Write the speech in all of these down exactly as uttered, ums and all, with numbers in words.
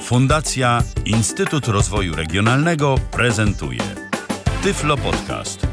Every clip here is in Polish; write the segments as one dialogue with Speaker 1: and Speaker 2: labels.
Speaker 1: Fundacja Instytut Rozwoju Regionalnego prezentuje Tyflo Podcast.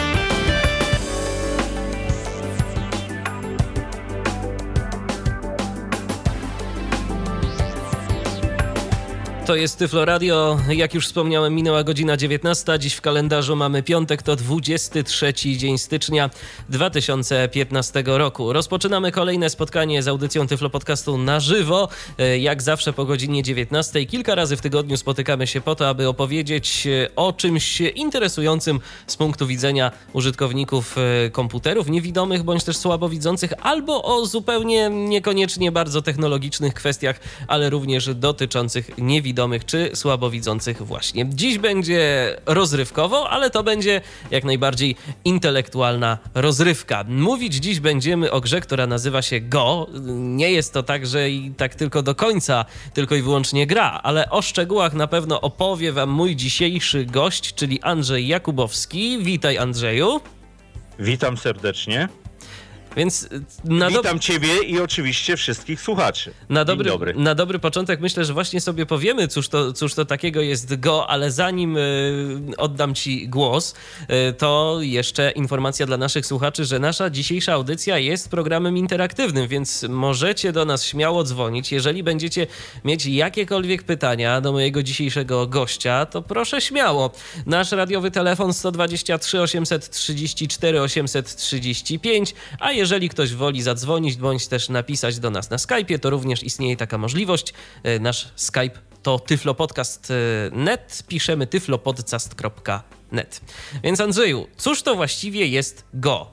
Speaker 2: To jest Tyflo Radio. Jak już wspomniałem, minęła godzina dziewiętnasta. Dziś w kalendarzu mamy piątek, to dwudziesty trzeci dzień stycznia dwa tysiące piętnastego roku. Rozpoczynamy kolejne spotkanie z audycją Tyflo Podcastu na żywo. Jak zawsze po godzinie dziewiętnastej. Kilka razy w tygodniu spotykamy się po to, aby opowiedzieć o czymś interesującym z punktu widzenia użytkowników komputerów, niewidomych bądź też słabowidzących, albo o zupełnie niekoniecznie bardzo technologicznych kwestiach, ale również dotyczących niewidomych czy słabowidzących właśnie. Dziś będzie rozrywkowo, ale to będzie jak najbardziej intelektualna rozrywka. Mówić dziś będziemy o grze, która nazywa się Go. Nie jest to tak, że i tak tylko do końca, tylko i wyłącznie gra, ale o szczegółach na pewno opowie wam mój dzisiejszy gość, czyli Andrzej Jakubowski. Witaj, Andrzeju.
Speaker 3: Witam serdecznie.
Speaker 2: Więc na do...
Speaker 3: Witam Ciebie i oczywiście wszystkich słuchaczy.
Speaker 2: Na dobry,
Speaker 3: dobry.
Speaker 2: na dobry początek myślę, że właśnie sobie powiemy, cóż to, cóż to takiego jest Go, ale zanim y, oddam Ci głos, y, to jeszcze informacja dla naszych słuchaczy, że nasza dzisiejsza audycja jest programem interaktywnym, więc możecie do nas śmiało dzwonić. Jeżeli będziecie mieć jakiekolwiek pytania do mojego dzisiejszego gościa, to proszę śmiało. Nasz radiowy telefon sto dwadzieścia trzy osiemset trzydzieści cztery osiemset trzydzieści pięć, a jeżeli Jeżeli ktoś woli zadzwonić bądź też napisać do nas na Skype'ie, to również istnieje taka możliwość. Nasz Skype to tyflopodcast kropka net. Piszemy tyflopodcast kropka net. Więc Andrzeju, cóż to właściwie jest Go?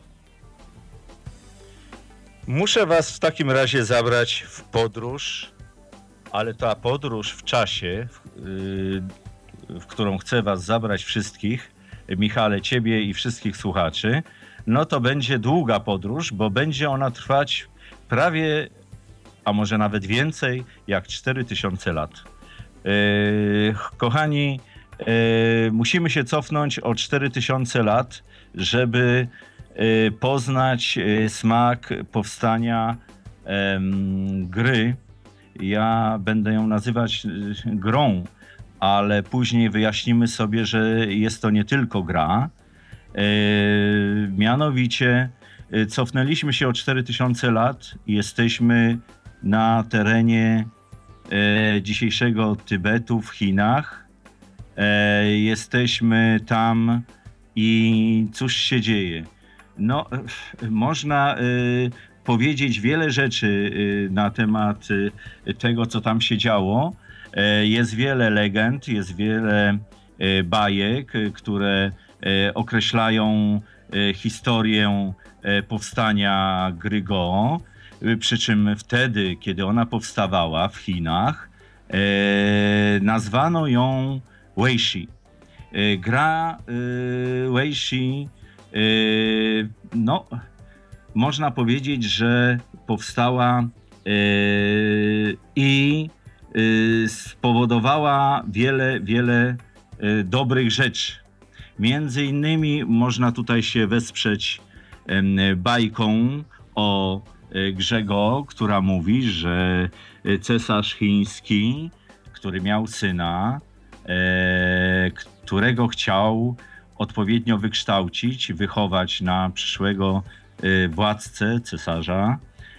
Speaker 3: Muszę was w takim razie zabrać w podróż, ale ta podróż w czasie, w, w którą chcę was zabrać wszystkich, Michale, ciebie i wszystkich słuchaczy, no to będzie długa podróż, bo będzie ona trwać prawie, a może nawet więcej, jak cztery tysiące lat. Yy, kochani, yy, musimy się cofnąć o cztery tysiące lat, żeby yy, poznać yy, smak powstania yy, gry. Ja będę ją nazywać yy, grą, ale później wyjaśnimy sobie, że jest to nie tylko gra. Yy, mianowicie yy, cofnęliśmy się o cztery tysiące lat i jesteśmy na terenie yy, dzisiejszego Tybetu w Chinach. Yy, jesteśmy tam i cóż się dzieje? No, yy, można yy, powiedzieć wiele rzeczy yy, na temat yy, tego, co tam się działo. Yy, jest wiele legend, jest wiele yy, bajek, yy, które określają historię powstania gry Go, przy czym wtedy, kiedy ona powstawała w Chinach, nazwano ją Weishi. Gra Weishi, no, można powiedzieć, że powstała i spowodowała wiele, wiele dobrych rzeczy. Między innymi można tutaj się wesprzeć bajką o grze Go, która mówi, że cesarz chiński, który miał syna, którego chciał odpowiednio wykształcić, wychować na przyszłego władcę, cesarza,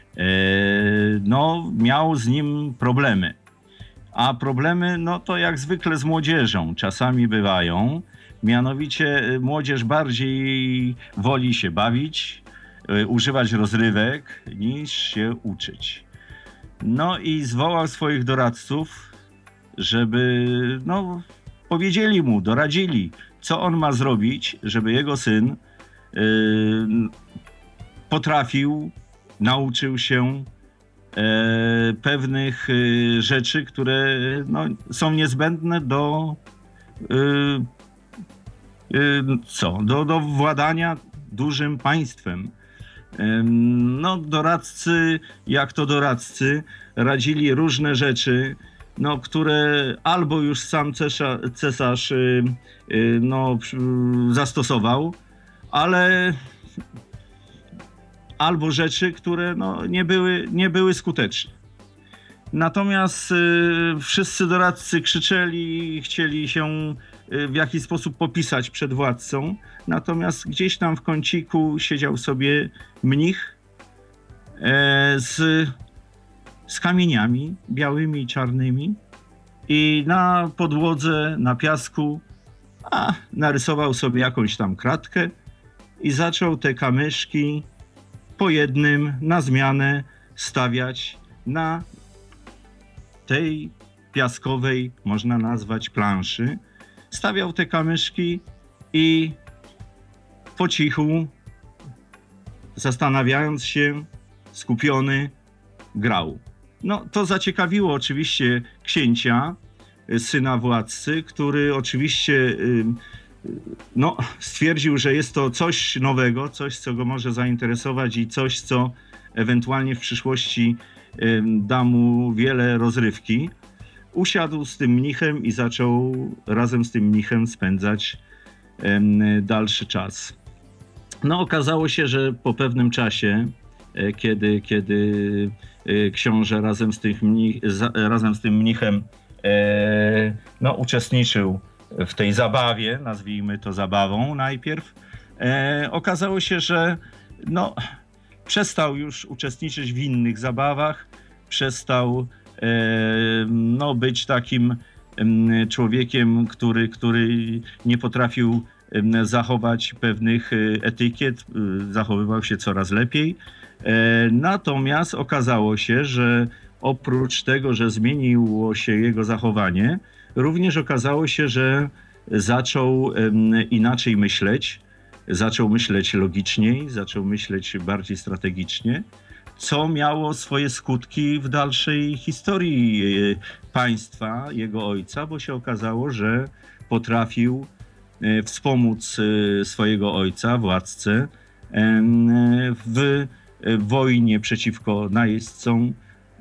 Speaker 3: no miał z nim problemy. A problemy, no to jak zwykle z młodzieżą czasami bywają. Mianowicie młodzież bardziej woli się bawić, używać rozrywek, niż się uczyć. No i zwołał swoich doradców, żeby no, powiedzieli mu, doradzili, co on ma zrobić, żeby jego syn yy, potrafił, nauczył się yy, pewnych yy, rzeczy, które no, są niezbędne do yy, Co? Do, do władania dużym państwem. No, doradcy, jak to doradcy, radzili różne rzeczy, no, które albo już sam cesarz, cesarz no, zastosował, ale albo rzeczy, które no, nie były, nie były skuteczne. Natomiast y, wszyscy doradcy krzyczeli, chcieli się y, w jakiś sposób popisać przed władcą. Natomiast gdzieś tam w kąciku siedział sobie mnich e, z, z kamieniami białymi i czarnymi i na podłodze, na piasku a, narysował sobie jakąś tam kratkę i zaczął te kamyszki po jednym na zmianę stawiać na tej piaskowej, można nazwać, planszy. Stawiał te kamyszki i po cichu, zastanawiając się, skupiony, grał. No, to zaciekawiło oczywiście księcia, syna władcy, który oczywiście no, stwierdził, że jest to coś nowego, coś, co go może zainteresować i coś, co ewentualnie w przyszłości da mu wiele rozrywki. Usiadł z tym mnichem i zaczął razem z tym mnichem spędzać dalszy czas. No, okazało się, że po pewnym czasie, kiedy, kiedy książę razem z, tych mnich, razem z tym mnichem no, uczestniczył w tej zabawie, nazwijmy to zabawą najpierw, okazało się, że no, przestał już uczestniczyć w innych zabawach, przestał no, być takim człowiekiem, który, który nie potrafił zachować pewnych etykiet, zachowywał się coraz lepiej. Natomiast okazało się, że oprócz tego, że zmieniło się jego zachowanie, również okazało się, że zaczął inaczej myśleć, zaczął myśleć logiczniej, zaczął myśleć bardziej strategicznie, co miało swoje skutki w dalszej historii państwa, jego ojca, bo się okazało, że potrafił wspomóc swojego ojca, władcę, w wojnie przeciwko najeźdźcom,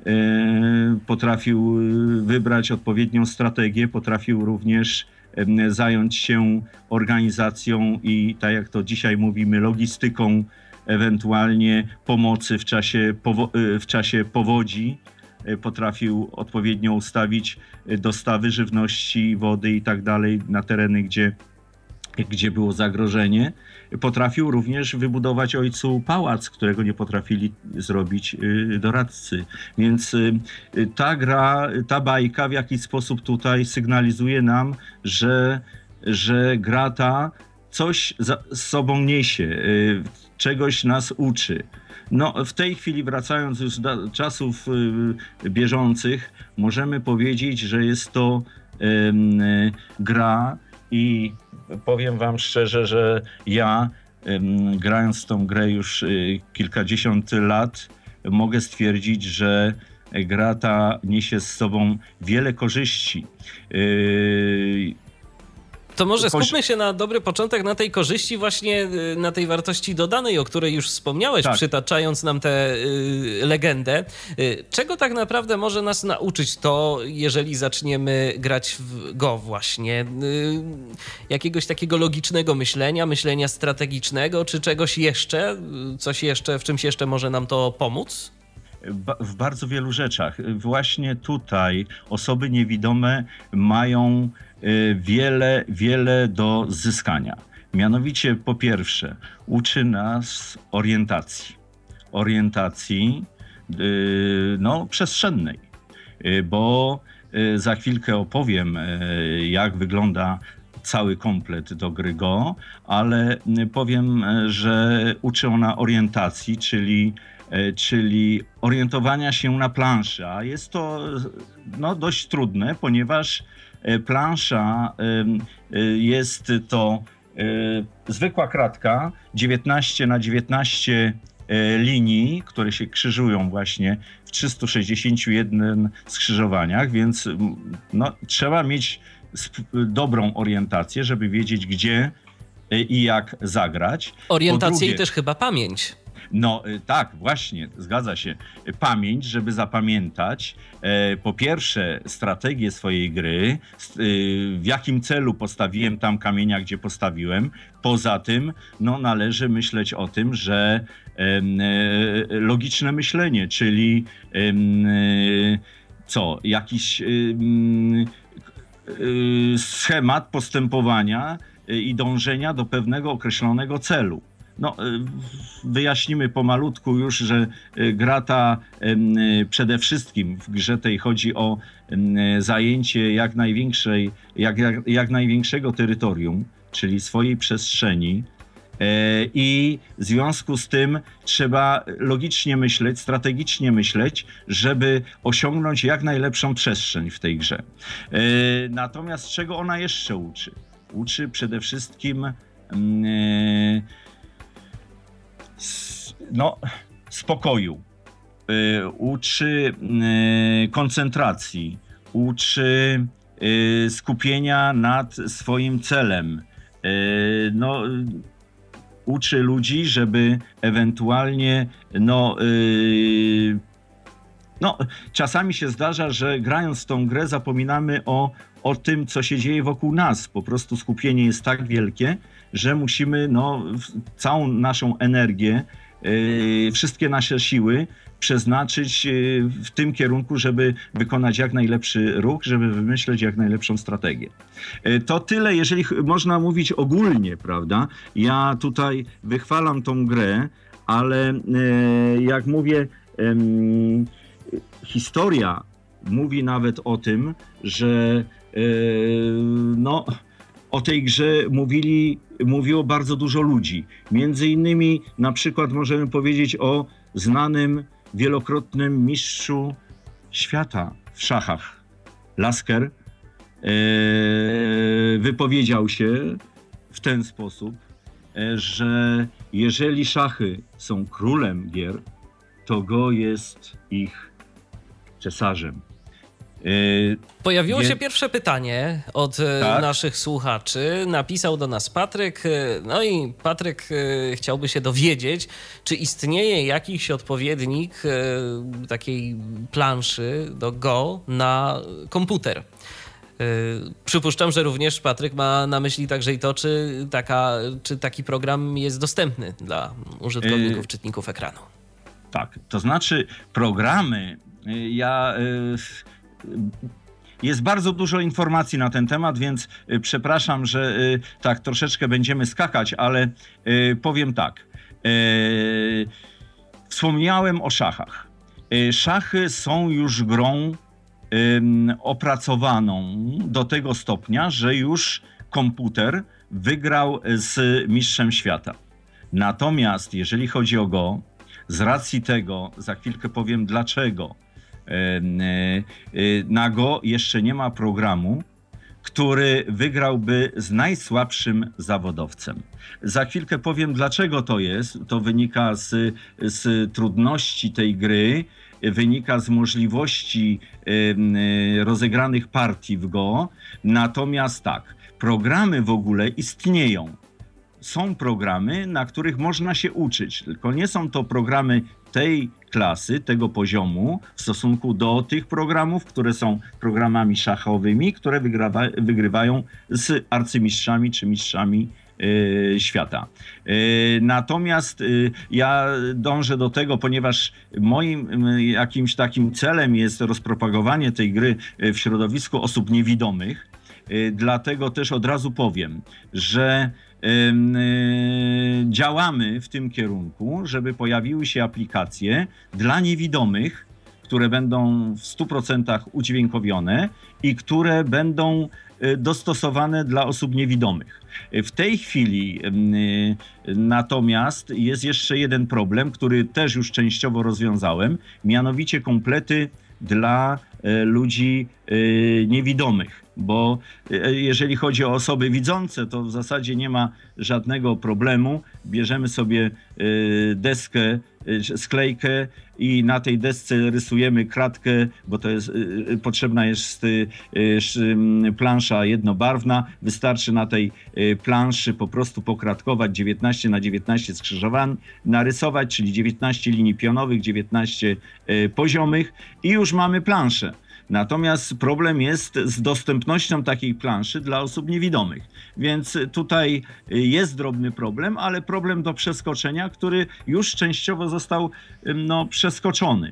Speaker 3: potrafił wybrać odpowiednią strategię, potrafił również zająć się organizacją i, tak jak to dzisiaj mówimy, logistyką, ewentualnie pomocy w czasie, powo- w czasie powodzi. Potrafił odpowiednio ustawić dostawy żywności, wody i tak dalej na tereny, gdzie, gdzie było zagrożenie. Potrafił również wybudować ojcu pałac, którego nie potrafili zrobić doradcy. Więc ta gra, ta bajka w jakiś sposób tutaj sygnalizuje nam, że, że gra ta coś za, z sobą niesie, czegoś nas uczy. No, w tej chwili, wracając już do czasów y, bieżących, możemy powiedzieć, że jest to y, y, gra i powiem wam szczerze, że ja y, grając w tą grę już y, kilkadziesiąt lat, mogę stwierdzić, że gra ta niesie z sobą wiele korzyści. Y,
Speaker 2: To może skupmy się na dobry początek, na tej korzyści właśnie, na tej wartości dodanej, o której już wspomniałeś, tak, przytaczając nam tę y, legendę. Y, czego tak naprawdę może nas nauczyć to, jeżeli zaczniemy grać w Go właśnie? Y, jakiegoś takiego logicznego myślenia, myślenia strategicznego, czy czegoś jeszcze? Coś jeszcze, w czymś jeszcze może nam to pomóc?
Speaker 3: W bardzo wielu rzeczach. Właśnie tutaj osoby niewidome mają wiele, wiele do zyskania. Mianowicie, po pierwsze, uczy nas orientacji. Orientacji no, przestrzennej, bo za chwilkę opowiem, jak wygląda cały komplet do gry Go, ale powiem, że uczy ona orientacji, czyli czyli orientowania się na planszy, a jest to no, dość trudne, ponieważ plansza jest to zwykła kratka, dziewiętnaście na dziewiętnaście linii, które się krzyżują właśnie w trzystu sześćdziesięciu jednym skrzyżowaniach, więc no, trzeba mieć dobrą orientację, żeby wiedzieć, gdzie i jak zagrać.
Speaker 2: Orientację drugie, i też chyba pamięć.
Speaker 3: No tak, właśnie, zgadza się. Pamięć, żeby zapamiętać e, po pierwsze strategię swojej gry, st, e, w jakim celu postawiłem tam kamienia, gdzie postawiłem. Poza tym no, należy myśleć o tym, że e, e, logiczne myślenie, czyli e, co? Jakiś yy, yy, schemat postępowania i dążenia do pewnego określonego celu. No, wyjaśnimy pomalutku już, że gra ta przede wszystkim w grze tej chodzi o zajęcie jak największej, jak, jak, jak największego terytorium, czyli swojej przestrzeni. I w związku z tym trzeba logicznie myśleć, strategicznie myśleć, żeby osiągnąć jak najlepszą przestrzeń w tej grze. Natomiast czego ona jeszcze uczy? Uczy przede wszystkim no, spokoju, uczy koncentracji, uczy skupienia nad swoim celem. No, uczy ludzi, żeby ewentualnie no, yy, no czasami się zdarza, że grając w tą grę zapominamy o, o tym, co się dzieje wokół nas. Po prostu skupienie jest tak wielkie, że musimy no, całą naszą energię, yy, wszystkie nasze siły przeznaczyć w tym kierunku, żeby wykonać jak najlepszy ruch, żeby wymyśleć jak najlepszą strategię. To tyle, jeżeli można mówić ogólnie, prawda? Ja tutaj wychwalam tą grę, ale jak mówię, historia mówi nawet o tym, że no, o tej grze mówili, mówiło bardzo dużo ludzi. Między innymi na przykład możemy powiedzieć o znanym wielokrotnym mistrzu świata w szachach. Lasker e, wypowiedział się w ten sposób, e, że jeżeli szachy są królem gier, to go jest ich cesarzem.
Speaker 2: Pojawiło
Speaker 3: Je...
Speaker 2: się pierwsze pytanie od tak? naszych słuchaczy. Napisał do nas Patryk. No i Patryk chciałby się dowiedzieć, czy istnieje jakiś odpowiednik takiej planszy do Go na komputer. Przypuszczam, że również Patryk ma na myśli także i to, czy, taka, czy taki program jest dostępny dla użytkowników, yy... czytników ekranu.
Speaker 3: Tak, to znaczy programy, ja... Yy... Jest bardzo dużo informacji na ten temat, więc przepraszam, że tak troszeczkę będziemy skakać, ale powiem tak. Wspomniałem o szachach. Szachy są już grą opracowaną do tego stopnia, że już komputer wygrał z mistrzem świata. Natomiast jeżeli chodzi o Go, z racji tego, za chwilkę powiem dlaczego, na Go jeszcze nie ma programu, który wygrałby z najsłabszym zawodowcem. Za chwilkę powiem, dlaczego to jest. To wynika z, z trudności tej gry, wynika z możliwości rozegranych partii w Go. Natomiast tak, programy w ogóle istnieją. Są programy, na których można się uczyć, tylko nie są to programy tej klasy, tego poziomu w stosunku do tych programów, które są programami szachowymi, które wygrywa, wygrywają z arcymistrzami czy mistrzami yy, świata. Yy, natomiast yy, ja dążę do tego, ponieważ moim yy, jakimś takim celem jest rozpropagowanie tej gry w środowisku osób niewidomych. Yy, dlatego też od razu powiem, że działamy w tym kierunku, żeby pojawiły się aplikacje dla niewidomych, które będą w stu procentach udźwiękowione i które będą dostosowane dla osób niewidomych. W tej chwili natomiast jest jeszcze jeden problem, który też już częściowo rozwiązałem, mianowicie komplety dla ludzi niewidomych, bo jeżeli chodzi o osoby widzące, to w zasadzie nie ma żadnego problemu. Bierzemy sobie deskę, sklejkę i na tej desce rysujemy kratkę, bo to jest potrzebna jest plansza jednobarwna. Wystarczy na tej planszy po prostu pokratkować dziewiętnaście na dziewiętnaście skrzyżowań, narysować, czyli dziewiętnaście linii pionowych, dziewiętnaście poziomych i już mamy planszę. Natomiast problem jest z dostępnością takiej planszy dla osób niewidomych. Więc tutaj jest drobny problem, ale problem do przeskoczenia, który już częściowo został no, przeskoczony.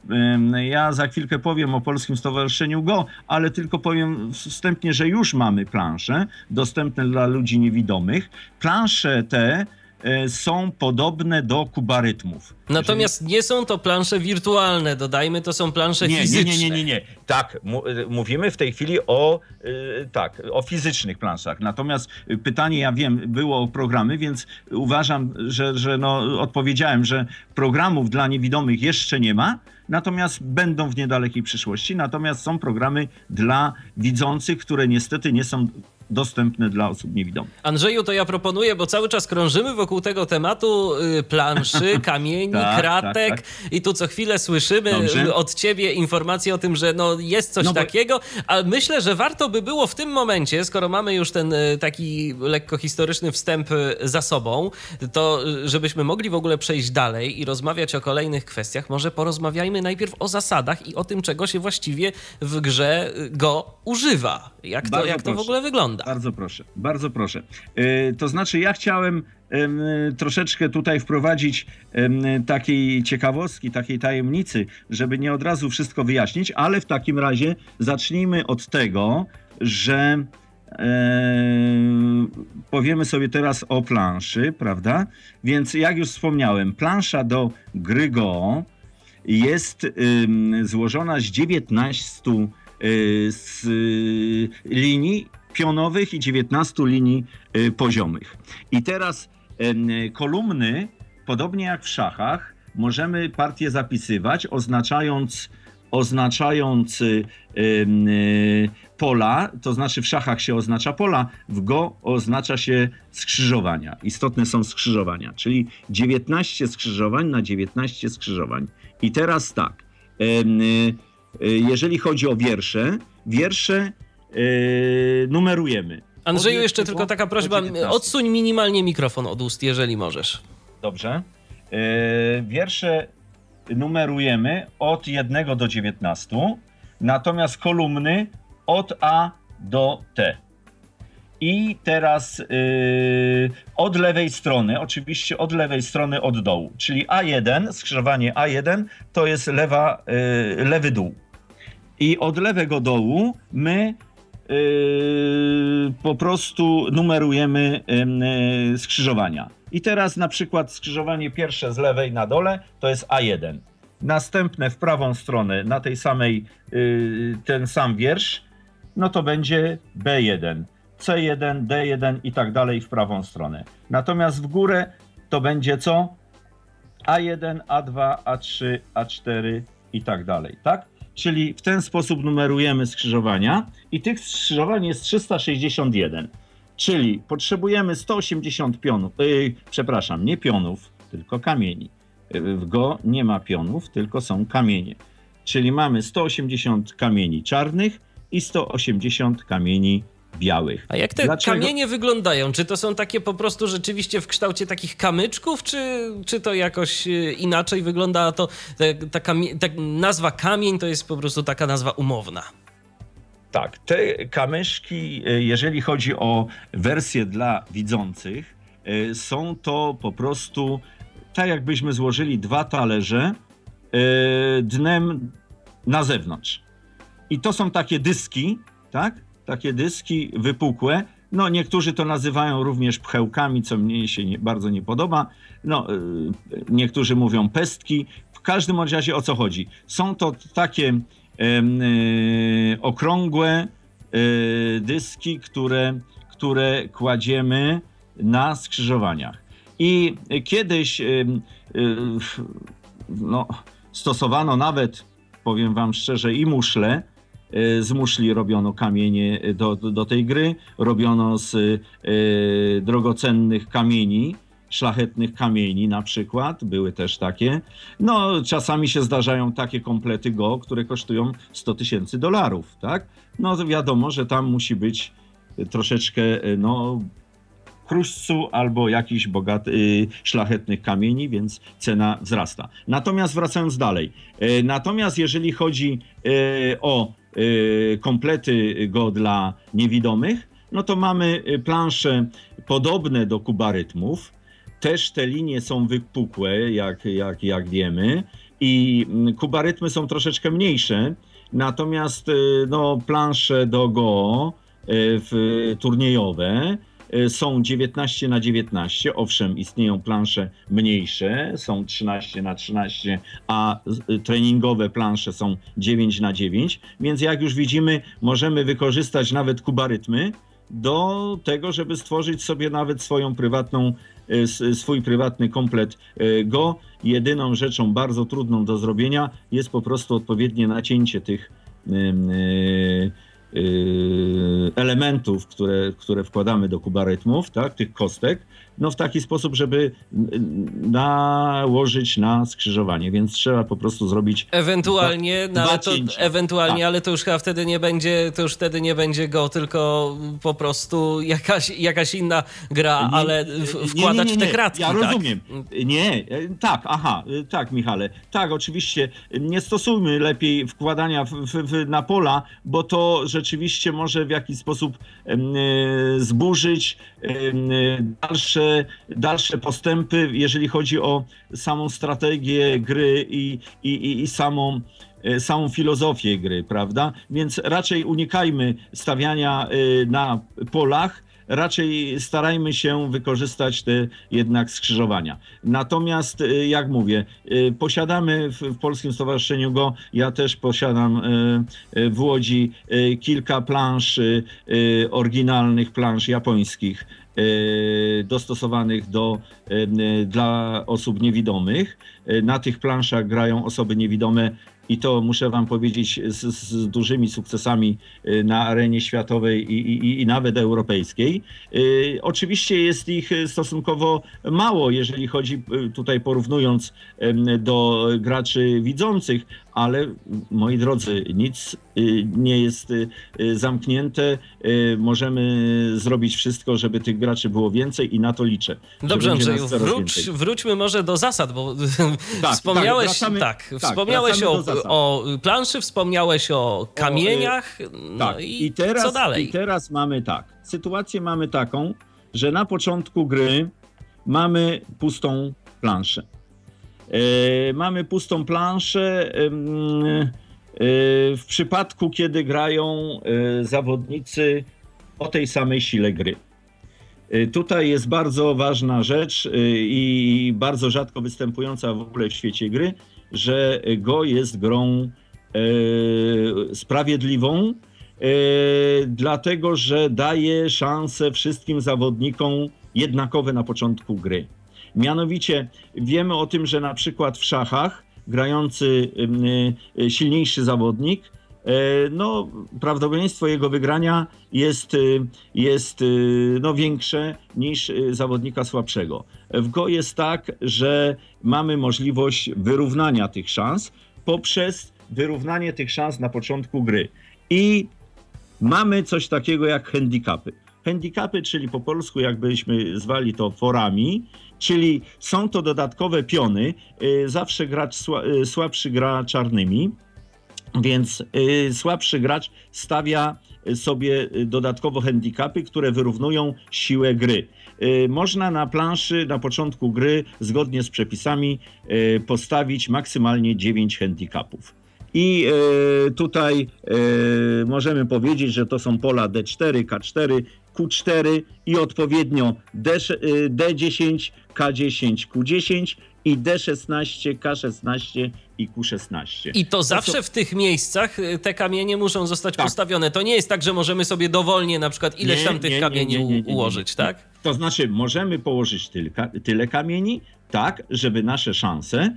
Speaker 3: Ja za chwilkę powiem o Polskim Stowarzyszeniu Go, ale tylko powiem wstępnie, że już mamy plansze dostępne dla ludzi niewidomych. Plansze te są podobne do kubarytmów.
Speaker 2: Natomiast Jeżeli... nie są to plansze wirtualne, dodajmy, to są plansze
Speaker 3: nie,
Speaker 2: fizyczne.
Speaker 3: Nie, nie, nie, nie, nie. Tak, mówimy w tej chwili o, tak, o fizycznych planszach. Natomiast pytanie, ja wiem, było o programy, więc uważam, że, że no, odpowiedziałem, że programów dla niewidomych jeszcze nie ma, natomiast będą w niedalekiej przyszłości. Natomiast są programy dla widzących, które niestety nie są dostępne dla osób niewidomych.
Speaker 2: Andrzeju, to ja proponuję, bo cały czas krążymy wokół tego tematu y, planszy, kamieni, tak, kratek tak, tak. i tu co chwilę słyszymy Dobrze. od ciebie informacje o tym, że no jest coś no bo... takiego, ale myślę, że warto by było w tym momencie, skoro mamy już ten y, taki lekko historyczny wstęp y, za sobą, to y, żebyśmy mogli w ogóle przejść dalej i rozmawiać o kolejnych kwestiach, może porozmawiajmy najpierw o zasadach i o tym, czego się właściwie w grze Go używa. Jak to, jak to w ogóle wygląda?
Speaker 3: Bardzo proszę, bardzo proszę. Yy, to znaczy ja chciałem yy, troszeczkę tutaj wprowadzić yy, takiej ciekawostki, takiej tajemnicy, żeby nie od razu wszystko wyjaśnić, ale w takim razie zacznijmy od tego, że yy, powiemy sobie teraz o planszy, prawda? Więc jak już wspomniałem, plansza do gry Go jest yy, złożona z dziewiętnastu z linii pionowych i dziewiętnastu linii poziomych. I teraz kolumny, podobnie jak w szachach, możemy partię zapisywać, oznaczając, oznaczając pola, to znaczy w szachach się oznacza pola, w Go oznacza się skrzyżowania. Istotne są skrzyżowania, czyli dziewiętnaście skrzyżowań na dziewiętnaście skrzyżowań. I teraz tak, jeżeli chodzi o wiersze, wiersze yy, numerujemy.
Speaker 2: Andrzeju, Od jeszcze tylko taka prośba, odsuń minimalnie mikrofon od ust, jeżeli możesz.
Speaker 3: Dobrze. Yy, wiersze numerujemy od jednego do dziewiętnastu, natomiast kolumny od A do T. I teraz yy, od lewej strony, oczywiście od lewej strony od dołu, czyli A jeden, skrzyżowanie A jeden to jest lewa, yy, lewy dół. I od lewego dołu my yy, po prostu numerujemy yy, skrzyżowania. I teraz na przykład skrzyżowanie pierwsze z lewej na dole to jest A jeden. Następne w prawą stronę na tej samej, yy, ten sam wiersz, no to będzie B jeden. C jeden, D jeden i tak dalej w prawą stronę. Natomiast w górę to będzie co? A jeden, A dwa, A trzy, A cztery i tak dalej, tak? Czyli w ten sposób numerujemy skrzyżowania i tych skrzyżowań jest trzysta sześćdziesiąt jeden. Czyli potrzebujemy sto osiemdziesiąt pionów, yy, przepraszam, nie pionów, tylko kamieni. W Go nie ma pionów, tylko są kamienie. Czyli mamy sto osiemdziesiąt kamieni czarnych i sto osiemdziesiąt kamieni białych.
Speaker 2: A jak te Dlaczego? kamienie wyglądają? Czy to są takie po prostu rzeczywiście w kształcie takich kamyczków, czy, czy to jakoś inaczej wygląda? To ta, ta, ta nazwa kamień to jest po prostu taka nazwa umowna.
Speaker 3: Tak, te kamyczki, jeżeli chodzi o wersję dla widzących, są to po prostu tak jakbyśmy złożyli dwa talerze dnem na zewnątrz. I to są takie dyski, tak? Takie dyski wypukłe. No niektórzy to nazywają również pchełkami, co mnie się nie, bardzo nie podoba. No, yy, niektórzy mówią pestki. W każdym razie o co chodzi? Są to takie yy, yy, okrągłe yy, dyski, które, które kładziemy na skrzyżowaniach. I kiedyś yy, yy, no, stosowano nawet, powiem wam szczerze, i muszle. Z muszli robiono kamienie do, do, do tej gry, robiono z y, drogocennych kamieni, szlachetnych kamieni na przykład, były też takie. No czasami się zdarzają takie komplety Go, które kosztują sto tysięcy dolarów, tak? No wiadomo, że tam musi być troszeczkę, no, kruszcu albo jakichś bogatych, y, szlachetnych kamieni, więc cena wzrasta. Natomiast wracając dalej, y, natomiast jeżeli chodzi y, o komplety Go dla niewidomych, no to mamy plansze podobne do kubarytmów. Też te linie są wypukłe, jak, jak, jak wiemy.
Speaker 4: i kubarytmy są troszeczkę mniejsze, natomiast no, plansze do go w, turniejowe są dziewiętnaście na dziewiętnaście, owszem, istnieją plansze mniejsze, są trzynaście na trzynaście, a treningowe plansze są dziewięć na dziewięć, więc jak już widzimy, możemy wykorzystać nawet kubarytmy do tego, żeby stworzyć sobie nawet swoją prywatną, swój prywatny komplet Go. Jedyną rzeczą bardzo trudną do zrobienia jest po prostu odpowiednie nacięcie tych elementów, które, które wkładamy do kubarytmów, tak, tych kostek, no w taki sposób, żeby nałożyć na skrzyżowanie, więc trzeba po prostu zrobić
Speaker 2: ewentualnie,
Speaker 4: dwa,
Speaker 2: no, ale
Speaker 4: dwa
Speaker 2: to, ewentualnie, tak. ale to już chyba wtedy nie będzie, to już wtedy nie będzie Go, tylko po prostu jakaś, jakaś inna gra, nie, ale w, wkładać nie, nie, nie, nie. w te kratki.
Speaker 4: Ja
Speaker 2: tak?
Speaker 4: rozumiem. Nie, tak, aha, tak, Michale, tak, oczywiście, nie stosujmy lepiej wkładania w, w, w, na pola, bo to rzeczywiście może w jakiś sposób e, zburzyć e, dalsze dalsze postępy, jeżeli chodzi o samą strategię gry i, i, i samą, samą filozofię gry, prawda? Więc raczej unikajmy stawiania na polach, raczej starajmy się wykorzystać te jednak skrzyżowania. Natomiast, jak mówię, posiadamy w, w Polskim Stowarzyszeniu Go, ja też posiadam w Łodzi kilka plansz, oryginalnych plansz japońskich, dostosowanych do, dla osób niewidomych. Na tych planszach grają osoby niewidome i to muszę wam powiedzieć z, z dużymi sukcesami na arenie światowej i, i, i nawet europejskiej. Oczywiście jest ich stosunkowo mało, jeżeli chodzi tutaj porównując do graczy widzących, ale moi drodzy, nic nie jest zamknięte. Możemy zrobić wszystko, żeby tych graczy było więcej i na to liczę.
Speaker 2: Dobrze, Andrzeju, wróć, wróćmy może do zasad, bo tak, wspomniałeś, tak, wracamy, tak, tak, wspomniałeś o, o planszy, wspomniałeś o kamieniach, o, no
Speaker 4: tak.
Speaker 2: i,
Speaker 4: I teraz,
Speaker 2: co dalej?
Speaker 4: I teraz mamy tak, sytuację mamy taką, że na początku gry mamy pustą planszę. Yy, mamy pustą planszę yy, yy, w przypadku, kiedy grają yy, zawodnicy o tej samej sile gry. Yy, tutaj jest bardzo ważna rzecz yy, i bardzo rzadko występująca w ogóle w świecie gry, że Go jest grą yy, sprawiedliwą, yy, dlatego że daje szansę wszystkim zawodnikom jednakowe na początku gry. Mianowicie wiemy o tym, że na przykład w szachach grający silniejszy zawodnik, no prawdopodobieństwo jego wygrania jest, jest no, większe niż zawodnika słabszego. W Go jest tak, że mamy możliwość wyrównania tych szans poprzez wyrównanie tych szans na początku gry. I mamy coś takiego jak handicapy. Handicapy, czyli po polsku jakbyśmy zwali to forami, czyli są to dodatkowe piony. Zawsze gracz słabszy gra czarnymi, więc słabszy gracz stawia sobie dodatkowo handicapy, które wyrównują siłę gry. Można na planszy na początku gry zgodnie z przepisami postawić maksymalnie dziewięć handicapów. I e, tutaj e, możemy powiedzieć, że to są pola D cztery, K cztery, Q cztery i odpowiednio D, D dziesięć, K dziesięć, Q dziesięć i D szesnaście, K szesnaście i Q szesnaście.
Speaker 2: I to zawsze to, w tych miejscach te kamienie muszą zostać tak. postawione. To nie jest tak, że możemy sobie dowolnie na przykład ileś nie, tam tych nie, kamieni nie, nie, nie, nie, ułożyć, tak?
Speaker 4: To znaczy możemy położyć tyle, tyle kamieni, tak, żeby nasze szanse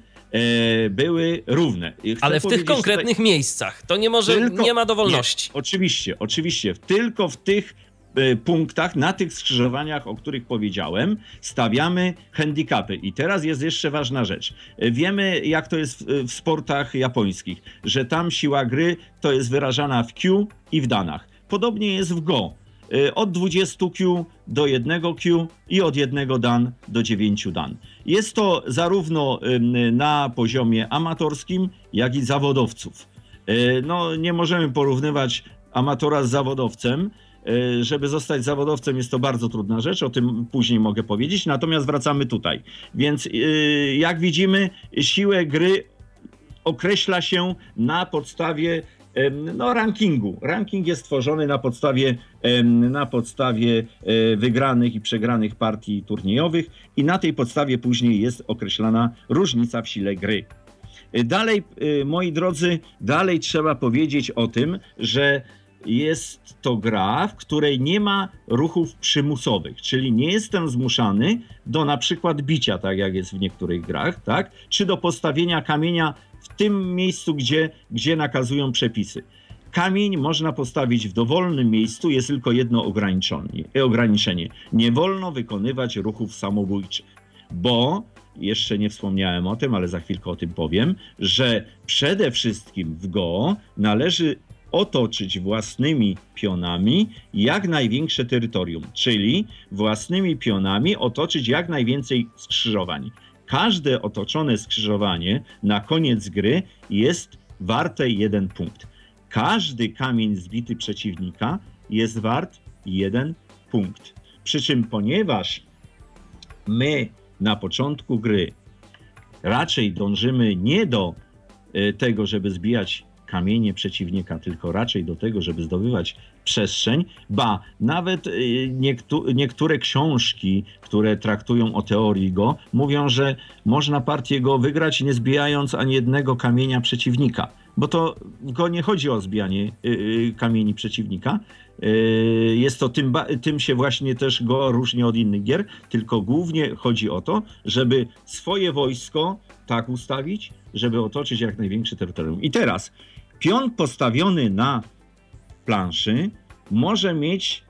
Speaker 4: były równe.
Speaker 2: Ale w tych konkretnych tutaj, miejscach. To nie może, tylko, nie ma dowolności.
Speaker 4: Nie, oczywiście, oczywiście. Tylko w tych y, punktach, na tych skrzyżowaniach, o których powiedziałem, stawiamy handicapy. I teraz jest jeszcze ważna rzecz. Wiemy, jak to jest w, w sportach japońskich, że tam siła gry to jest wyrażana w Q i w danach. Podobnie jest w Go. Od dwudziestu Q do jednego Q i od jednego dan do dziewięciu dan. Jest to zarówno na poziomie amatorskim, jak i zawodowców. No, nie możemy porównywać amatora z zawodowcem. Żeby zostać zawodowcem jest to bardzo trudna rzecz, o tym później mogę powiedzieć, natomiast wracamy tutaj. Więc jak widzimy, siłę gry określa się na podstawie no, rankingu. Ranking jest tworzony na podstawie, na podstawie wygranych i przegranych partii turniejowych i na tej podstawie później jest określana różnica w sile gry. Dalej, moi drodzy, dalej trzeba powiedzieć o tym, że jest to gra, w której nie ma ruchów przymusowych, czyli nie jestem zmuszany do na przykład bicia, tak jak jest w niektórych grach, tak? Czy do postawienia kamienia w tym miejscu, gdzie, gdzie nakazują przepisy. Kamień można postawić w dowolnym miejscu, jest tylko jedno ograniczenie. Nie wolno wykonywać ruchów samobójczych, bo, jeszcze nie wspomniałem o tym, ale za chwilkę o tym powiem, że przede wszystkim w Go należy otoczyć własnymi pionami jak największe terytorium, czyli własnymi pionami otoczyć jak najwięcej skrzyżowań. Każde otoczone skrzyżowanie na koniec gry jest warte jeden punkt. Każdy kamień zbity przeciwnika jest wart jeden punkt. Przy czym, ponieważ my na początku gry raczej dążymy nie do tego, żeby zbijać kamienie przeciwnika, tylko raczej do tego, żeby zdobywać przestrzeń, ba, nawet niektó- niektóre książki, które traktują o teorii Go, mówią, że można partię Go wygrać nie zbijając ani jednego kamienia przeciwnika, bo to w Go nie chodzi o zbijanie yy, kamieni przeciwnika. Yy, jest to tym, ba- tym się właśnie też Go różni od innych gier, tylko głównie chodzi o to, żeby swoje wojsko tak ustawić, żeby otoczyć jak największe terytorium. I teraz pion postawiony na planszy może mieć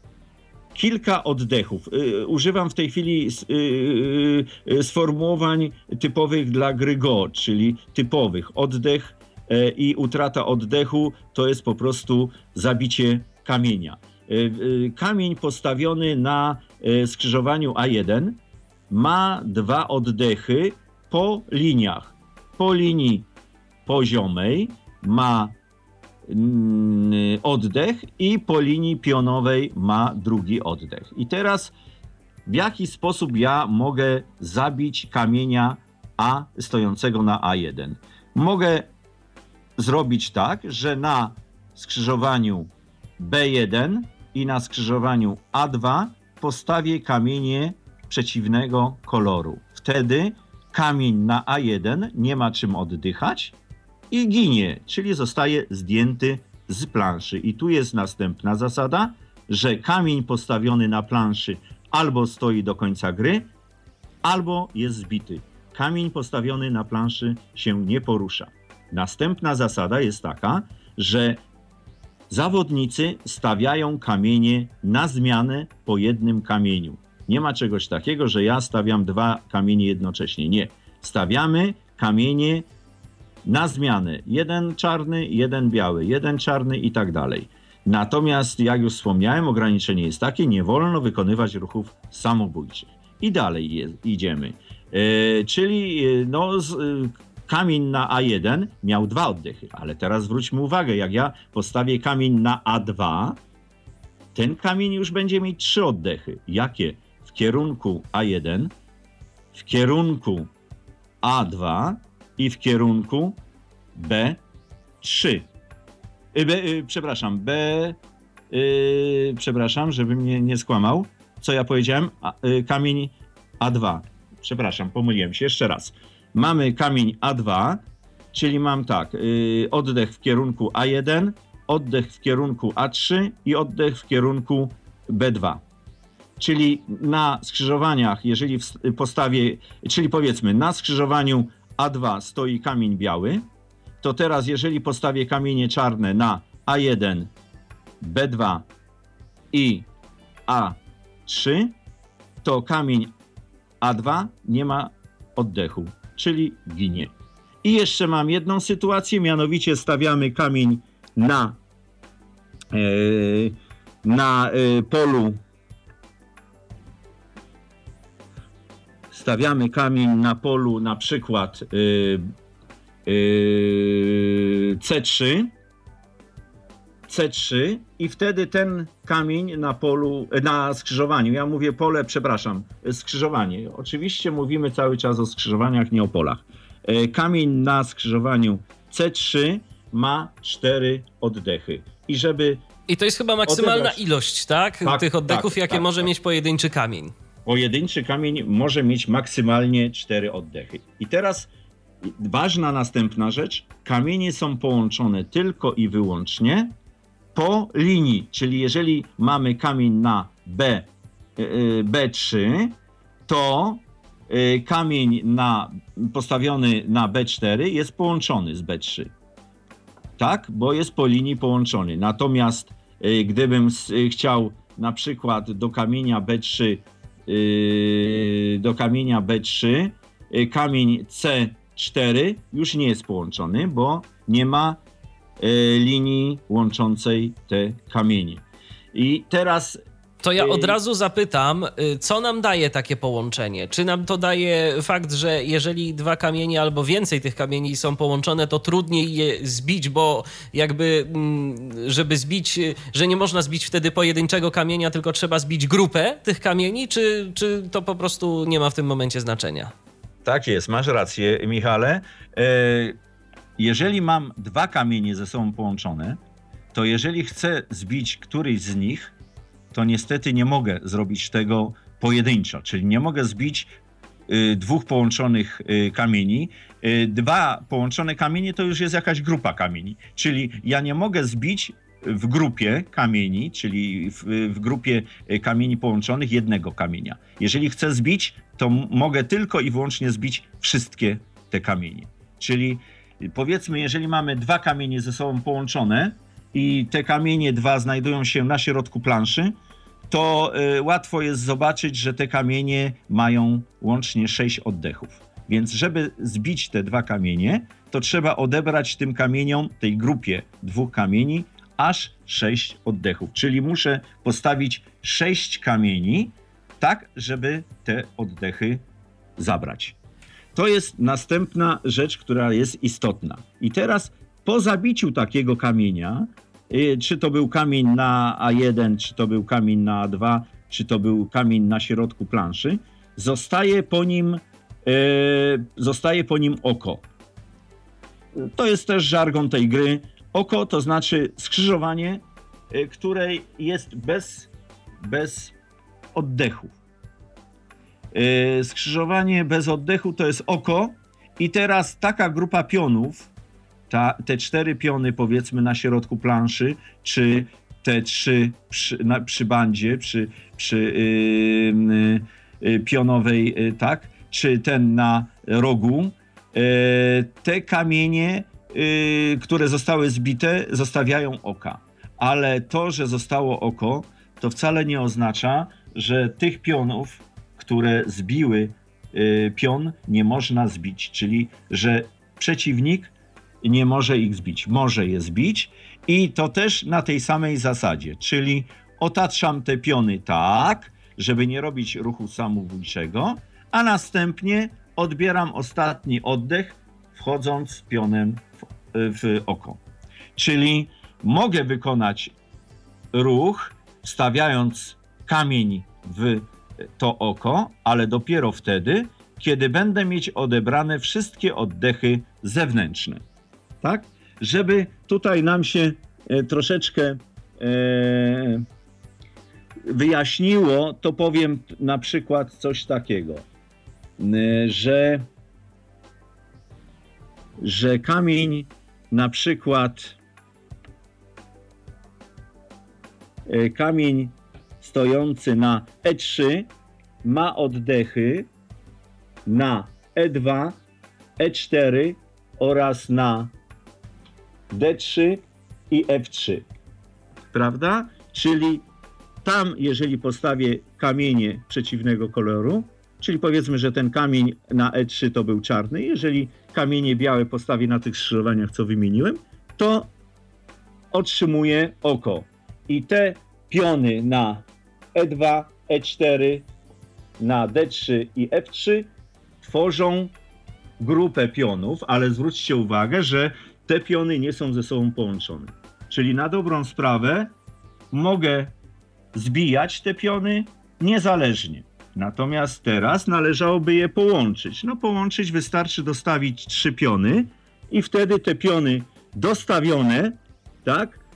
Speaker 4: kilka oddechów. Yy, używam w tej chwili yy, yy, sformułowań typowych dla gry Go, czyli typowych. Oddech yy, i utrata oddechu to jest po prostu zabicie kamienia. Yy, yy, kamień postawiony na yy, skrzyżowaniu A jeden ma dwa oddechy po liniach. Po linii poziomej ma oddech i po linii pionowej ma drugi oddech. I teraz w jaki sposób ja mogę zabić kamienia A stojącego na A jeden? Mogę zrobić tak, że na skrzyżowaniu B jeden i na skrzyżowaniu A dwa postawię kamienie przeciwnego koloru. Wtedy kamień na A jeden nie ma czym oddychać i ginie, czyli zostaje zdjęty z planszy. I tu jest następna zasada, że kamień postawiony na planszy albo stoi do końca gry, albo jest zbity. Kamień postawiony na planszy się nie porusza. Następna zasada jest taka, że zawodnicy stawiają kamienie na zmianę po jednym kamieniu. Nie ma czegoś takiego, że ja stawiam dwa kamienie jednocześnie. Nie. Stawiamy kamienie na zmianę. Jeden czarny, jeden biały, jeden czarny i tak dalej. Natomiast, jak już wspomniałem, ograniczenie jest takie, nie wolno wykonywać ruchów samobójczych. I dalej je, idziemy. E, czyli no, z, kamień na A jeden miał dwa oddechy, ale teraz zwróćmy uwagę, jak ja postawię kamień na A dwa, ten kamień już będzie mieć trzy oddechy. Jakie? W kierunku A jeden, w kierunku A dwa i w kierunku B trzy. B, przepraszam, B... Yy, przepraszam, żebym nie, nie skłamał. Co ja powiedziałem? A, yy, kamień A dwa. Przepraszam, pomyliłem się. Jeszcze raz. Mamy kamień A dwa, czyli mam tak, yy, oddech w kierunku A jeden, oddech w kierunku A trzy i oddech w kierunku B dwa. Czyli na skrzyżowaniach, jeżeli postawię, czyli powiedzmy na skrzyżowaniu A dwa stoi kamień biały, to teraz jeżeli postawię kamienie czarne na A jeden, B dwa i A trzy, to kamień A dwa nie ma oddechu, czyli ginie. I jeszcze mam jedną sytuację, mianowicie stawiamy kamień na, yy, na yy, polu stawiamy kamień na polu na przykład yy, yy, C trzy, C trzy i wtedy ten kamień na polu, na skrzyżowaniu, ja mówię pole, przepraszam, skrzyżowanie. Oczywiście mówimy cały czas o skrzyżowaniach, nie o polach. Kamień na skrzyżowaniu C trzy ma cztery oddechy. I żeby
Speaker 2: I to jest chyba maksymalna
Speaker 4: odebrać...
Speaker 2: ilość, tak?
Speaker 4: tak
Speaker 2: Tych oddechów,
Speaker 4: tak,
Speaker 2: jakie
Speaker 4: tak,
Speaker 2: może
Speaker 4: tak.
Speaker 2: mieć pojedynczy kamień.
Speaker 4: Pojedynczy kamień może mieć maksymalnie cztery oddechy. I teraz ważna następna rzecz. Kamienie są połączone tylko i wyłącznie po linii. Czyli jeżeli mamy kamień na B, B trzy, to kamień na, postawiony na B cztery jest połączony z B trzy. Tak? Bo jest po linii połączony. Natomiast gdybym chciał na przykład do kamienia B trzy do kamienia B trzy, kamień C cztery już nie jest połączony, bo nie ma linii łączącej te kamienie. I teraz
Speaker 2: To ja od razu zapytam, co nam daje takie połączenie? Czy nam to daje fakt, że jeżeli dwa kamienie albo więcej tych kamieni są połączone, to trudniej je zbić, bo jakby, żeby zbić, że nie można zbić wtedy pojedynczego kamienia, tylko trzeba zbić grupę tych kamieni, czy, czy to po prostu nie ma w tym momencie znaczenia?
Speaker 3: Tak jest, masz rację, Michale. Jeżeli mam dwa kamienie ze sobą połączone, to jeżeli chcę zbić któryś z nich, to niestety nie mogę zrobić tego pojedynczo, czyli nie mogę zbić y, dwóch połączonych y, kamieni. Y, dwa połączone kamienie to już jest jakaś grupa kamieni, czyli ja nie mogę zbić w grupie kamieni, czyli w, w grupie kamieni połączonych jednego kamienia. Jeżeli chcę zbić, to m- mogę tylko i wyłącznie zbić wszystkie te kamienie. Czyli powiedzmy, jeżeli mamy dwa kamienie ze sobą połączone, i te kamienie dwa znajdują się na środku planszy, to y, łatwo jest zobaczyć, że te kamienie mają łącznie sześć oddechów. Więc żeby zbić te dwa kamienie, to trzeba odebrać tym kamieniom, tej grupie dwóch kamieni, aż sześć oddechów. Czyli muszę postawić sześć kamieni, tak, żeby te oddechy zabrać. To jest następna rzecz, która jest istotna. I teraz po zabiciu takiego kamienia, czy to był kamień na A jeden, czy to był kamień na A dwa, czy to był kamień na środku planszy, zostaje po nim, e, zostaje po nim oko. To jest też żargon tej gry. Oko to znaczy skrzyżowanie, e, które jest bez, bez oddechów. E, skrzyżowanie bez oddechu to jest oko i teraz taka grupa pionów, Ta, te cztery piony powiedzmy na środku planszy, czy te trzy przy, na, przy bandzie, przy, przy yy, yy, pionowej, yy, tak, czy ten na rogu, yy, te kamienie, yy, które zostały zbite, zostawiają oka. Ale to, że zostało oko, to wcale nie oznacza, że tych pionów, które zbiły yy, pion, nie można zbić, czyli że przeciwnik nie może ich zbić. Może je zbić i to też na tej samej zasadzie, czyli otaczam te piony tak, żeby nie robić ruchu samobójczego, a następnie odbieram ostatni oddech, wchodząc pionem w, w oko. Czyli mogę wykonać ruch, wstawiając kamień w to oko, ale dopiero wtedy, kiedy będę mieć odebrane wszystkie oddechy zewnętrzne. Tak? Żeby tutaj nam się e, troszeczkę e, wyjaśniło, to powiem na przykład coś takiego, e, że, że kamień na przykład e, kamień stojący na E trzy ma oddechy na E dwa, E cztery oraz na D trzy i F trzy. Prawda? Czyli tam, jeżeli postawię kamienie przeciwnego koloru, czyli powiedzmy, że ten kamień na E trzy to był czarny, jeżeli kamienie białe postawię na tych skrzyżowaniach, co wymieniłem, to otrzymuję oko. I te piony na E dwa, E cztery, na D trzy i F trzy tworzą grupę pionów, ale zwróćcie uwagę, że te piony nie są ze sobą połączone. Czyli na dobrą sprawę mogę zbijać te piony niezależnie.
Speaker 4: Natomiast teraz należałoby je połączyć. No połączyć wystarczy dostawić trzy piony i wtedy te piony dostawione, tak, e,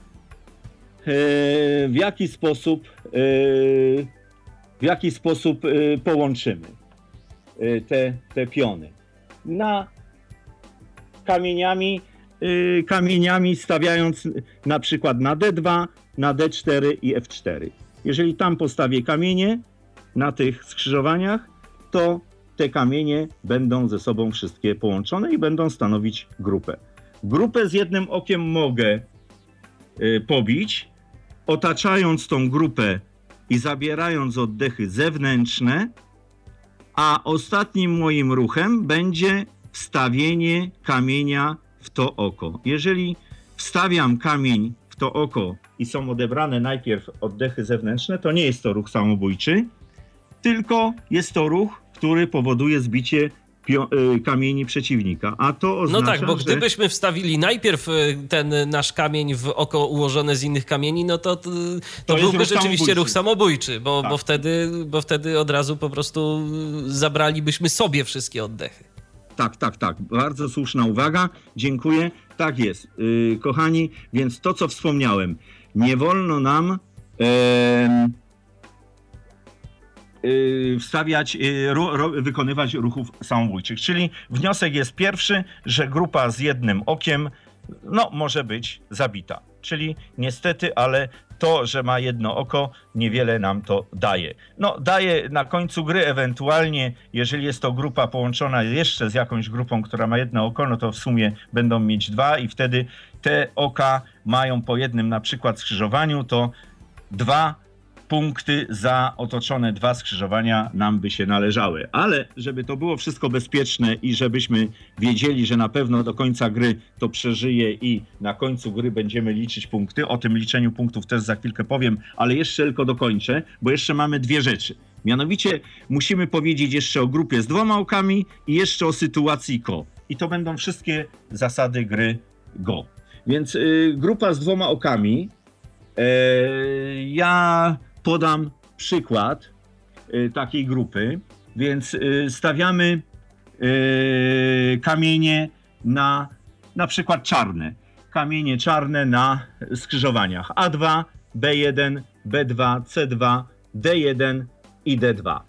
Speaker 4: w jaki sposób, e, w jaki sposób e, połączymy e, te, te piony. Na kamieniami, e, kamieniami stawiając na przykład na D dwa, na D cztery i F cztery. Jeżeli tam postawię kamienie na tych skrzyżowaniach, to te kamienie będą ze sobą wszystkie połączone i będą stanowić grupę. Grupę z jednym okiem mogę y, pobić, otaczając tą grupę i zabierając oddechy zewnętrzne, a ostatnim moim ruchem będzie wstawienie kamienia w to oko. Jeżeli wstawiam kamień w to oko i są odebrane najpierw oddechy zewnętrzne, to nie jest to ruch samobójczy, tylko jest to ruch, który powoduje zbicie pio- kamieni przeciwnika. A to oznacza,
Speaker 2: no tak, bo
Speaker 4: że...
Speaker 2: gdybyśmy wstawili najpierw ten nasz kamień w oko ułożone z innych kamieni, no to, to, to byłby
Speaker 4: ruch
Speaker 2: rzeczywiście
Speaker 4: samobójczy.
Speaker 2: ruch samobójczy, bo,
Speaker 4: Tak.
Speaker 2: bo, wtedy, bo wtedy od razu po prostu zabralibyśmy sobie wszystkie oddechy.
Speaker 4: Tak, tak, tak. Bardzo słuszna uwaga. Dziękuję. Tak jest. Yy, kochani, więc to, co wspomniałem, nie wolno nam e, yy, wstawiać, yy, ru, ru, wykonywać ruchów samobójczych. Czyli wniosek jest pierwszy, że grupa z jednym okiem no, może być zabita. Czyli niestety, ale to, że ma jedno oko, niewiele nam to daje. No, daje na końcu gry ewentualnie, jeżeli jest to grupa połączona jeszcze z jakąś grupą, która ma jedno oko, no to w sumie będą mieć dwa i wtedy te oka mają po jednym na przykład skrzyżowaniu, to dwa punkty za otoczone dwa skrzyżowania nam by się należały. Ale żeby to było wszystko bezpieczne i żebyśmy wiedzieli, że na pewno do końca gry to przeżyje i na końcu gry będziemy liczyć punkty, o tym liczeniu punktów też za chwilkę powiem, ale jeszcze tylko dokończę, bo jeszcze mamy dwie rzeczy. Mianowicie musimy powiedzieć jeszcze o grupie z dwoma okami i jeszcze o sytuacji Ko. I to będą wszystkie zasady gry Go. Więc y, grupa z dwoma okami, y, ja podam przykład y, takiej grupy, więc y, stawiamy y, kamienie na, na przykład czarne. Kamienie czarne na skrzyżowaniach A dwa, B jeden, B dwa, C dwa, D jeden i D dwa.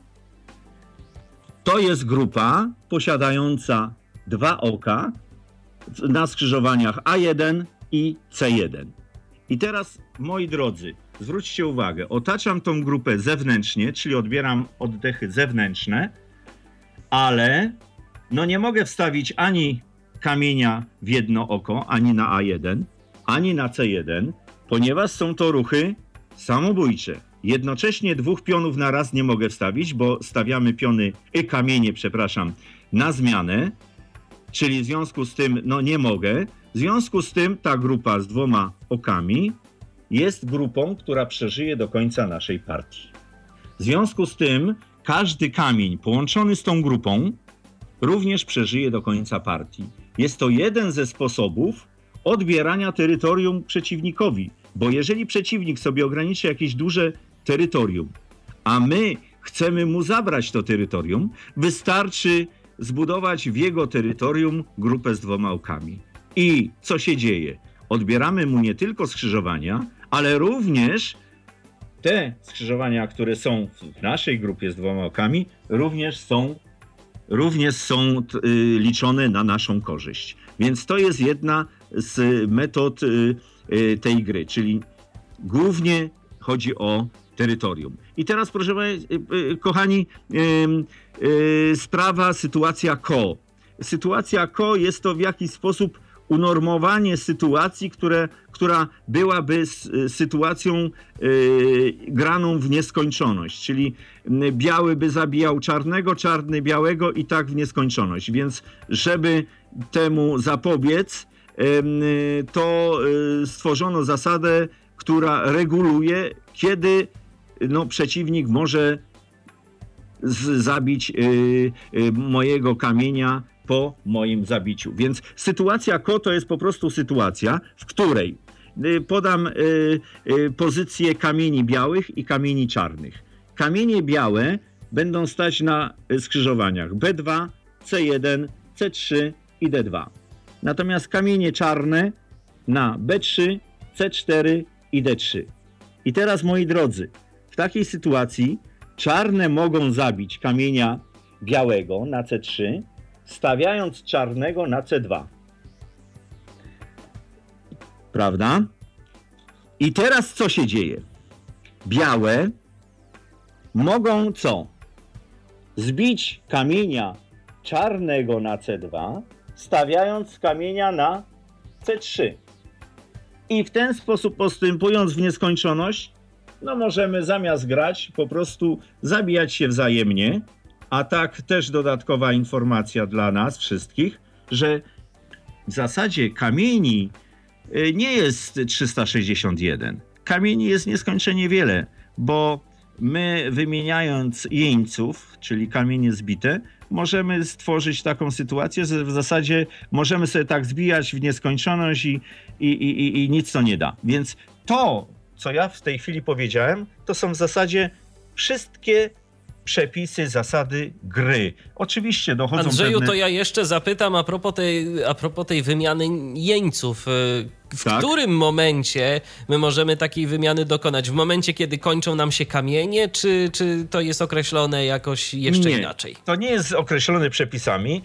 Speaker 4: To jest grupa posiadająca dwa oka na skrzyżowaniach A jeden i C jeden. I teraz, moi drodzy, zwróćcie uwagę, otaczam tą grupę zewnętrznie, czyli odbieram oddechy zewnętrzne, ale no nie mogę wstawić ani kamienia w jedno oko, ani na A jeden, ani na C jeden, ponieważ są to ruchy samobójcze. Jednocześnie dwóch pionów na raz nie mogę wstawić, bo stawiamy piony, y, kamienie, przepraszam, na zmianę, czyli w związku z tym no nie mogę. W związku z tym ta grupa z dwoma okami jest grupą, która przeżyje do końca naszej partii. W związku z tym każdy kamień połączony z tą grupą również przeżyje do końca partii. Jest to jeden ze sposobów odbierania terytorium przeciwnikowi, bo jeżeli przeciwnik sobie ograniczy jakieś duże terytorium, a my chcemy mu zabrać to terytorium, wystarczy zbudować w jego terytorium grupę z dwoma okami. I co się dzieje? Odbieramy mu nie tylko skrzyżowania, ale również te skrzyżowania, które są w naszej grupie z dwoma okami, również są, również są y, liczone na naszą korzyść. Więc to jest jedna z metod y, y, tej gry, czyli głównie chodzi o terytorium. I teraz, proszę Państwa, y, y, kochani, y, y, sprawa, sytuacja Ko. Sytuacja Ko jest to w jakiś sposób unormowanie sytuacji, które, która byłaby sytuacją y, graną w nieskończoność, czyli biały by zabijał czarnego, czarny białego i tak w nieskończoność. Więc żeby temu zapobiec, y, to y, stworzono zasadę, która reguluje, kiedy no, przeciwnik może z, zabić y, y, mojego kamienia po moim zabiciu. Więc sytuacja Ko to jest po prostu sytuacja, w której y, podam y, y, pozycję kamieni białych i kamieni czarnych. Kamienie białe będą stać na skrzyżowaniach B dwa, C jeden, C trzy i D dwa. Natomiast kamienie czarne na B trzy, C cztery i D trzy. I teraz, moi drodzy, w takiej sytuacji czarne mogą zabić kamienia białego na C trzy, stawiając czarnego na C dwa. Prawda? I teraz co się dzieje? Białe mogą co? Zbić kamienia czarnego na C dwa, stawiając kamienia na C trzy. I w ten sposób, postępując w nieskończoność, no możemy zamiast grać po prostu zabijać się wzajemnie. A tak też dodatkowa informacja dla nas wszystkich, że w zasadzie kamieni nie jest trzysta sześćdziesiąt jeden. Kamieni jest nieskończenie wiele, bo my, wymieniając jeńców, czyli kamienie zbite, możemy stworzyć taką sytuację, że w zasadzie możemy sobie tak zbijać w nieskończoność i, i, i, i nic to nie da. Więc to, co ja w tej chwili powiedziałem, to są w zasadzie wszystkie przepisy, zasady gry. Oczywiście dochodzą
Speaker 2: Andrzeju,
Speaker 4: pewne...
Speaker 2: to ja jeszcze zapytam a propos tej, a propos tej wymiany jeńców. W
Speaker 4: Tak?
Speaker 2: którym momencie my możemy takiej wymiany dokonać? W momencie, kiedy kończą nam się kamienie, czy, czy to jest określone jakoś jeszcze
Speaker 4: nie,
Speaker 2: inaczej?
Speaker 3: To nie jest określone przepisami.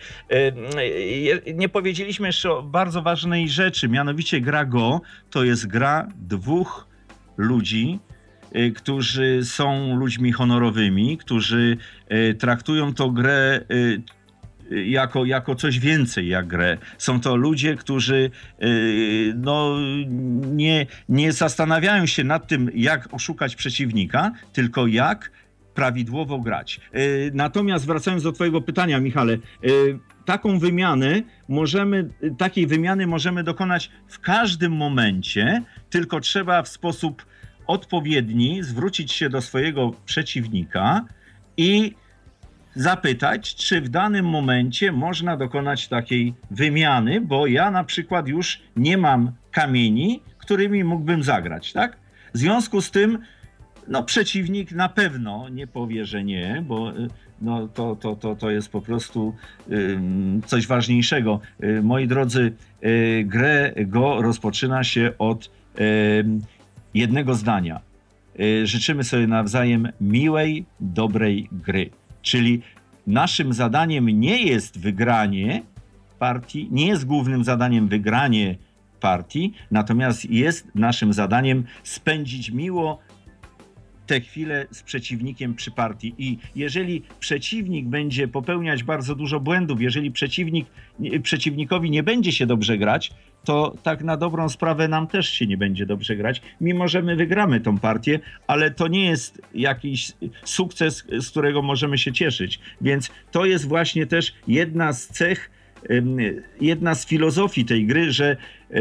Speaker 3: Nie powiedzieliśmy jeszcze o bardzo ważnej rzeczy, mianowicie gra Go to jest gra dwóch ludzi, którzy są ludźmi honorowymi, którzy traktują tą grę jako, jako coś więcej jak grę. Są to ludzie, którzy no, nie, nie zastanawiają się nad tym, jak oszukać przeciwnika, tylko jak prawidłowo grać. Natomiast wracając do twojego pytania, Michale, taką wymianę możemy, takiej wymiany możemy dokonać w każdym momencie, tylko trzeba w sposób odpowiedni zwrócić się do swojego przeciwnika i zapytać, czy w danym momencie można dokonać takiej wymiany, bo ja na przykład już nie mam kamieni, którymi mógłbym zagrać, tak? W związku z tym, no przeciwnik na pewno nie powie, że nie, bo no, to, to, to, to jest po prostu y, coś ważniejszego. Y, moi drodzy, y, grę Go rozpoczyna się od y, jednego zdania. Y, życzymy sobie nawzajem miłej, dobrej gry. Czyli naszym zadaniem nie jest wygranie partii, nie jest głównym zadaniem wygranie partii, natomiast jest naszym zadaniem spędzić miło te chwile z przeciwnikiem przy partii. I jeżeli przeciwnik będzie popełniać bardzo dużo błędów, jeżeli przeciwnik, przeciwnikowi nie będzie się dobrze grać, to tak na dobrą sprawę nam też się nie będzie dobrze grać, mimo że my wygramy tą partię, ale to nie jest jakiś sukces, z którego możemy się cieszyć. Więc to jest właśnie też jedna z cech, jedna z filozofii tej gry, że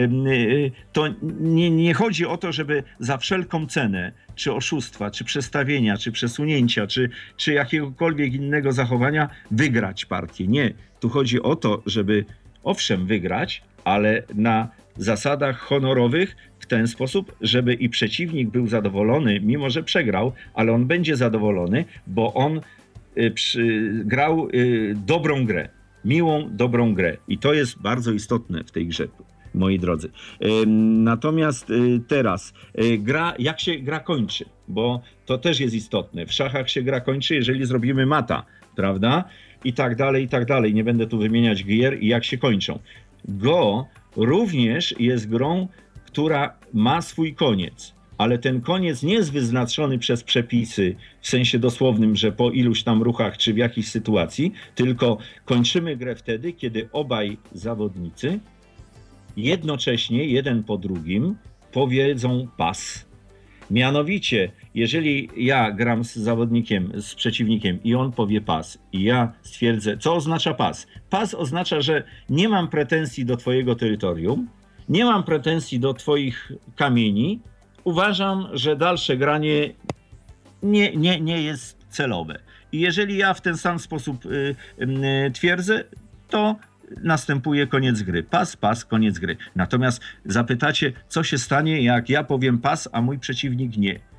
Speaker 3: to nie, nie chodzi o to, żeby za wszelką cenę, czy oszustwa, czy przestawienia, czy przesunięcia, czy, czy jakiegokolwiek innego zachowania wygrać partię. Nie. Tu chodzi o to, żeby owszem wygrać, ale na zasadach honorowych w ten sposób, żeby i przeciwnik był zadowolony, mimo że przegrał, ale on będzie zadowolony, bo on y, przy, grał y, dobrą grę. Miłą, dobrą grę. I to jest bardzo istotne w tej grze, moi drodzy. Natomiast teraz gra, jak się gra kończy, bo to też jest istotne. W szachach się gra kończy, jeżeli zrobimy mata, prawda? I tak dalej, i tak dalej. Nie będę tu wymieniać gier i jak się kończą. Go również jest grą, która ma swój koniec. Ale ten koniec nie jest wyznaczony przez przepisy w sensie dosłownym, że po iluś tam ruchach czy w jakiejś sytuacji, tylko kończymy grę wtedy, kiedy obaj zawodnicy jednocześnie, jeden po drugim, powiedzą pas. Mianowicie, jeżeli ja gram z zawodnikiem, z przeciwnikiem i on powie pas i ja stwierdzę, co oznacza pas? Pas oznacza, że nie mam pretensji do twojego terytorium, nie mam pretensji do twoich kamieni, uważam, że dalsze granie nie, nie, nie jest celowe. I jeżeli ja w ten sam sposób y, y, twierdzę, to następuje koniec gry. Pas, pas, koniec gry. Natomiast zapytacie, co się stanie, jak ja powiem pas, a mój przeciwnik nie.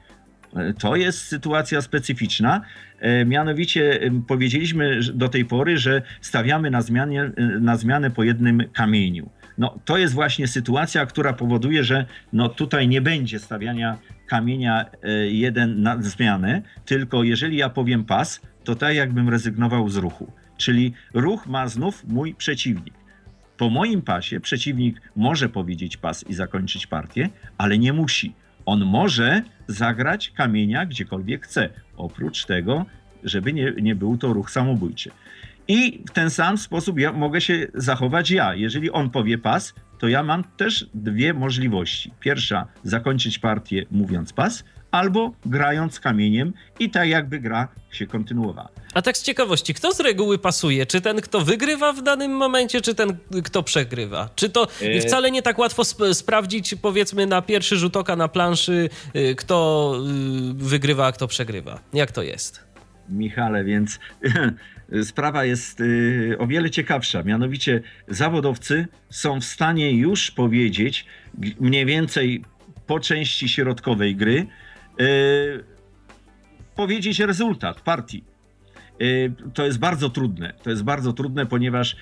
Speaker 4: to jest sytuacja specyficzna. Mianowicie powiedzieliśmy do tej pory, że stawiamy na, zmianie, na zmianę po jednym kamieniu. No, to jest właśnie sytuacja, która powoduje, że no, tutaj nie będzie stawiania kamienia jeden na zmianę, tylko jeżeli ja powiem pas, to tak jakbym rezygnował z ruchu. Czyli ruch ma znów mój przeciwnik. Po moim pasie przeciwnik może powiedzieć pas i zakończyć partię, ale nie musi. On może zagrać kamienia gdziekolwiek chce. Oprócz tego, żeby nie, nie był to ruch samobójczy. I w ten sam sposób ja mogę się zachować ja. Jeżeli on powie pas, to ja mam też dwie możliwości. Pierwsza, zakończyć partię mówiąc pas, albo grając kamieniem i tak jakby gra się kontynuowała.
Speaker 2: A tak z ciekawości, kto z reguły pasuje? Czy ten, kto wygrywa w danym momencie, czy ten, kto przegrywa? Czy to
Speaker 4: E...
Speaker 2: wcale nie tak łatwo sp- sprawdzić, powiedzmy, na pierwszy rzut oka na planszy, kto wygrywa, a kto przegrywa? Jak to jest?
Speaker 4: Michale, więc sprawa jest o wiele ciekawsza. Mianowicie zawodowcy są w stanie już powiedzieć mniej więcej po części środkowej gry, yy, powiedzieć rezultat partii. Yy, to jest bardzo trudne. To jest bardzo trudne, ponieważ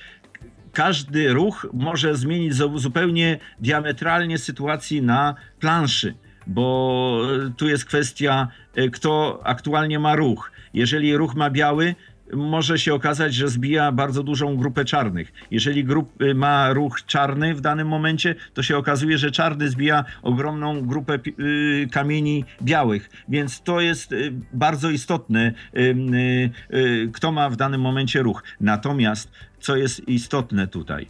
Speaker 4: każdy ruch może zmienić zupełnie diametralnie sytuację na planszy, bo tu jest kwestia, kto aktualnie ma ruch. Jeżeli ruch ma biały, może się okazać, że zbija bardzo dużą grupę czarnych. Jeżeli grup ma ruch czarny w danym momencie, to się okazuje, że czarny zbija ogromną grupę y, kamieni białych. Więc to jest y, bardzo istotne, y, y, y, kto ma w danym momencie ruch. Natomiast co jest istotne tutaj?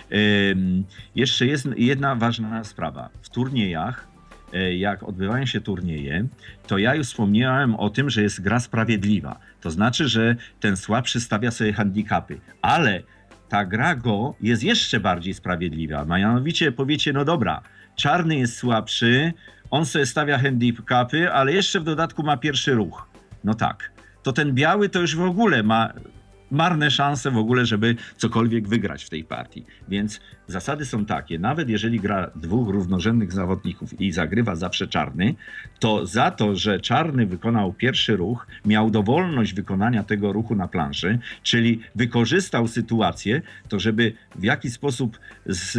Speaker 4: Y, jeszcze jest jedna ważna sprawa. W turniejach, jak odbywają się turnieje, to ja już wspomniałem o tym, że jest gra sprawiedliwa. To znaczy, że ten słabszy stawia sobie handicapy, ale ta gra go jest jeszcze bardziej sprawiedliwa. Mianowicie powiecie, no dobra, czarny jest słabszy, on sobie stawia handicapy, ale jeszcze w dodatku ma pierwszy ruch. No tak, to ten biały to już w ogóle ma marne szanse w ogóle, żeby cokolwiek wygrać w tej partii. Więc zasady są takie, nawet jeżeli gra dwóch równorzędnych zawodników i zagrywa zawsze czarny, to za to, że czarny wykonał pierwszy ruch, miał dowolność wykonania tego ruchu na planszy, czyli wykorzystał sytuację, to żeby w jakiś sposób z,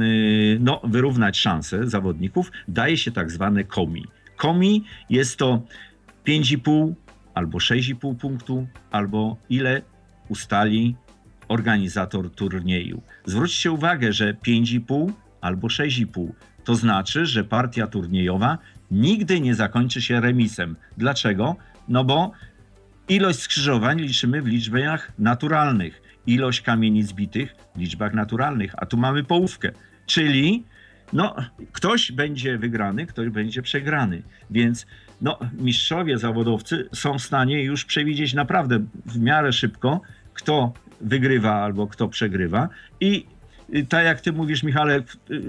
Speaker 4: no, wyrównać szanse zawodników, daje się tak zwane komi. Komi jest to pięć i pół albo sześć i pół punktu, albo ile ustali organizator turnieju. Zwróćcie uwagę, że pięć i pół albo sześć i pół to znaczy, że partia turniejowa nigdy nie zakończy się remisem. Dlaczego? No bo ilość skrzyżowań liczymy w liczbach naturalnych, ilość kamieni zbitych w liczbach naturalnych, a tu mamy połówkę, czyli no, ktoś będzie wygrany, ktoś będzie przegrany, więc no, mistrzowie zawodowcy są w stanie już przewidzieć naprawdę w miarę szybko, kto wygrywa albo kto przegrywa. I tak jak ty mówisz, Michale,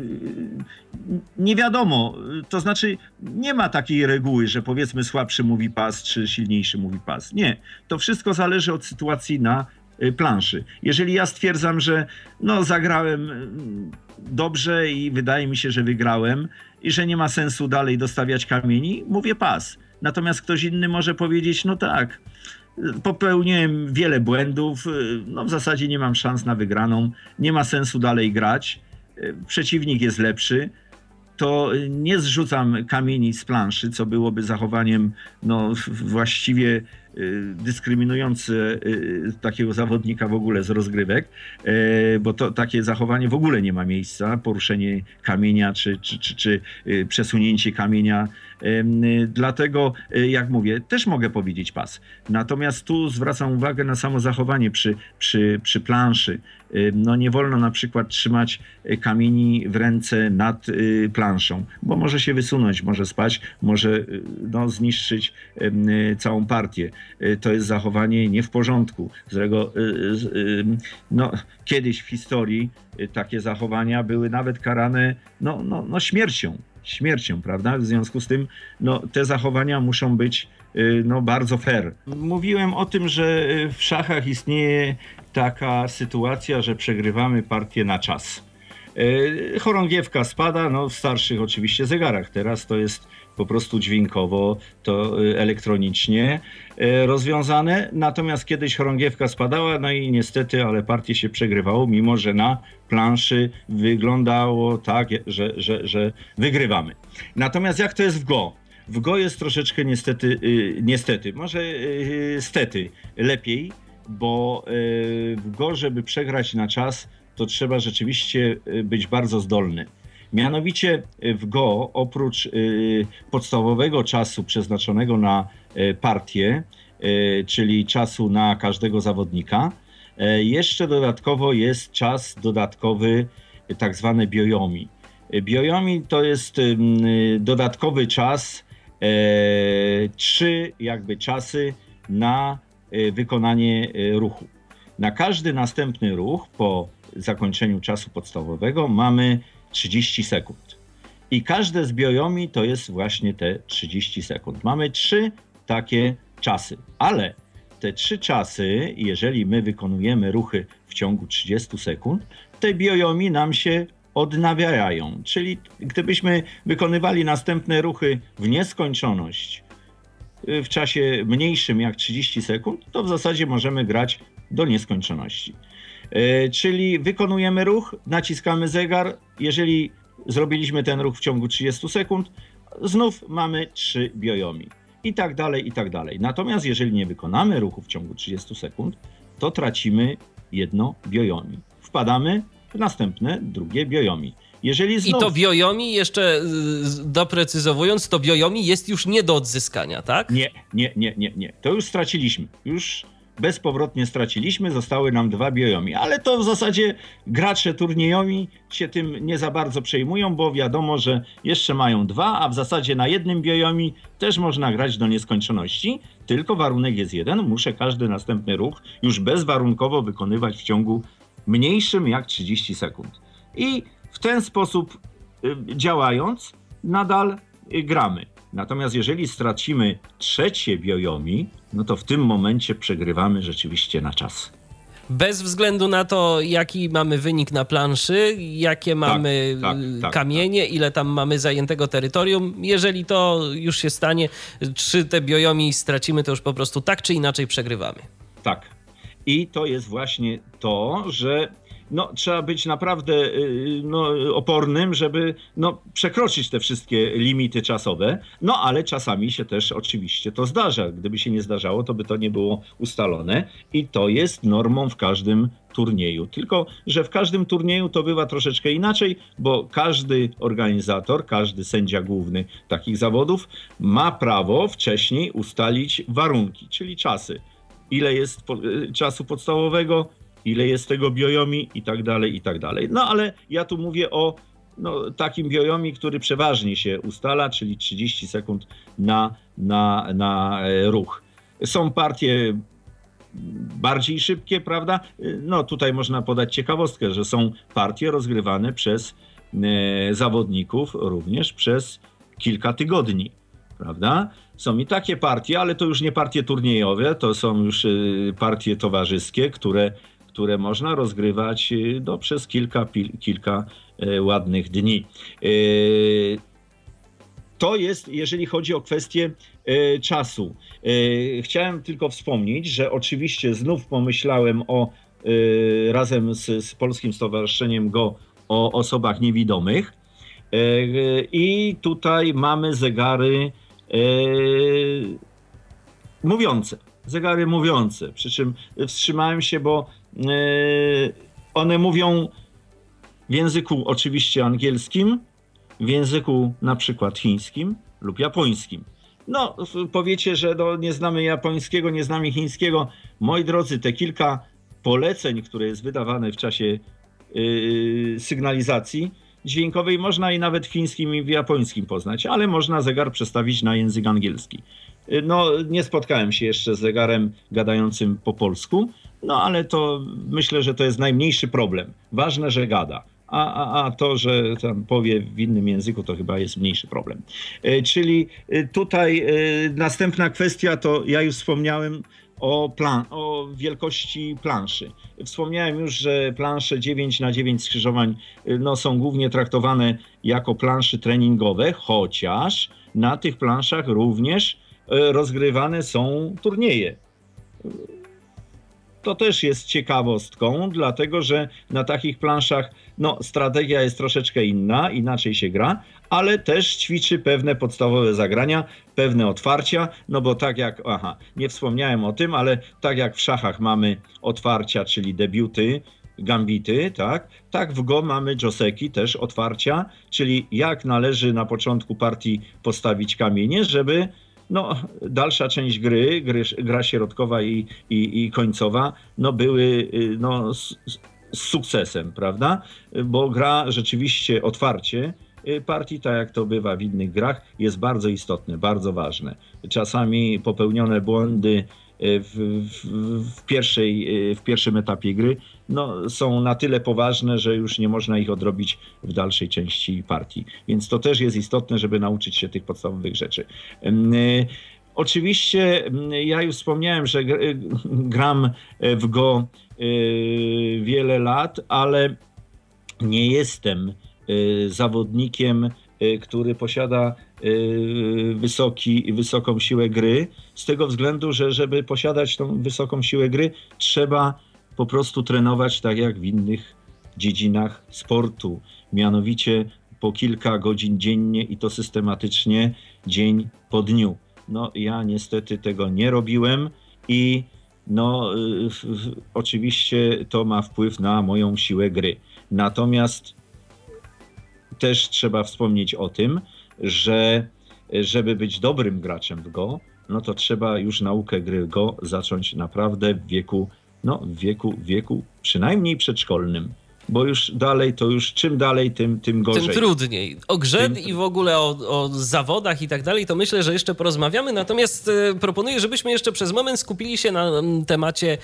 Speaker 4: nie wiadomo, to znaczy nie ma takiej reguły, że powiedzmy słabszy mówi pas, czy silniejszy mówi pas. Nie, to wszystko zależy od sytuacji na planszy. Jeżeli ja stwierdzam, że no, zagrałem dobrze i wydaje mi się, że wygrałem i że nie ma sensu dalej dostawiać kamieni, mówię pas. Natomiast ktoś inny może powiedzieć, no tak, popełniłem wiele błędów, no w zasadzie nie mam szans na wygraną, nie ma sensu dalej grać, przeciwnik jest lepszy, to nie zrzucam kamieni z planszy, co byłoby zachowaniem no, właściwie dyskryminujące takiego zawodnika w ogóle z rozgrywek, bo to takie zachowanie w ogóle nie ma miejsca, poruszenie kamienia czy, czy, czy, czy przesunięcie kamienia. Dlatego, jak mówię, też mogę powiedzieć pas. Natomiast tu zwracam uwagę na samo zachowanie przy, przy, przy planszy. No nie wolno na przykład trzymać kamieni w ręce nad planszą, bo może się wysunąć, może spać, może no, zniszczyć całą partię. To jest zachowanie nie w porządku. Z którego, no, kiedyś w historii takie zachowania były nawet karane no, no, no śmiercią. śmiercią, prawda? W związku z tym no, te zachowania muszą być no, bardzo fair. Mówiłem o tym, że w szachach istnieje taka sytuacja, że przegrywamy partię na czas. Chorągiewka spada, no w starszych oczywiście zegarach. Teraz to jest po prostu dźwiękowo, to elektronicznie rozwiązane. Natomiast kiedyś chorągiewka spadała, no i niestety, ale partię się przegrywało, mimo że na planszy wyglądało tak, że, że, że wygrywamy. Natomiast jak to jest w Go? W Go jest troszeczkę niestety, niestety, może stety lepiej, bo w Go, żeby przegrać na czas, to trzeba rzeczywiście być bardzo zdolny. Mianowicie w Go oprócz y, podstawowego czasu przeznaczonego na y, partię, y, czyli czasu na każdego zawodnika, y, jeszcze dodatkowo jest czas dodatkowy, y, tak zwany biojomi. Y, biojomi to jest y, dodatkowy czas, y, trzy jakby czasy na y, wykonanie y, ruchu. Na każdy następny ruch po zakończeniu czasu podstawowego mamy trzydzieści sekund. I każde z biojomi to jest właśnie te trzydzieści sekund. Mamy trzy takie czasy, ale te trzy czasy, jeżeli my wykonujemy ruchy w ciągu trzydziestu sekund, te biojomi nam się odnawiają. Czyli gdybyśmy wykonywali następne ruchy w nieskończoność w czasie mniejszym jak trzydzieści sekund, to w zasadzie możemy grać do nieskończoności. Czyli wykonujemy ruch, naciskamy zegar, jeżeli zrobiliśmy ten ruch w ciągu trzydziestu sekund, znów mamy trzy biojomi i tak dalej, i tak dalej. Natomiast jeżeli nie wykonamy ruchu w ciągu trzydziestu sekund, to tracimy jedno biojomi. Wpadamy w następne, drugie biojomi. Jeżeli znów...
Speaker 2: I to biojomi, jeszcze doprecyzowując, to biojomi jest już nie do odzyskania, tak?
Speaker 4: Nie, nie, nie, nie, nie. To już straciliśmy. Już bezpowrotnie straciliśmy, zostały nam dwa biojomi. Ale to w zasadzie gracze turniejowi się tym nie za bardzo przejmują, bo wiadomo, że jeszcze mają dwa, a w zasadzie na jednym biojomi też można grać do nieskończoności. Tylko warunek jest jeden. Muszę każdy następny ruch już bezwarunkowo wykonywać w ciągu mniejszym jak trzydzieści sekund. I w ten sposób y, działając, nadal y, gramy. Natomiast jeżeli stracimy trzecie biojomi, no to w tym momencie przegrywamy rzeczywiście na czas.
Speaker 2: Bez względu na to, jaki mamy wynik na planszy, jakie mamy
Speaker 4: tak, tak,
Speaker 2: kamienie,
Speaker 4: tak, tak.
Speaker 2: ile tam mamy zajętego terytorium. Jeżeli to już się stanie, czy te biojomi stracimy, to już po prostu tak czy inaczej przegrywamy.
Speaker 4: Tak. I to jest właśnie to, że no, trzeba być naprawdę no, opornym, żeby no, przekroczyć te wszystkie limity czasowe. No ale czasami się też oczywiście to zdarza. Gdyby się nie zdarzało, to by to nie było ustalone. I to jest normą w każdym turnieju. Tylko że w każdym turnieju to bywa troszeczkę inaczej, bo każdy organizator, każdy sędzia główny takich zawodów ma prawo wcześniej ustalić warunki, czyli czasy. Ile jest po, czasu podstawowego, ile jest tego biojomi i tak dalej, i tak dalej. No ale ja tu mówię o no, takim biojomi, który przeważnie się ustala, czyli trzydzieści sekund na, na, na ruch. Są partie bardziej szybkie, prawda? No tutaj można podać ciekawostkę, że są partie rozgrywane przez e, zawodników również przez kilka tygodni, prawda? Są i takie partie, ale to już nie partie turniejowe, to są już y, partie towarzyskie, które, które można rozgrywać y, no, przez kilka, pil, kilka y, ładnych dni. Y, to jest, jeżeli chodzi o kwestię y, czasu. Y, chciałem tylko wspomnieć, że oczywiście znów pomyślałem o y, razem z, z Polskim Stowarzyszeniem Go o osobach niewidomych y, y, i tutaj mamy zegary Yy, mówiące, zegary mówiące, przy czym wstrzymałem się, bo yy, one mówią w języku oczywiście angielskim, w języku na przykład chińskim lub japońskim. No, powiecie, że no, nie znamy japońskiego, nie znamy chińskiego. Moi drodzy, te kilka poleceń, które jest wydawane w czasie yy, sygnalizacji dźwiękowej, można i nawet w chińskim i w japońskim poznać, ale można zegar przestawić na język angielski. No, nie spotkałem się jeszcze z zegarem gadającym po polsku, no ale to myślę, że to jest najmniejszy problem. Ważne, że gada. A, a, a to, że tam powie w innym języku, to chyba jest mniejszy problem. Czyli tutaj następna kwestia, to ja już wspomniałem o, plan, o wielkości planszy. Wspomniałem już, że plansze dziewięć na dziewięć skrzyżowań no, są głównie traktowane jako plansze treningowe, chociaż na tych planszach również rozgrywane są turnieje. To też jest ciekawostką, dlatego że na takich planszach no, strategia jest troszeczkę inna, inaczej się gra, ale też ćwiczy pewne podstawowe zagrania, pewne otwarcia, no bo tak jak, aha, nie wspomniałem o tym, ale tak jak w szachach mamy otwarcia, czyli debiuty, gambity, tak, tak w Go mamy joseki, też otwarcia, czyli jak należy na początku partii postawić kamienie, żeby no, dalsza część gry, gry, gra środkowa i, i, i końcowa, no, były no, z, z sukcesem, prawda? Bo gra rzeczywiście otwarcie partii, tak jak to bywa w innych grach, jest bardzo istotne, bardzo ważne. Czasami popełnione błędy w, w, w, pierwszej, w pierwszym etapie gry no, są na tyle poważne, że już nie można ich odrobić w dalszej części partii. Więc to też jest istotne, żeby nauczyć się tych podstawowych rzeczy. Oczywiście ja już wspomniałem, że gram w Go wiele lat, ale nie jestem zawodnikiem, który posiada wysoki, wysoką siłę gry, z tego względu, że żeby posiadać tą wysoką siłę gry, trzeba po prostu trenować tak jak w innych dziedzinach sportu, mianowicie po kilka godzin dziennie i to systematycznie dzień po dniu. No ja niestety tego nie robiłem i no y, y, oczywiście to ma wpływ na moją siłę gry. Natomiast też trzeba wspomnieć o tym, że żeby być dobrym graczem w Go, no to trzeba już naukę gry Go zacząć naprawdę w wieku, no w wieku, w wieku przynajmniej przedszkolnym. Bo już dalej, to już czym dalej, tym, tym gorzej.
Speaker 2: Tym trudniej. O grze
Speaker 4: Tym...
Speaker 2: i w ogóle o, o zawodach i tak dalej, to myślę, że jeszcze porozmawiamy. Natomiast y, proponuję, żebyśmy jeszcze przez moment skupili się na m, temacie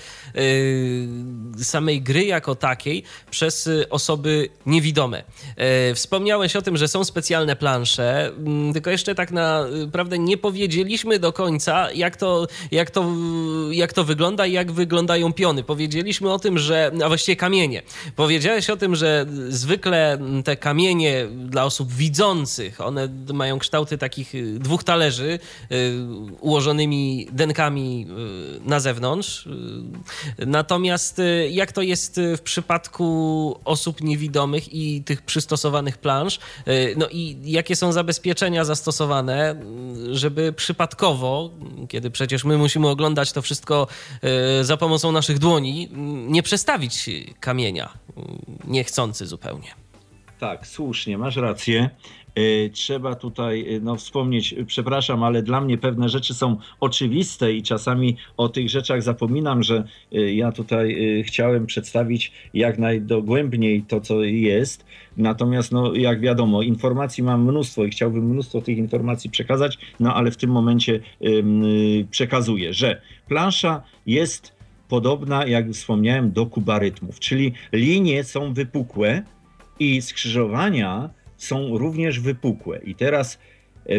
Speaker 2: y, samej gry jako takiej przez y, osoby niewidome. Y, wspomniałeś o tym, że są specjalne plansze, y, tylko jeszcze tak naprawdę nie powiedzieliśmy do końca, jak to, jak to, jak to wygląda i jak wyglądają piony. Powiedzieliśmy o tym, że, a właściwie kamienie. Powiedzieliśmy Powiedziałeś o tym, że zwykle te kamienie dla osób widzących, one mają kształty takich dwóch talerzy ułożonymi denkami na zewnątrz. Natomiast jak to jest w przypadku osób niewidomych i tych przystosowanych plansz? No i jakie są zabezpieczenia zastosowane, żeby przypadkowo, kiedy przecież my musimy oglądać to wszystko za pomocą naszych dłoni, nie przestawić kamienia niechcący zupełnie.
Speaker 4: Tak, słusznie, masz rację. Yy, trzeba tutaj yy, no, wspomnieć, przepraszam, ale dla mnie pewne rzeczy są oczywiste i czasami o tych rzeczach zapominam, że yy, ja tutaj yy, chciałem przedstawić jak najdogłębniej to, co jest. Natomiast, no, jak wiadomo, informacji mam mnóstwo i chciałbym mnóstwo tych informacji przekazać, no ale w tym momencie yy, przekazuję, że plansza jest podobna, jak wspomniałem, do kubarytmów, czyli linie są wypukłe i skrzyżowania są również wypukłe. I teraz e,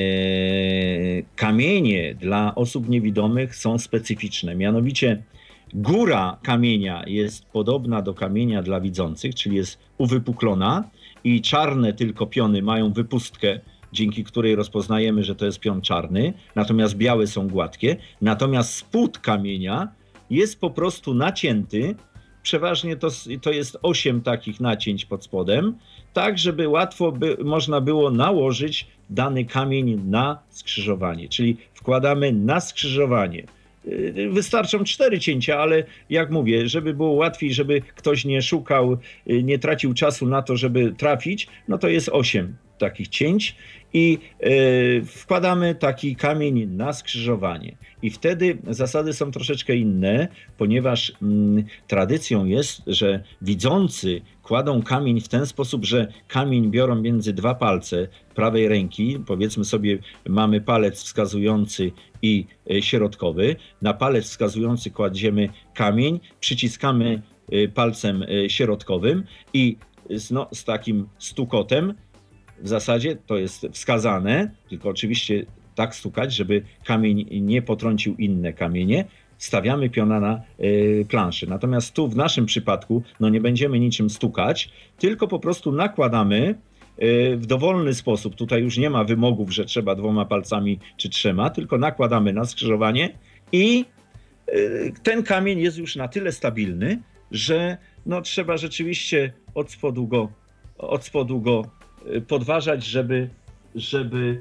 Speaker 4: kamienie dla osób niewidomych są specyficzne. Mianowicie góra kamienia jest podobna do kamienia dla widzących, czyli jest uwypuklona i czarne tylko piony mają wypustkę, dzięki której rozpoznajemy, że to jest pion czarny, natomiast białe są gładkie. Natomiast spód kamienia jest po prostu nacięty, przeważnie to, to jest osiem takich nacięć pod spodem, tak żeby łatwo by, można było nałożyć dany kamień na skrzyżowanie, czyli wkładamy na skrzyżowanie. Wystarczą cztery cięcia, ale jak mówię, żeby było łatwiej, żeby ktoś nie szukał, nie tracił czasu na to, żeby trafić, no to jest osiem takich cięć i y, wkładamy taki kamień na skrzyżowanie. I wtedy zasady są troszeczkę inne, ponieważ mm, tradycją jest, że widzący kładą kamień w ten sposób, że kamień biorą między dwa palce prawej ręki, powiedzmy sobie mamy palec wskazujący i y, środkowy, na palec wskazujący kładziemy kamień, przyciskamy y, palcem y, środkowym i no, z takim stukotem. W zasadzie to jest wskazane, tylko oczywiście tak stukać, żeby kamień nie potrącił inne kamienie. Stawiamy piona na y, planszy. Natomiast tu w naszym przypadku no nie będziemy niczym stukać, tylko po prostu nakładamy w dowolny sposób, tutaj już nie ma wymogów, że trzeba dwoma palcami czy trzema, tylko nakładamy na skrzyżowanie i ten kamień jest już na tyle stabilny, że no, trzeba rzeczywiście od spodu go, od spodu go podważać, żeby, żeby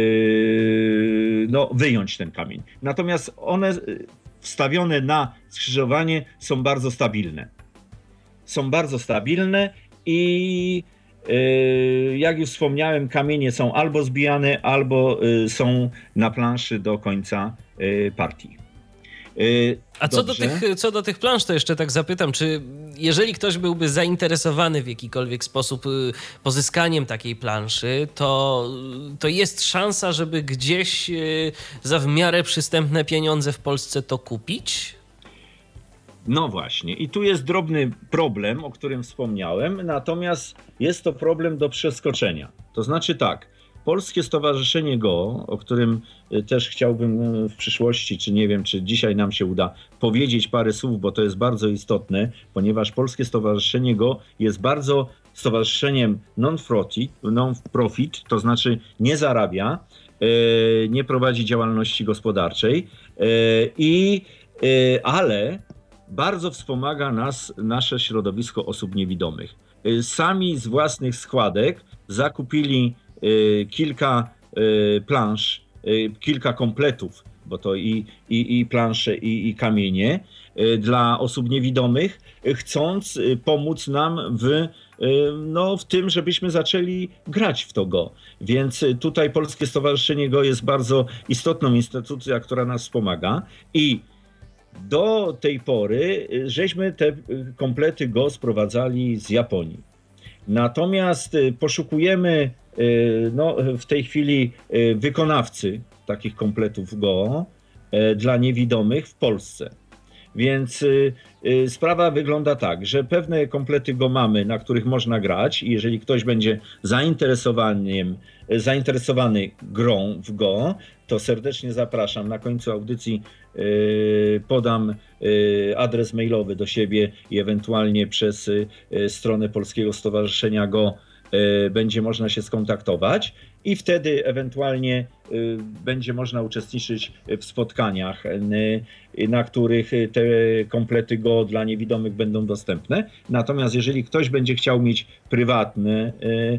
Speaker 4: yy, no, wyjąć ten kamień. Natomiast one wstawione na skrzyżowanie są bardzo stabilne. Są bardzo stabilne i yy, jak już wspomniałem, kamienie są albo zbijane, albo yy, są na planszy do końca yy, partii.
Speaker 2: A co do, tych, co do tych plansz, to jeszcze tak zapytam, czy jeżeli ktoś byłby zainteresowany w jakikolwiek sposób pozyskaniem takiej planszy, to, to jest szansa, żeby gdzieś za w miarę przystępne pieniądze w Polsce to kupić?
Speaker 4: No właśnie. I tu jest drobny problem, o którym wspomniałem, natomiast jest to problem do przeskoczenia. To znaczy tak, Polskie Stowarzyszenie Go, o którym też chciałbym w przyszłości, czy nie wiem, czy dzisiaj nam się uda powiedzieć parę słów, bo to jest bardzo istotne, ponieważ Polskie Stowarzyszenie Go jest bardzo stowarzyszeniem non-profit, non-profit, to znaczy nie zarabia, nie prowadzi działalności gospodarczej, i, ale bardzo wspomaga nas, nasze środowisko osób niewidomych. Sami z własnych składek zakupili kilka plansz, kilka kompletów, bo to i, i, i plansze, i, i kamienie dla osób niewidomych, chcąc pomóc nam w, no, w tym, żebyśmy zaczęli grać w to Go. Więc tutaj Polskie Stowarzyszenie Go jest bardzo istotną instytucją, która nas wspomaga i do tej pory żeśmy te komplety Go sprowadzali z Japonii. Natomiast poszukujemy no, w tej chwili wykonawcy takich kompletów Go dla niewidomych w Polsce. Więc sprawa wygląda tak, że pewne komplety Go mamy, na których można grać i jeżeli ktoś będzie zainteresowaniem, zainteresowany grą w Go, to serdecznie zapraszam. Na końcu audycji podam adres mailowy do siebie i ewentualnie przez stronę Polskiego Stowarzyszenia Go będzie można się skontaktować i wtedy ewentualnie będzie można uczestniczyć w spotkaniach, na których te komplety Go dla niewidomych będą dostępne. Natomiast jeżeli ktoś będzie chciał mieć prywatne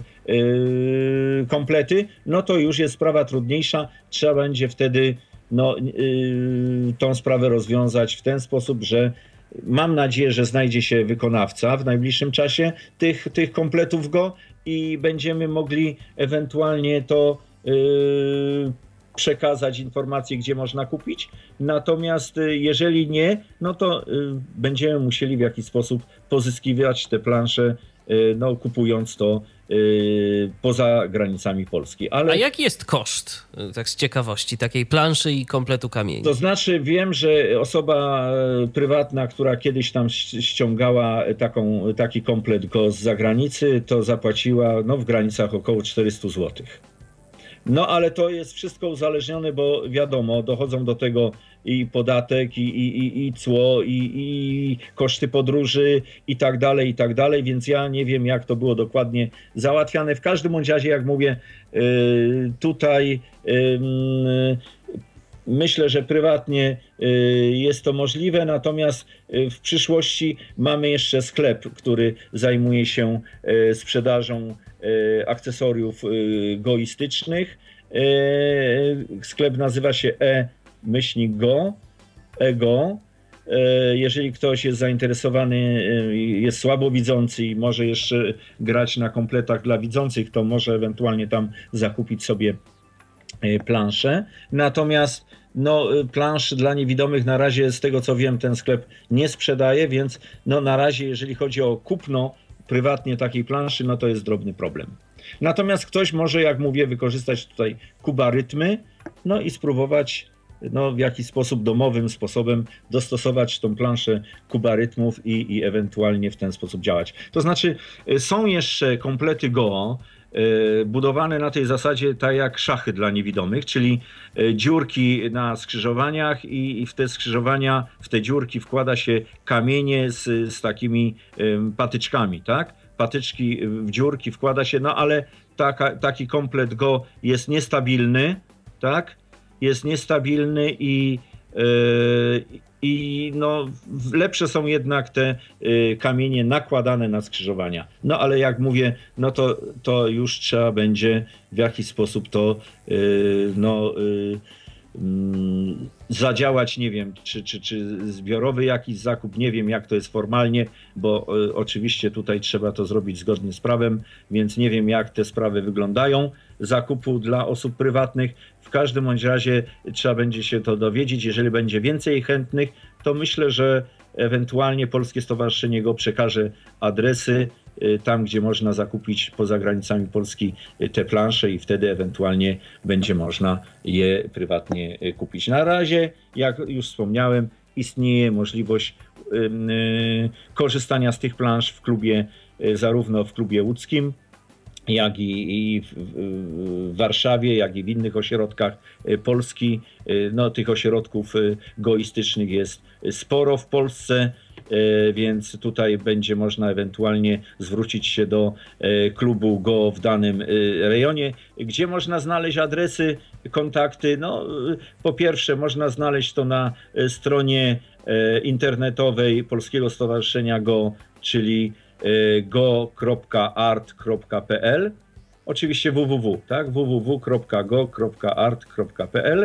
Speaker 4: komplety, no to już jest sprawa trudniejsza. Trzeba będzie wtedy no, tą sprawę rozwiązać w ten sposób, że mam nadzieję, że znajdzie się wykonawca w najbliższym czasie tych, tych kompletów Go i będziemy mogli ewentualnie to yy, przekazać informacje, gdzie można kupić. Natomiast yy, jeżeli nie, no to yy, będziemy musieli w jakiś sposób pozyskiwać te plansze, yy, no, kupując to yy, poza granicami Polski. Ale...
Speaker 2: A jaki jest koszt, tak z ciekawości, takiej planszy i kompletu kamieni?
Speaker 4: To znaczy wiem, że osoba prywatna, która kiedyś tam ściągała taką, taki komplet Go z zagranicy, to zapłaciła no, w granicach około czterysta złotych. No ale to jest wszystko uzależnione, bo wiadomo, dochodzą do tego i podatek, i, i, i cło, i, i koszty podróży i tak dalej, i tak dalej, więc ja nie wiem, jak to było dokładnie załatwiane. W każdym bądź razie, jak mówię, tutaj myślę, że prywatnie jest to możliwe, natomiast w przyszłości mamy jeszcze sklep, który zajmuje się sprzedażą akcesoriów goistycznych. Sklep nazywa się e-go, e-go. Jeżeli ktoś jest zainteresowany, jest słabowidzący i może jeszcze grać na kompletach dla widzących, to może ewentualnie tam zakupić sobie planszę. Natomiast no, plansz dla niewidomych na razie, z tego co wiem, ten sklep nie sprzedaje, więc no, na razie, jeżeli chodzi o kupno prywatnie takiej planszy, no to jest drobny problem. Natomiast ktoś może, jak mówię, wykorzystać tutaj kubarytmy, no i spróbować no, w jakiś sposób domowym sposobem dostosować tą planszę kubarytmów i, i ewentualnie w ten sposób działać. To znaczy są jeszcze komplety Go budowane na tej zasadzie tak jak szachy dla niewidomych, czyli dziurki na skrzyżowaniach i, i w te skrzyżowania, w te dziurki wkłada się kamienie z, z takimi patyczkami, tak? patyczki w dziurki, wkłada się, no ale taka, taki komplet Go jest niestabilny, tak? Jest niestabilny i, yy, i no, lepsze są jednak te yy, kamienie nakładane na skrzyżowania. No ale jak mówię, no to, to już trzeba będzie w jakiś sposób to yy, no, yy, zadziałać, nie wiem, czy, czy, czy zbiorowy jakiś zakup, nie wiem jak to jest formalnie, bo y, oczywiście tutaj trzeba to zrobić zgodnie z prawem, więc nie wiem jak te sprawy wyglądają zakupu dla osób prywatnych. W każdym bądź razie trzeba będzie się to dowiedzieć. Jeżeli będzie więcej chętnych, to myślę, że ewentualnie Polskie Stowarzyszenie Go przekaże adresy tam, gdzie można zakupić poza granicami Polski te plansze i wtedy ewentualnie będzie można je prywatnie kupić. Na razie, jak już wspomniałem, istnieje możliwość yy, korzystania z tych plansz w klubie, yy, zarówno w klubie łódzkim, jak i, i w, w Warszawie, jak i w innych ośrodkach Polski. No, tych ośrodków goistycznych jest sporo w Polsce, więc tutaj będzie można ewentualnie zwrócić się do klubu Go w danym rejonie. Gdzie można znaleźć adresy, kontakty? No, po pierwsze można znaleźć to na stronie internetowej Polskiego Stowarzyszenia Go, czyli go kropka art kropka p l, oczywiście www, tak? www kropka go kropka art kropka p l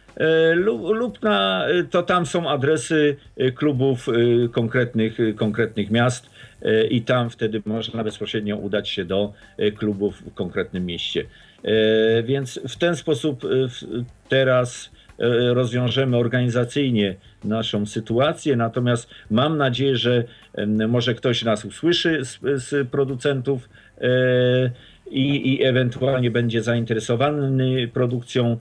Speaker 4: lub na, to tam są adresy klubów konkretnych, konkretnych miast i tam wtedy można bezpośrednio udać się do klubów w konkretnym mieście. Więc w ten sposób teraz rozwiążemy organizacyjnie naszą sytuację, natomiast mam nadzieję, że może ktoś nas usłyszy z, z producentów i, i ewentualnie będzie zainteresowany produkcją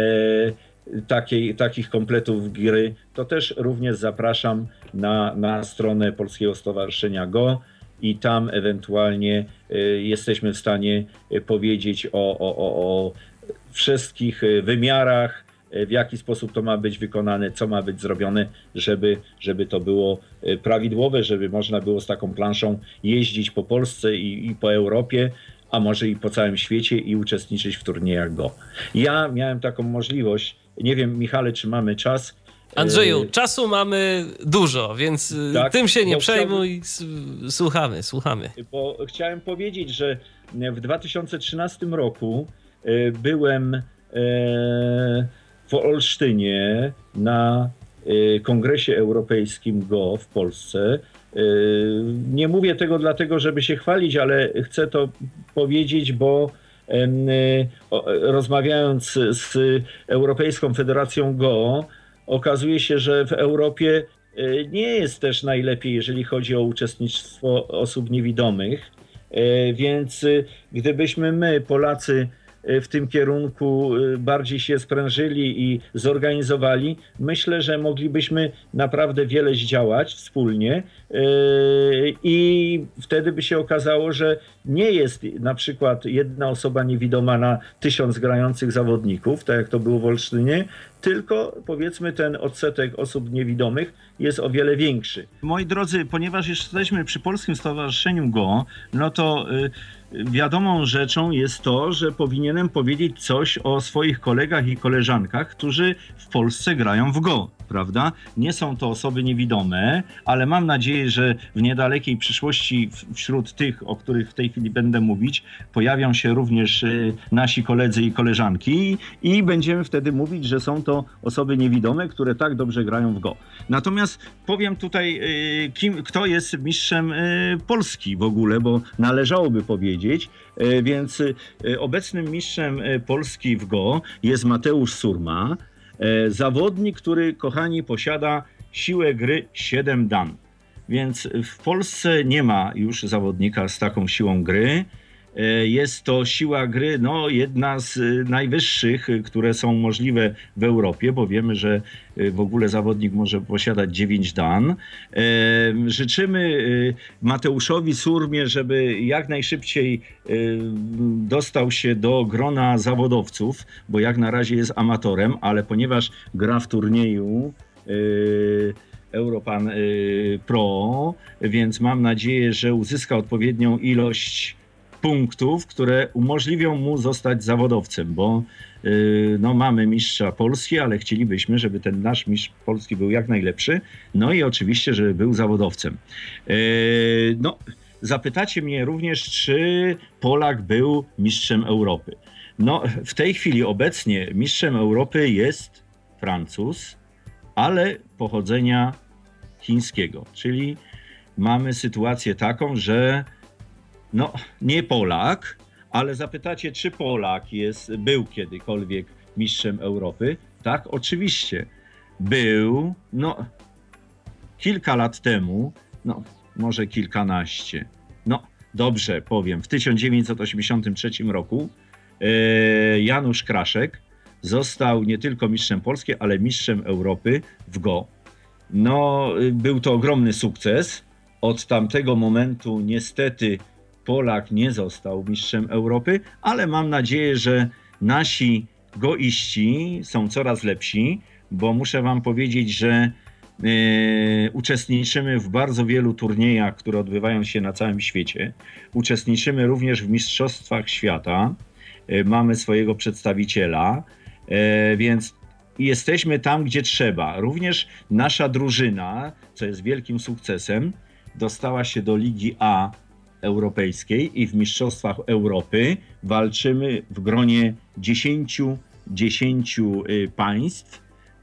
Speaker 4: takiej, takich kompletów gry, to też również zapraszam na, na stronę Polskiego Stowarzyszenia Go i tam ewentualnie jesteśmy w stanie powiedzieć o, o, o, o wszystkich wymiarach, w jaki sposób to ma być wykonane, co ma być zrobione, żeby, żeby to było prawidłowe, żeby można było z taką planszą jeździć po Polsce i, i po Europie, a może i po całym świecie i uczestniczyć w turniejach Go. Ja miałem taką możliwość, nie wiem, Michale, czy mamy czas.
Speaker 2: Andrzeju, czasu mamy dużo, więc tak, tym się nie przejmuj, chciałbym, słuchamy, słuchamy.
Speaker 4: Bo chciałem powiedzieć, że w dwa tysiące trzynastym roku byłem w Olsztynie na Kongresie Europejskim Go w Polsce. Nie mówię tego dlatego, żeby się chwalić, ale chcę to powiedzieć, bo rozmawiając z Europejską Federacją Go, okazuje się, że w Europie nie jest też najlepiej, jeżeli chodzi o uczestnictwo osób niewidomych, więc gdybyśmy my, Polacy, w tym kierunku bardziej się sprężyli i zorganizowali, myślę, że moglibyśmy naprawdę wiele zdziałać wspólnie i wtedy by się okazało, że nie jest na przykład jedna osoba niewidoma na tysiąc grających zawodników, tak jak to było w Olsztynie, tylko powiedzmy ten odsetek osób niewidomych jest o wiele większy. Moi drodzy, ponieważ jesteśmy przy Polskim Stowarzyszeniu Go, no to wiadomą rzeczą jest to, że powinienem powiedzieć coś o swoich kolegach i koleżankach, którzy w Polsce grają w Go, prawda? Nie są to osoby niewidome, ale mam nadzieję, że w niedalekiej przyszłości wśród tych, o których w tej chwili będę mówić, pojawią się również nasi koledzy i koleżanki i będziemy wtedy mówić, że są to osoby niewidome, które tak dobrze grają w Go. Natomiast powiem tutaj, kim, kto jest mistrzem Polski w ogóle, bo należałoby powiedzieć, więc obecnym mistrzem Polski w Go jest Mateusz Surma, zawodnik, który, kochani, posiada siłę gry siedem dan. Więc w Polsce nie ma już zawodnika z taką siłą gry. Jest to siła gry, no, jedna z najwyższych, które są możliwe w Europie, bo wiemy, że w ogóle zawodnik może posiadać dziewięć dan. Życzymy Mateuszowi Surmie, żeby jak najszybciej dostał się do grona zawodowców, bo jak na razie jest amatorem, ale ponieważ gra w turnieju Europan Pro, więc mam nadzieję, że uzyska odpowiednią ilość punktów, które umożliwią mu zostać zawodowcem, bo no, mamy mistrza Polski, ale chcielibyśmy, żeby ten nasz mistrz Polski był jak najlepszy, no i oczywiście, żeby był zawodowcem. No, zapytacie mnie również, czy Polak był mistrzem Europy. No, w tej chwili obecnie mistrzem Europy jest Francuz, ale pochodzenia chińskiego, czyli mamy sytuację taką, że no, nie Polak, ale zapytacie, czy Polak jest, był kiedykolwiek mistrzem Europy? Tak, oczywiście. Był, no, kilka lat temu, no, może kilkanaście. No, dobrze powiem, w tysiąc dziewięćset osiemdziesiątym trzecim roku e, Janusz Kraszek został nie tylko mistrzem Polski, ale mistrzem Europy w Go. No, był to ogromny sukces. Od tamtego momentu niestety Polak nie został mistrzem Europy, ale mam nadzieję, że nasi goiści są coraz lepsi, bo muszę wam powiedzieć, że yy, uczestniczymy w bardzo wielu turniejach, które odbywają się na całym świecie. Uczestniczymy również w Mistrzostwach Świata. Yy, mamy swojego przedstawiciela, yy, więc jesteśmy tam, gdzie trzeba. Również nasza drużyna, co jest wielkim sukcesem, dostała się do Ligi A Europejskiej i w Mistrzostwach Europy walczymy w gronie dziesięciu, dziesięciu państw.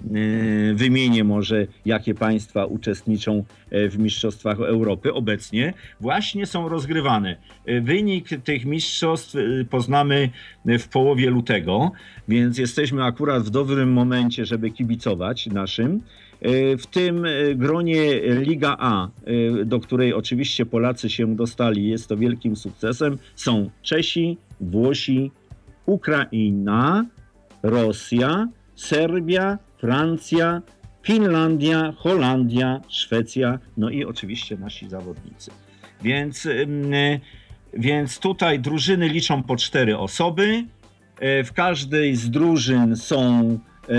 Speaker 4: Wymienię może, jakie państwa uczestniczą w Mistrzostwach Europy obecnie. Właśnie są rozgrywane. Wynik tych mistrzostw poznamy w połowie lutego, więc jesteśmy akurat w dobrym momencie, żeby kibicować naszym. W tym gronie Liga A, do której oczywiście Polacy się dostali, jest to wielkim sukcesem, są Czesi, Włosi, Ukraina, Rosja, Serbia, Francja, Finlandia, Holandia, Szwecja, no i oczywiście nasi zawodnicy. Więc, więc tutaj drużyny liczą po cztery osoby. W każdej z drużyn są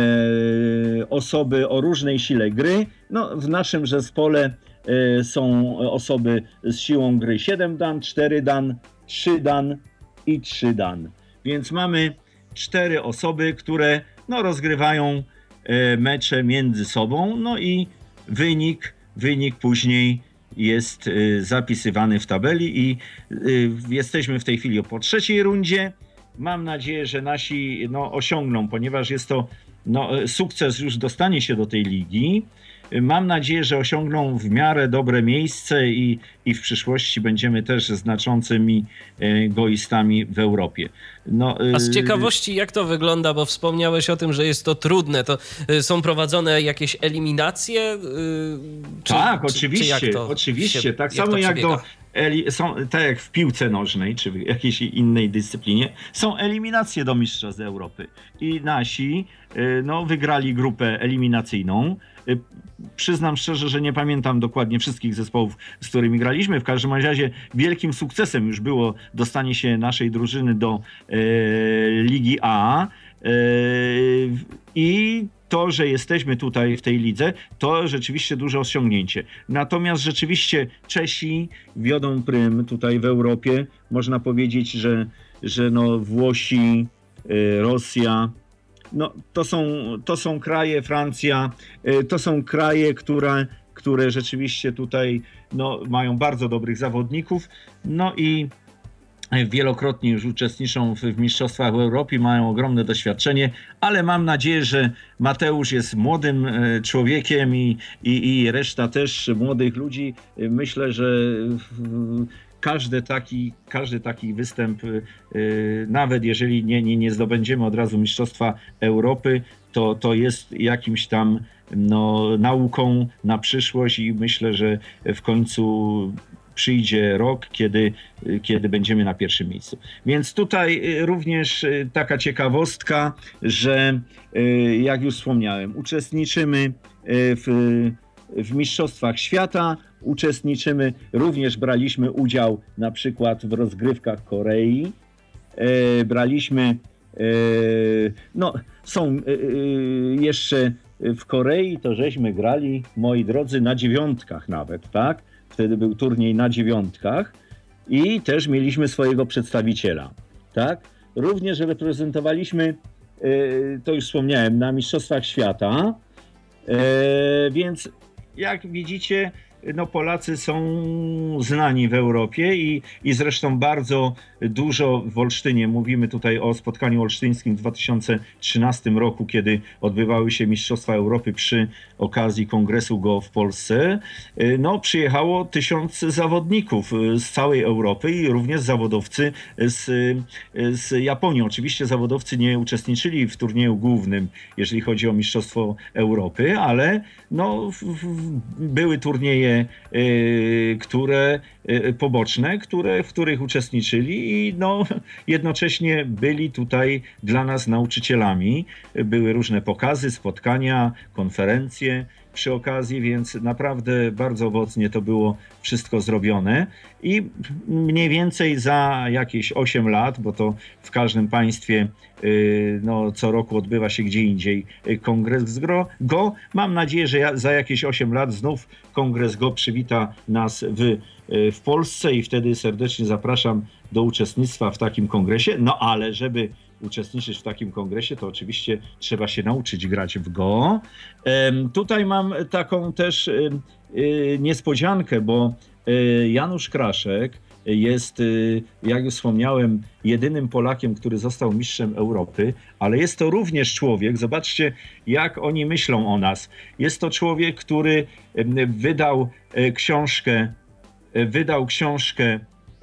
Speaker 4: osoby o różnej sile gry. No, w naszym zespole są osoby z siłą gry siedem dan, cztery dan, trzy dan i trzy dan. Więc mamy cztery osoby, które no, rozgrywają mecze między sobą, no i wynik, wynik później jest zapisywany w tabeli i jesteśmy w tej chwili po trzeciej rundzie. Mam nadzieję, że nasi no, osiągną, ponieważ jest to no, sukces już dostanie się do tej ligi. Mam nadzieję, że osiągną w miarę dobre miejsce i, i w przyszłości będziemy też znaczącymi goistami w Europie. No,
Speaker 2: a z ciekawości, jak to wygląda, bo wspomniałeś o tym, że jest to trudne, to są prowadzone jakieś eliminacje? Czy,
Speaker 4: tak,
Speaker 2: czy,
Speaker 4: oczywiście,
Speaker 2: czy jak to
Speaker 4: oczywiście.
Speaker 2: Się,
Speaker 4: tak
Speaker 2: jak
Speaker 4: samo jak do,
Speaker 2: przebiega?
Speaker 4: są, tak jak w piłce nożnej, czy w jakiejś innej dyscyplinie, są eliminacje do Mistrzostw Europy. I nasi no, wygrali grupę eliminacyjną. Przyznam szczerze, że nie pamiętam dokładnie wszystkich zespołów, z którymi graliśmy. W każdym razie wielkim sukcesem już było dostanie się naszej drużyny do e, Ligi A. E, I to, że jesteśmy tutaj w tej lidze, to rzeczywiście duże osiągnięcie. Natomiast rzeczywiście Czesi wiodą prym tutaj w Europie. Można powiedzieć, że, że no Włosi, e, Rosja, no, to są, to są kraje, Francja, to są kraje, które, które rzeczywiście tutaj no, mają bardzo dobrych zawodników, no i wielokrotnie już uczestniczą w, w Mistrzostwach Europy, mają ogromne doświadczenie, ale mam nadzieję, że Mateusz jest młodym człowiekiem i, i, i reszta też młodych ludzi. Myślę, że w, Każdy taki, każdy taki występ, yy, nawet jeżeli nie, nie, nie zdobędziemy od razu Mistrzostwa Europy, to, to jest jakimś tam no, nauką na przyszłość i myślę, że w końcu przyjdzie rok, kiedy, kiedy będziemy na pierwszym miejscu. Więc tutaj również taka ciekawostka, że jak już wspomniałem, uczestniczymy w, w Mistrzostwach Świata, uczestniczymy, również braliśmy udział na przykład w rozgrywkach Korei, e, braliśmy, e, no są e, jeszcze w Korei to żeśmy grali, moi drodzy, na dziewiątkach nawet, tak? Wtedy był turniej na dziewiątkach i też mieliśmy swojego przedstawiciela, tak? Również reprezentowaliśmy, to już wspomniałem, na Mistrzostwach Świata, więc jak widzicie, no Polacy są znani w Europie i, i zresztą bardzo dużo w Olsztynie. Mówimy tutaj o spotkaniu olsztyńskim w dwa tysiące trzynastym roku, kiedy odbywały się Mistrzostwa Europy przy okazji Kongresu Go w Polsce. No, przyjechało tysiąc zawodników z całej Europy i również zawodowcy z, z Japonii. Oczywiście zawodowcy nie uczestniczyli w turnieju głównym, jeżeli chodzi o Mistrzostwo Europy, ale no, w, w, były turnieje które poboczne, które, w których uczestniczyli i no, jednocześnie byli tutaj dla nas nauczycielami. Były różne pokazy, spotkania, konferencje przy okazji, więc naprawdę bardzo owocnie to było wszystko zrobione i mniej więcej za jakieś osiem lat, bo to w każdym państwie no, co roku odbywa się gdzie indziej Kongres Go. Mam nadzieję, że za jakieś osiem lat znów Kongres Go przywita nas w, w Polsce i wtedy serdecznie zapraszam do uczestnictwa w takim kongresie. No ale żeby uczestniczyć w takim kongresie, to oczywiście trzeba się nauczyć grać w Go. Tutaj mam taką też niespodziankę, bo Janusz Kraszek jest, jak już wspomniałem, jedynym Polakiem, który został mistrzem Europy, ale jest to również człowiek, zobaczcie, jak oni myślą o nas. Jest to człowiek, który wydał książkę, wydał książkę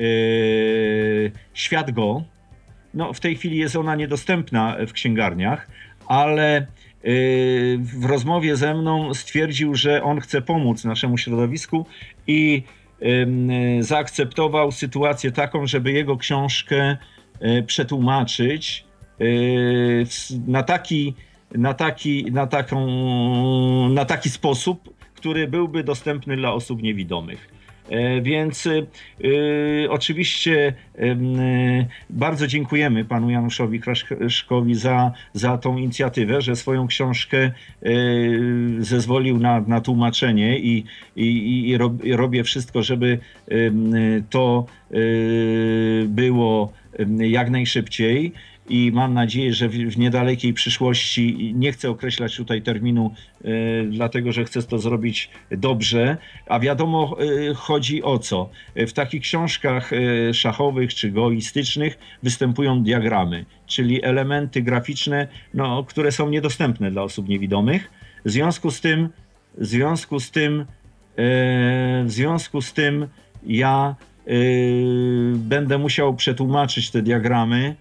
Speaker 4: Świat Go. No, w tej chwili jest ona niedostępna w księgarniach, ale w rozmowie ze mną stwierdził, że on chce pomóc naszemu środowisku i zaakceptował sytuację taką, żeby jego książkę przetłumaczyć na taki, na taki, na taką, na taki sposób, który byłby dostępny dla osób niewidomych. Więc y, oczywiście y, bardzo dziękujemy panu Januszowi Kraszkowi za, za tą inicjatywę, że swoją książkę y, zezwolił na, na tłumaczenie i, i, i, rob, i robię wszystko, żeby y, to y, było jak najszybciej. I mam nadzieję, że w, w niedalekiej przyszłości, nie chcę określać tutaj terminu, y, dlatego że chcę to zrobić dobrze, a wiadomo y, chodzi o co. W takich książkach y, szachowych czy goistycznych występują diagramy, czyli elementy graficzne, no, które są niedostępne dla osób niewidomych. W związku z tym, w związku z tym, y, w związku z tym ja y, będę musiał przetłumaczyć te diagramy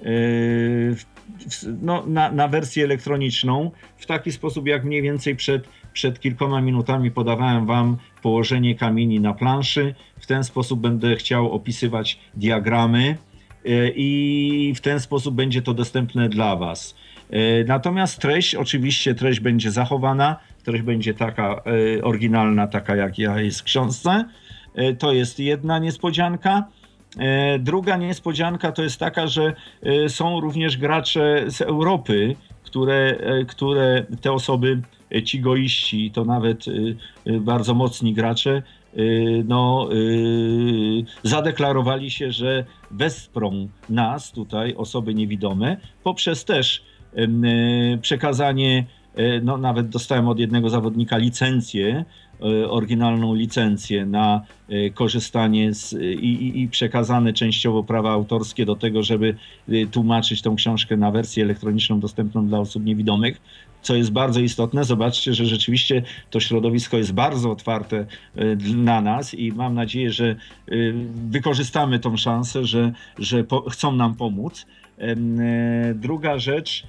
Speaker 4: No, na, na wersję elektroniczną w taki sposób, jak mniej więcej przed, przed kilkoma minutami podawałem wam położenie kamieni na planszy. W ten sposób będę chciał opisywać diagramy i w ten sposób będzie to dostępne dla was. Natomiast treść, oczywiście treść będzie zachowana, treść będzie taka oryginalna, taka jak ja jest w książce. To jest jedna niespodzianka. Druga niespodzianka to jest taka, że są również gracze z Europy, które, które te osoby, ci goiści, to nawet bardzo mocni gracze, no, zadeklarowali się, że wesprą nas tutaj, osoby niewidome, poprzez też przekazanie, no nawet dostałem od jednego zawodnika licencję, oryginalną licencję na korzystanie z, i, i przekazane częściowo prawa autorskie do tego, żeby tłumaczyć tą książkę na wersję elektroniczną dostępną dla osób niewidomych, co jest bardzo istotne. Zobaczcie, że rzeczywiście to środowisko jest bardzo otwarte na nas i mam nadzieję, że wykorzystamy tą szansę, że, że po, chcą nam pomóc. Druga rzecz,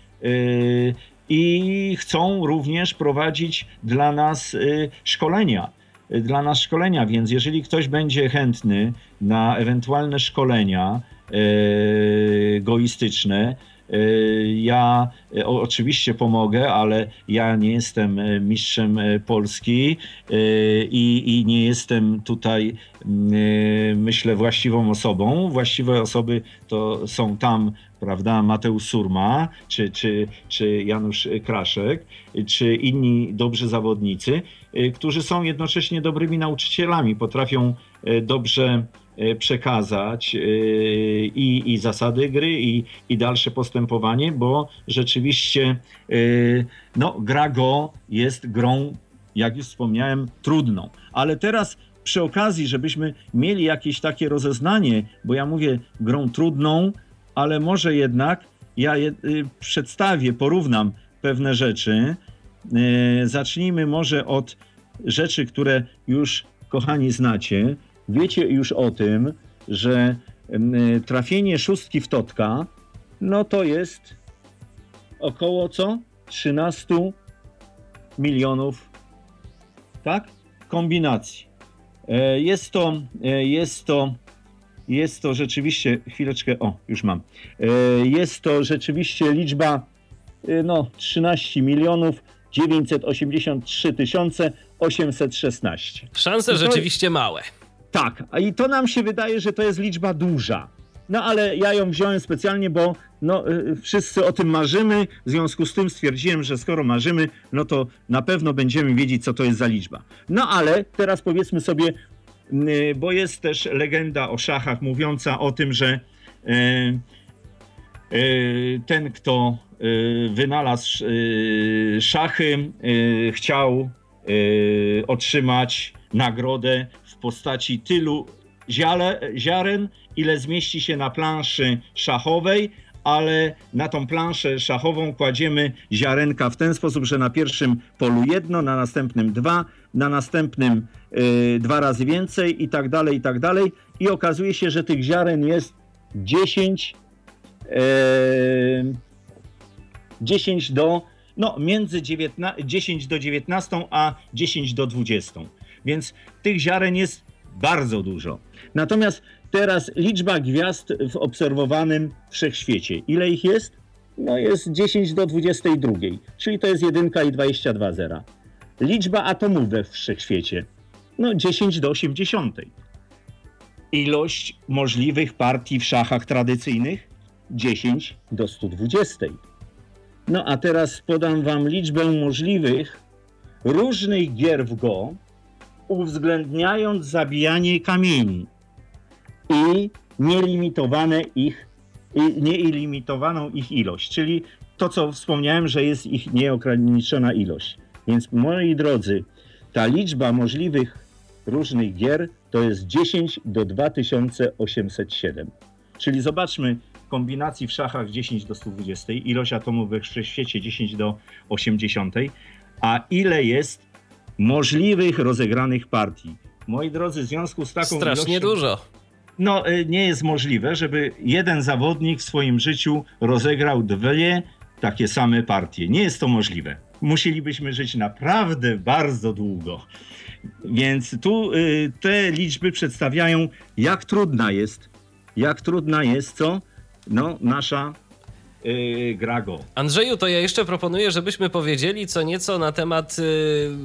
Speaker 4: i chcą również prowadzić dla nas szkolenia. Dla nas szkolenia, więc jeżeli ktoś będzie chętny na ewentualne szkolenia goistyczne, Ja oczywiście pomogę, ale ja nie jestem mistrzem Polski i, i nie jestem tutaj, myślę, właściwą osobą. Właściwe osoby to są tam, prawda, Mateusz Surma, czy, czy, czy Janusz Kraszek, czy inni dobrzy zawodnicy, którzy są jednocześnie dobrymi nauczycielami, potrafią dobrze przekazać i, i zasady gry, i, i dalsze postępowanie, bo rzeczywiście no, gra Go jest grą, jak już wspomniałem, trudną. Ale teraz przy okazji, żebyśmy mieli jakieś takie rozeznanie, bo ja mówię grą trudną, ale może jednak ja je, y, przedstawię, porównam pewne rzeczy. Y, zacznijmy może od rzeczy, które już, kochani, znacie. Wiecie już o tym, że y, trafienie szóstki w totka, no to jest około co? trzynaście milionów, tak? Kombinacji. Y, jest to, y, jest to Jest to rzeczywiście, chwileczkę, o, już mam. Jest to rzeczywiście liczba, no, trzynaście milionów dziewięćset osiemdziesiąt trzy tysiące osiemset szesnaście.
Speaker 2: Szanse
Speaker 4: to,
Speaker 2: rzeczywiście małe.
Speaker 4: Tak, i to nam się wydaje, że to jest liczba duża. No ale ja ją wziąłem specjalnie, bo no, wszyscy o tym marzymy, w związku z tym stwierdziłem, że skoro marzymy, no to na pewno będziemy wiedzieć, co to jest za liczba. No ale teraz powiedzmy sobie, bo jest też legenda o szachach mówiąca o tym, że ten, kto wynalazł szachy, chciał otrzymać nagrodę w postaci tylu ziaren, ile zmieści się na planszy szachowej, ale na tą planszę szachową kładziemy ziarenka w ten sposób, że na pierwszym polu jedno, na następnym dwa, na następnym y, dwa razy więcej i tak dalej, i tak dalej. I okazuje się, że tych ziaren jest dziesięć, y, dziesięć do, no między dziewiętnaście, dziesięć do dziewiętnastu, a dziesięć do dwudziestu. Więc tych ziaren jest bardzo dużo. Natomiast teraz liczba gwiazd w obserwowanym wszechświecie. Ile ich jest? No jest dziesięć do dwudziestej drugiej, czyli to jest jedynka i dwadzieścia dwa zera. Liczba atomów we wszechświecie? No dziesięć do osiemdziesiątej. Ilość możliwych partii w szachach tradycyjnych? dziesięć do stu dwudziestej. No a teraz podam wam liczbę możliwych różnych gier w Go, uwzględniając zabijanie kamieni i nielimitowane ich, i nielimitowaną ich ilość, czyli to, co wspomniałem, że jest ich nieograniczona ilość. Więc moi drodzy, ta liczba możliwych różnych gier to jest dziesięć do dwa tysiące osiemset siedem. Czyli zobaczmy kombinacji w szachach dziesięć do stu dwudziestej, ilość atomów we wszechświecie dziesięć do osiemdziesiątej, a ile jest możliwych rozegranych partii. Moi drodzy, w związku z taką
Speaker 2: Strasznie
Speaker 4: ilością,
Speaker 2: dużo.
Speaker 4: No, nie jest możliwe, żeby jeden zawodnik w swoim życiu rozegrał dwie takie same partie. Nie jest to możliwe. Musielibyśmy żyć naprawdę bardzo długo. Więc tu y, te liczby przedstawiają, jak trudna jest, jak trudna jest, co? No, nasza Yy, gra Go.
Speaker 2: Andrzeju, to ja jeszcze proponuję, żebyśmy powiedzieli co nieco na temat yy,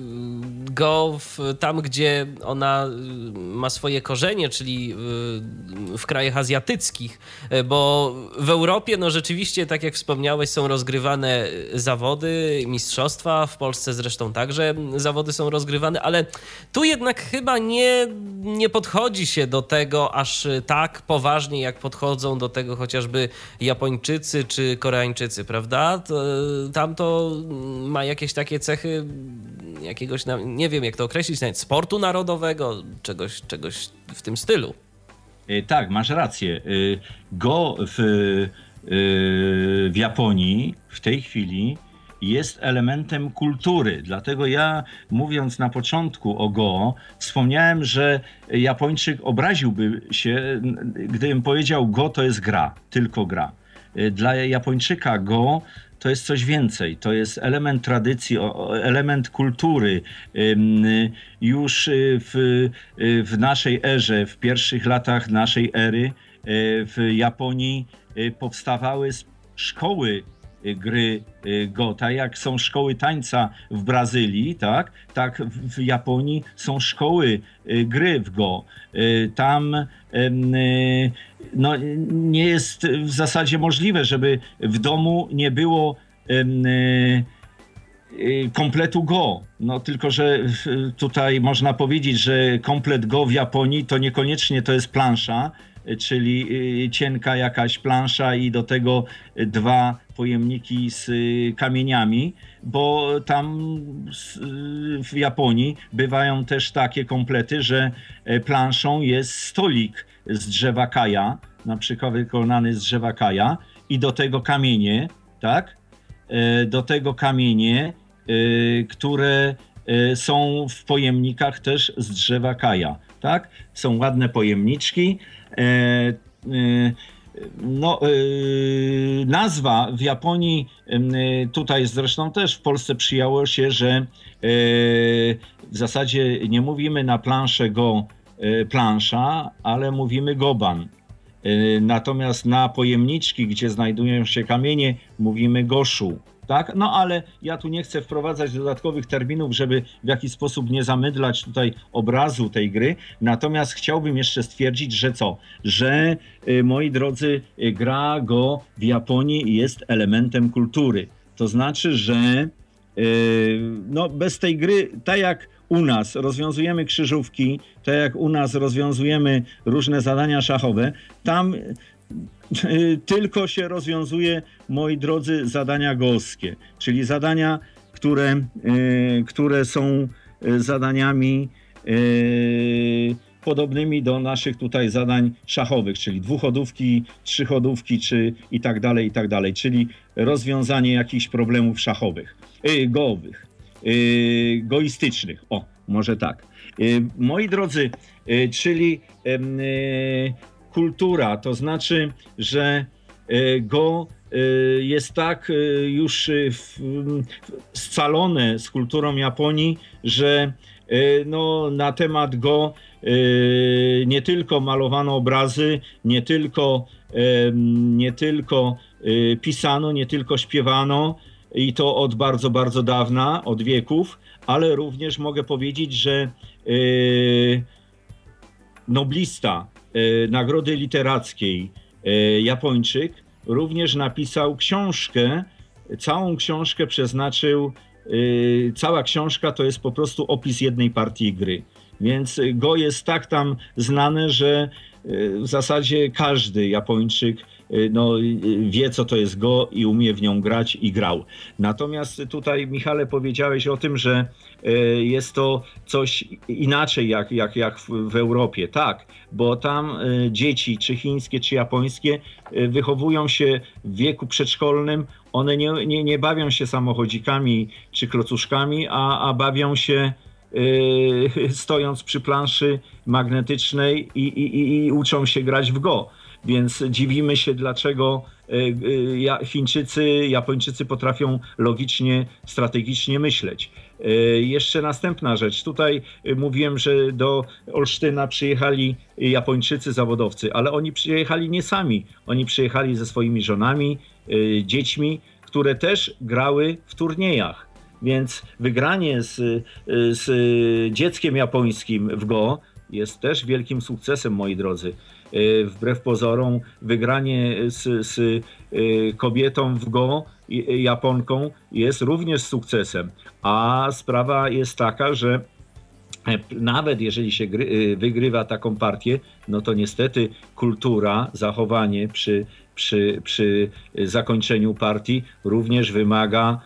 Speaker 2: Go w, tam, gdzie ona yy, ma swoje korzenie, czyli yy, w krajach azjatyckich, yy, bo w Europie, no rzeczywiście, tak jak wspomniałeś, są rozgrywane zawody, mistrzostwa, w Polsce zresztą także zawody są rozgrywane, ale tu jednak chyba nie, nie podchodzi się do tego aż tak poważnie, jak podchodzą do tego chociażby Japończycy czy Koreańczycy, prawda? To, tam to ma jakieś takie cechy jakiegoś, nie wiem jak to określić, nawet sportu narodowego, czegoś, czegoś w tym stylu.
Speaker 3: Tak, masz rację. Go w, w Japonii w tej chwili jest elementem kultury. Dlatego ja, mówiąc na początku o Go, wspomniałem, że Japończyk obraziłby się, gdybym powiedział Go to jest gra, tylko gra. Dla Japończyka Go to jest coś więcej. To jest element tradycji, element kultury. Już w, w naszej erze, w pierwszych latach naszej ery w Japonii powstawały
Speaker 4: szkoły gry Go, tak jak są szkoły tańca w Brazylii, tak, tak w Japonii są szkoły gry w Go. Tam no, nie jest w zasadzie możliwe, żeby w domu nie było kompletu Go. No tylko, że tutaj można powiedzieć, że komplet Go w Japonii to niekoniecznie to jest plansza, czyli cienka jakaś plansza i do tego dwa pojemniki z kamieniami, bo tam w Japonii bywają też takie komplety, że planszą jest stolik z drzewa kaja, na przykład wykonany z drzewa kaja i do tego kamienie, tak? Do tego kamienie, które są w pojemnikach też z drzewa kaja, tak? Są ładne pojemniczki. No, nazwa w Japonii, tutaj zresztą też w Polsce przyjęło się, że w zasadzie nie mówimy na planszę Go plansza, ale mówimy goban. Natomiast na pojemniczki, gdzie znajdują się kamienie, mówimy goshu. Tak? No ale ja tu nie chcę wprowadzać dodatkowych terminów, żeby w jakiś sposób nie zamydlać tutaj obrazu tej gry. Natomiast chciałbym jeszcze stwierdzić, że co? Że, moi drodzy, gra Go w Japonii jest elementem kultury. To znaczy, że no, bez tej gry, tak jak u nas rozwiązujemy krzyżówki, tak jak u nas rozwiązujemy różne zadania szachowe, tam tylko się rozwiązuje, moi drodzy, zadania gołskie, czyli zadania, które, które są zadaniami podobnymi do naszych tutaj zadań szachowych, czyli dwuchodówki, trzychodówki, czy i tak dalej, i tak dalej, czyli rozwiązanie jakichś problemów szachowych, gołowych, goistycznych, o, może tak. Moi drodzy, czyli kultura, to znaczy, że Go jest tak już scalone z kulturą Japonii, że no, na temat Go nie tylko malowano obrazy, nie tylko, nie tylko pisano, nie tylko śpiewano i to od bardzo, bardzo dawna, od wieków, ale również mogę powiedzieć, że noblista Nagrody Literackiej Japończyk również napisał książkę, całą książkę przeznaczył, cała książka to jest po prostu opis jednej partii gry. Więc Go jest tak tam znane, że w zasadzie każdy Japończyk no, wie, co to jest Go i umie w nią grać i grał. Natomiast tutaj, Michale, powiedziałeś o tym, że jest to coś inaczej jak, jak, jak w Europie. Tak, bo tam dzieci, czy chińskie, czy japońskie, wychowują się w wieku przedszkolnym. One nie, nie, nie bawią się samochodzikami czy klocuszkami, a, a bawią się Yy, stojąc przy planszy magnetycznej i, i, i uczą się grać w Go. Więc dziwimy się, dlaczego yy, Chińczycy, Japończycy potrafią logicznie, strategicznie myśleć. Yy, jeszcze następna rzecz. Tutaj mówiłem, że do Olsztyna przyjechali Japończycy zawodowcy, ale oni przyjechali nie sami. Oni przyjechali ze swoimi żonami, yy, dziećmi, które też grały w turniejach. Więc wygranie z, z dzieckiem japońskim w Go jest też wielkim sukcesem, moi drodzy. Wbrew pozorom wygranie z, z kobietą w Go, Japonką, jest również sukcesem. A sprawa jest taka, że nawet jeżeli się gry, wygrywa taką partię, no to niestety kultura, zachowanie przy, przy, przy zakończeniu partii również wymaga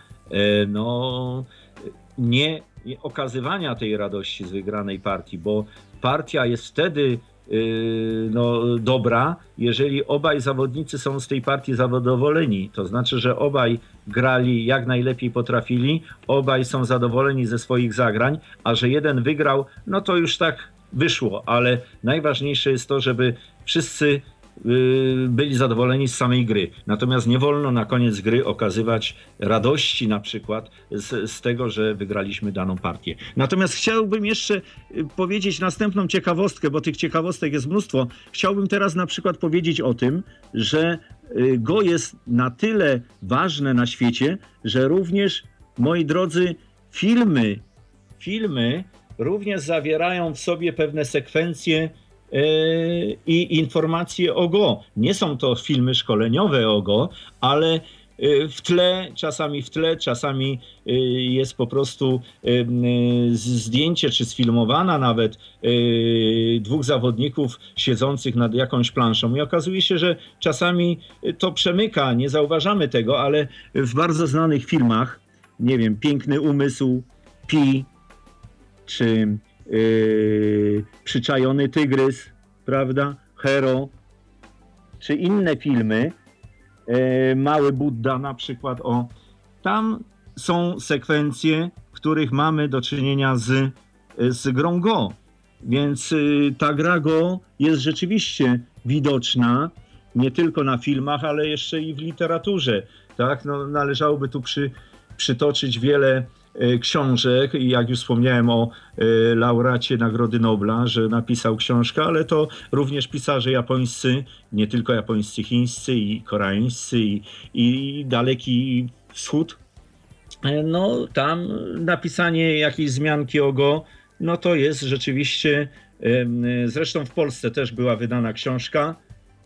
Speaker 4: no, nie, nie okazywania tej radości z wygranej partii, bo partia jest wtedy yy, no, dobra, jeżeli obaj zawodnicy są z tej partii zadowoleni. To znaczy, że obaj grali jak najlepiej potrafili, obaj są zadowoleni ze swoich zagrań, a że jeden wygrał, no to już tak wyszło, ale najważniejsze jest to, żeby wszyscy byli zadowoleni z samej gry. Natomiast nie wolno na koniec gry okazywać radości na przykład z, z tego, że wygraliśmy daną partię. Natomiast chciałbym jeszcze powiedzieć następną ciekawostkę, bo tych ciekawostek jest mnóstwo. Chciałbym teraz na przykład powiedzieć o tym, że Go jest na tyle ważne na świecie, że również, moi drodzy, filmy, filmy również zawierają w sobie pewne sekwencje i informacje o Go. Nie są to filmy szkoleniowe o Go, ale w tle, czasami w tle, czasami jest po prostu zdjęcie, czy sfilmowana nawet dwóch zawodników siedzących nad jakąś planszą. I okazuje się, że czasami to przemyka, nie zauważamy tego, ale w bardzo znanych filmach, nie wiem, Piękny umysł, Pi, czy yy, Przyczajony tygrys, prawda, Hero, czy inne filmy, Mały Budda na przykład, o, tam są sekwencje, w których mamy do czynienia z, z grą Go. Więc ta gra Go jest rzeczywiście widoczna nie tylko na filmach, ale jeszcze i w literaturze. Tak? No, należałoby tu przy, przytoczyć wiele książek i jak już wspomniałem o e, laureacie Nagrody Nobla, że napisał książkę, ale to również pisarze japońscy, nie tylko japońscy, chińscy i koreańscy i, i Daleki Wschód. E, no tam napisanie jakiejś wzmianki o Go, no to jest rzeczywiście, e, zresztą w Polsce też była wydana książka e,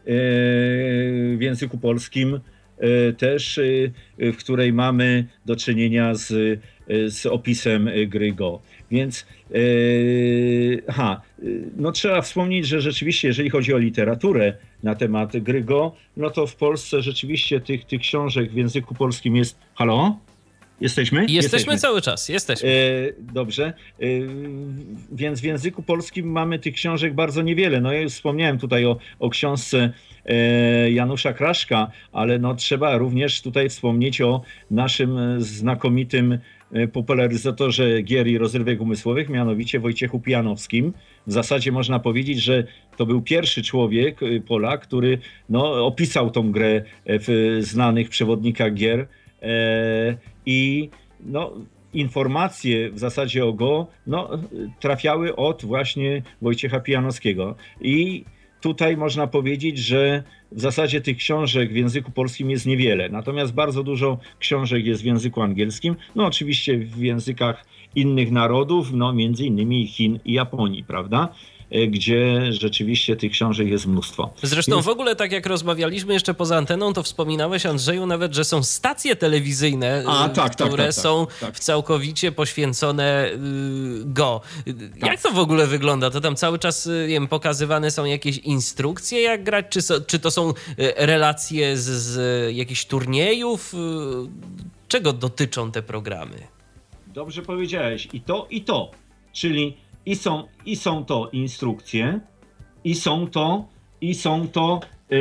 Speaker 4: w języku polskim, e, też, e, w której mamy do czynienia z z opisem gry Go. Więc yy, aha, no trzeba wspomnieć, że rzeczywiście, jeżeli chodzi o literaturę na temat gry Go, no to w Polsce rzeczywiście tych, tych książek w języku polskim jest... Halo? Jesteśmy?
Speaker 2: Jesteśmy,
Speaker 4: Jesteśmy.
Speaker 2: cały czas, jesteśmy.
Speaker 4: E, dobrze. E, więc w języku polskim mamy tych książek bardzo niewiele. No ja już wspomniałem tutaj o, o książce e, Janusza Kraszka, ale no trzeba również tutaj wspomnieć o naszym znakomitym popularyzatorze gier i rozrywek umysłowych, mianowicie Wojciechu Pijanowskim. W zasadzie można powiedzieć, że to był pierwszy człowiek, Polak, który no, opisał tą grę w znanych przewodnikach gier e, i no, informacje w zasadzie o Go no, trafiały od właśnie Wojciecha Pijanowskiego. I tutaj można powiedzieć, że w zasadzie tych książek w języku polskim jest niewiele, natomiast bardzo dużo książek jest w języku angielskim, no oczywiście w językach innych narodów, no między innymi Chin i Japonii, prawda? Gdzie rzeczywiście tych książek jest mnóstwo.
Speaker 2: Zresztą Więc... w ogóle tak jak rozmawialiśmy jeszcze poza anteną, to wspominałeś, Andrzeju, nawet, że są stacje telewizyjne, A, tak, które tak, tak, są tak, tak. całkowicie poświęcone y, Go. Tak. Jak to w ogóle wygląda? To tam cały czas nie wiem, pokazywane są jakieś instrukcje, jak grać? Czy, so, czy to są relacje z, z jakichś turniejów? Czego dotyczą te programy?
Speaker 4: Dobrze powiedziałeś. I to, i to. Czyli I są, I są to instrukcje, i są to, i są to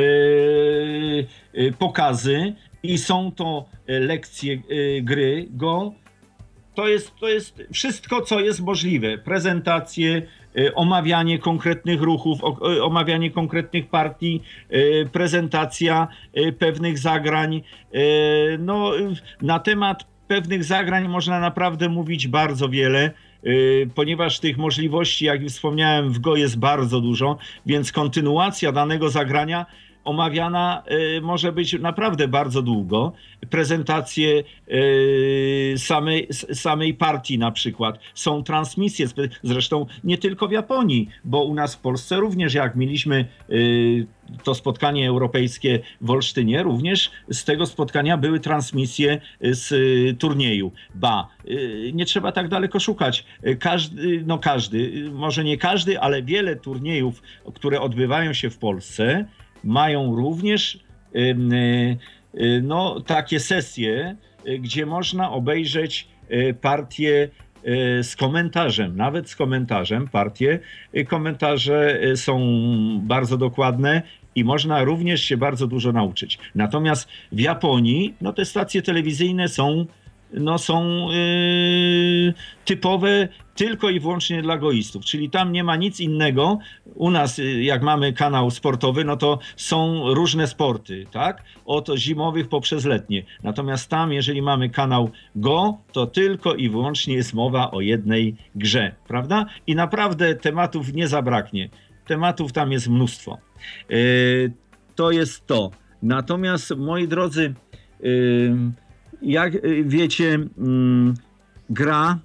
Speaker 4: yy, yy, pokazy, i są to lekcje yy, gry Go. To jest, to jest wszystko, co jest możliwe. Prezentacje, yy, omawianie konkretnych ruchów, o, yy, omawianie konkretnych partii, yy, prezentacja yy, pewnych zagrań. Yy, no, yy, na temat pewnych zagrań można naprawdę mówić bardzo wiele. Ponieważ tych możliwości, jak już wspomniałem, w Go jest bardzo dużo, więc kontynuacja danego zagrania omawiana może być naprawdę bardzo długo. Prezentacje samej, samej partii na przykład. Są transmisje, zresztą nie tylko w Japonii, bo u nas w Polsce również, jak mieliśmy to spotkanie europejskie w Olsztynie, również z tego spotkania były transmisje z turnieju. Ba, nie trzeba tak daleko szukać. Każdy, no każdy, może nie każdy, ale wiele turniejów, które odbywają się w Polsce, mają również no, takie sesje, gdzie można obejrzeć partię z komentarzem, nawet z komentarzem partie. Komentarze są bardzo dokładne i można również się bardzo dużo nauczyć. Natomiast w Japonii no, te stacje telewizyjne są, no, są yy, typowe tylko i wyłącznie dla goistów, czyli tam nie ma nic innego. U nas, jak mamy kanał sportowy, no to są różne sporty, tak? Od zimowych poprzez letnie. Natomiast tam, jeżeli mamy kanał Go, to tylko i wyłącznie jest mowa o jednej grze, prawda? I naprawdę tematów nie zabraknie. Tematów tam jest mnóstwo. Yy, to jest to. Natomiast, moi drodzy, jak wiecie, gra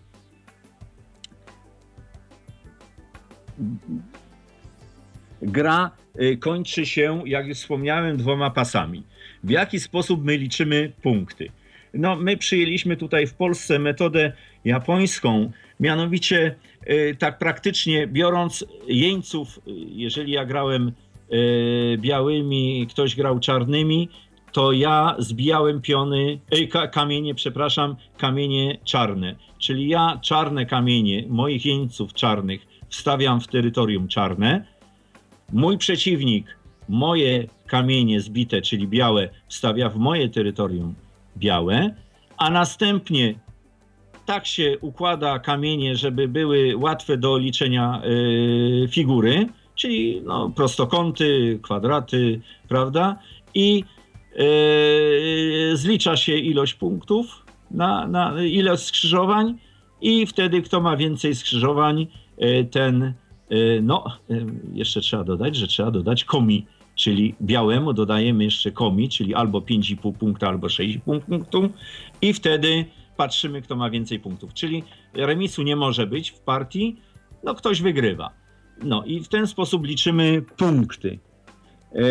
Speaker 4: gra kończy się, jak już wspomniałem, dwoma pasami. W jaki sposób my liczymy punkty? No, my przyjęliśmy tutaj w Polsce metodę japońską, mianowicie tak praktycznie biorąc jeńców, jeżeli ja grałem białymi, ktoś grał czarnymi, to ja zbijałem piony, ka, kamienie, przepraszam, kamienie czarne. Czyli ja czarne kamienie moich jeńców czarnych wstawiam w terytorium czarne. Mój przeciwnik moje kamienie zbite, czyli białe, wstawia w moje terytorium białe, a następnie tak się układa kamienie, żeby były łatwe do liczenia yy, figury, czyli no, prostokąty, kwadraty, prawda? I yy, zlicza się ilość punktów, na, na ilość skrzyżowań i wtedy kto ma więcej skrzyżowań, yy, ten, yy, no yy, jeszcze trzeba dodać, że trzeba dodać komi, czyli białemu dodajemy jeszcze komi, czyli albo pięć i pół punkta, albo sześć i pół punktu i wtedy patrzymy, kto ma więcej punktów. Czyli remisu nie może być w partii, no ktoś wygrywa. No i w ten sposób liczymy punkty. Eee,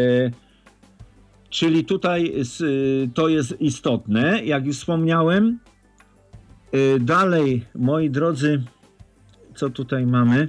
Speaker 4: czyli tutaj to jest istotne, jak już wspomniałem. Eee, dalej, moi drodzy, co tutaj mamy?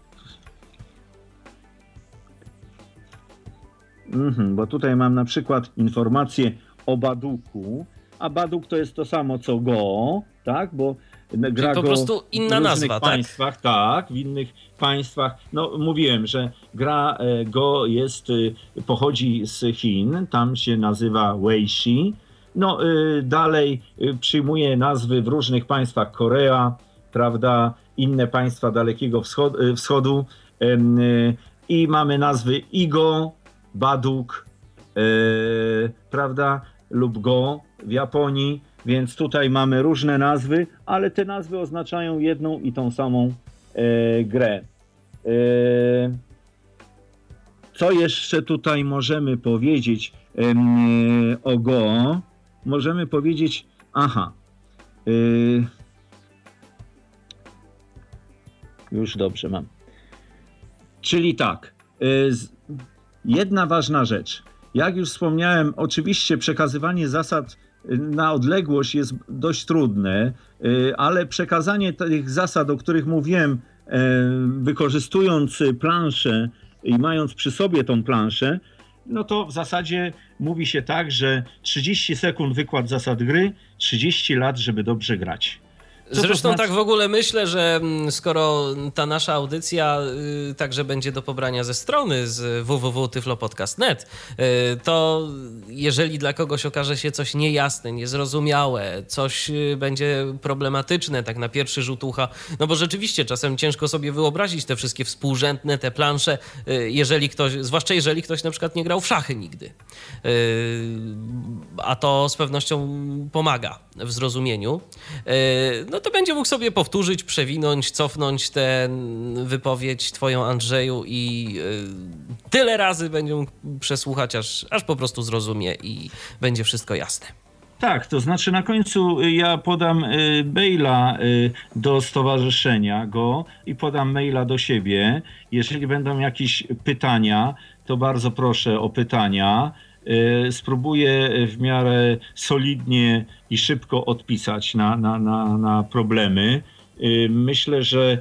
Speaker 4: Mhm, bo tutaj mam na przykład informację o Baduku, a Baduk to jest to samo co Go, tak? Bo gra
Speaker 2: po
Speaker 4: go
Speaker 2: prostu inna
Speaker 4: w
Speaker 2: nazwa,
Speaker 4: różnych
Speaker 2: tak?
Speaker 4: państwach, tak, w innych państwach. No mówiłem, że gra Go jest, pochodzi z Chin, tam się nazywa Weishi. No dalej przyjmuje nazwy w różnych państwach, Korea, prawda, inne państwa Dalekiego Wschodu, wschodu i mamy nazwy Igo, Baduk, prawda, lub Go w Japonii, więc tutaj mamy różne nazwy, ale te nazwy oznaczają jedną i tą samą e, grę. E, co jeszcze tutaj możemy powiedzieć e, o Go? Możemy powiedzieć, aha, e, już dobrze mam. Czyli tak, e, z, jedna ważna rzecz. Jak już wspomniałem, oczywiście przekazywanie zasad na odległość jest dość trudne, ale przekazanie tych zasad, o których mówiłem, wykorzystując planszę i mając przy sobie tą planszę, no to w zasadzie mówi się tak, że trzydzieści sekund wykład zasad gry, trzydzieści lat, żeby dobrze grać. Co
Speaker 2: Zresztą
Speaker 4: znaczy?
Speaker 2: Tak w ogóle myślę, że skoro ta nasza audycja y, także będzie do pobrania ze strony z w w w kropka tyflopodcast kropka net, y, to jeżeli dla kogoś okaże się coś niejasne, niezrozumiałe, coś y, będzie problematyczne tak na pierwszy rzut ucha, no bo rzeczywiście czasem ciężko sobie wyobrazić te wszystkie współrzędne, te plansze, y, jeżeli ktoś, zwłaszcza jeżeli ktoś na przykład nie grał w szachy nigdy. Y, a to z pewnością pomaga w zrozumieniu. Y, no to będzie mógł sobie powtórzyć, przewinąć, cofnąć tę wypowiedź twoją, Andrzeju, i y, tyle razy będzie mógł przesłuchać, aż, aż po prostu zrozumie i będzie wszystko jasne.
Speaker 4: Tak, to znaczy na końcu ja podam y, maila y, do stowarzyszenia Go i podam maila do siebie. Jeżeli będą jakieś pytania, to bardzo proszę o pytania. Spróbuję w miarę solidnie i szybko odpisać na, na, na, na problemy. Myślę, że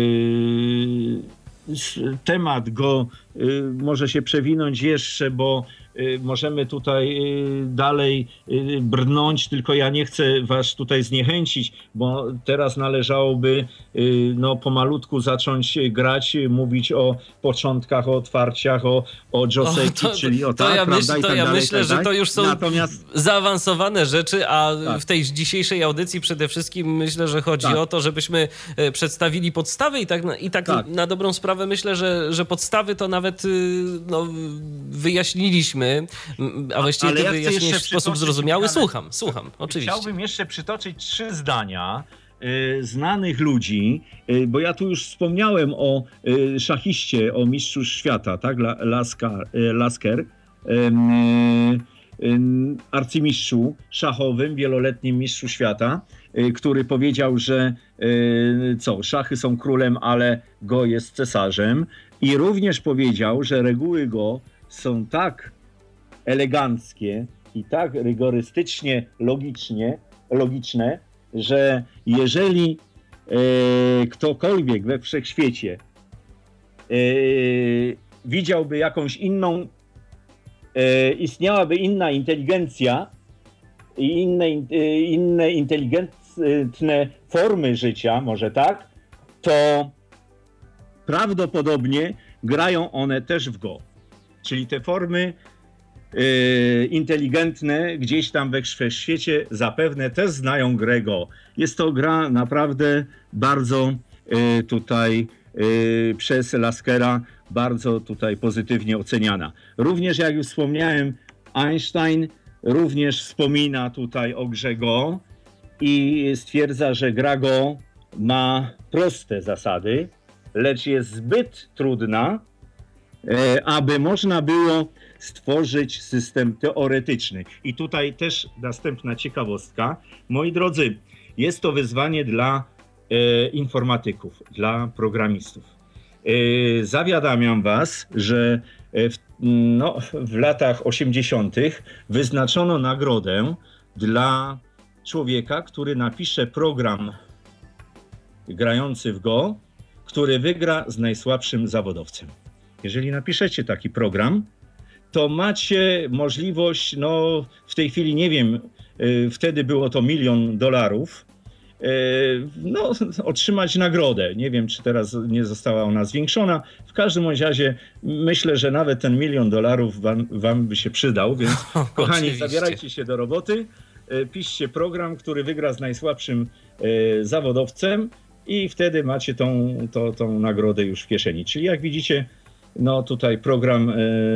Speaker 4: temat Go może się przewinąć jeszcze, bo możemy tutaj dalej brnąć, tylko ja nie chcę was tutaj zniechęcić, bo teraz należałoby no, pomalutku zacząć grać, mówić o początkach, o otwarciach, o, o Joseki, czyli o
Speaker 2: to
Speaker 4: tak,
Speaker 2: ja
Speaker 4: prawda,
Speaker 2: myśl,
Speaker 4: i tak
Speaker 2: to ja
Speaker 4: dalej,
Speaker 2: myślę,
Speaker 4: tak
Speaker 2: że
Speaker 4: dalej.
Speaker 2: to już są
Speaker 4: Natomiast
Speaker 2: zaawansowane rzeczy, a
Speaker 4: tak.
Speaker 2: w tej dzisiejszej audycji przede wszystkim myślę, że chodzi
Speaker 4: tak.
Speaker 2: o to, żebyśmy przedstawili podstawy i tak, i tak,
Speaker 4: tak.
Speaker 2: na dobrą sprawę myślę, że, że podstawy to nawet no, wyjaśniliśmy, a właściwie
Speaker 4: Ale
Speaker 2: to
Speaker 4: ja chcę
Speaker 2: wyjaśnienie w
Speaker 4: jeszcze
Speaker 2: sposób
Speaker 4: przytoczyć,
Speaker 2: zrozumiały.
Speaker 4: ale-
Speaker 2: Słucham, słucham, oczywiście.
Speaker 4: Chciałbym jeszcze przytoczyć trzy zdania y, znanych ludzi, y, bo ja tu już wspomniałem o y, szachiście, o mistrzu świata, tak, La, Laskar, y, Lasker, arcymistrzu szachowym, wieloletnim mistrzu świata, który powiedział, że co, szachy są królem, ale Go jest cesarzem. I również powiedział, że reguły Go są tak eleganckie i tak rygorystycznie logicznie, logiczne, że jeżeli e, ktokolwiek we wszechświecie e, widziałby jakąś inną, e, istniałaby inna inteligencja i inne, e, inne inteligentne formy życia, może tak, to prawdopodobnie grają one też w Go. Czyli te formy Yy, inteligentne gdzieś tam we wszechświecie zapewne też znają grę Go. Jest to gra naprawdę bardzo yy, tutaj yy, przez Laskera bardzo tutaj pozytywnie oceniana. Również jak już wspomniałem, Einstein również wspomina tutaj o grze Go i stwierdza, że gra Go ma proste zasady, lecz jest zbyt trudna, yy, aby można było stworzyć system teoretyczny. I tutaj też następna ciekawostka. Moi drodzy, jest to wyzwanie dla e, informatyków, dla programistów. E, zawiadamiam was, że w, no, w latach osiemdziesiątych wyznaczono nagrodę dla człowieka, który napisze program grający w Go, który wygra z najsłabszym zawodowcem. Jeżeli napiszecie taki program, to macie możliwość, no w tej chwili nie wiem, y, wtedy było to milion dolarów, y, no otrzymać nagrodę. Nie wiem, czy teraz nie została ona zwiększona. W każdym razie myślę, że nawet ten milion dolarów wam, wam by się przydał, więc kochani,
Speaker 2: Oczywiście.
Speaker 4: zabierajcie się do roboty, y, piszcie program, który wygra z najsłabszym y, zawodowcem i wtedy macie tą, to, tą nagrodę już w kieszeni. Czyli jak widzicie, no tutaj program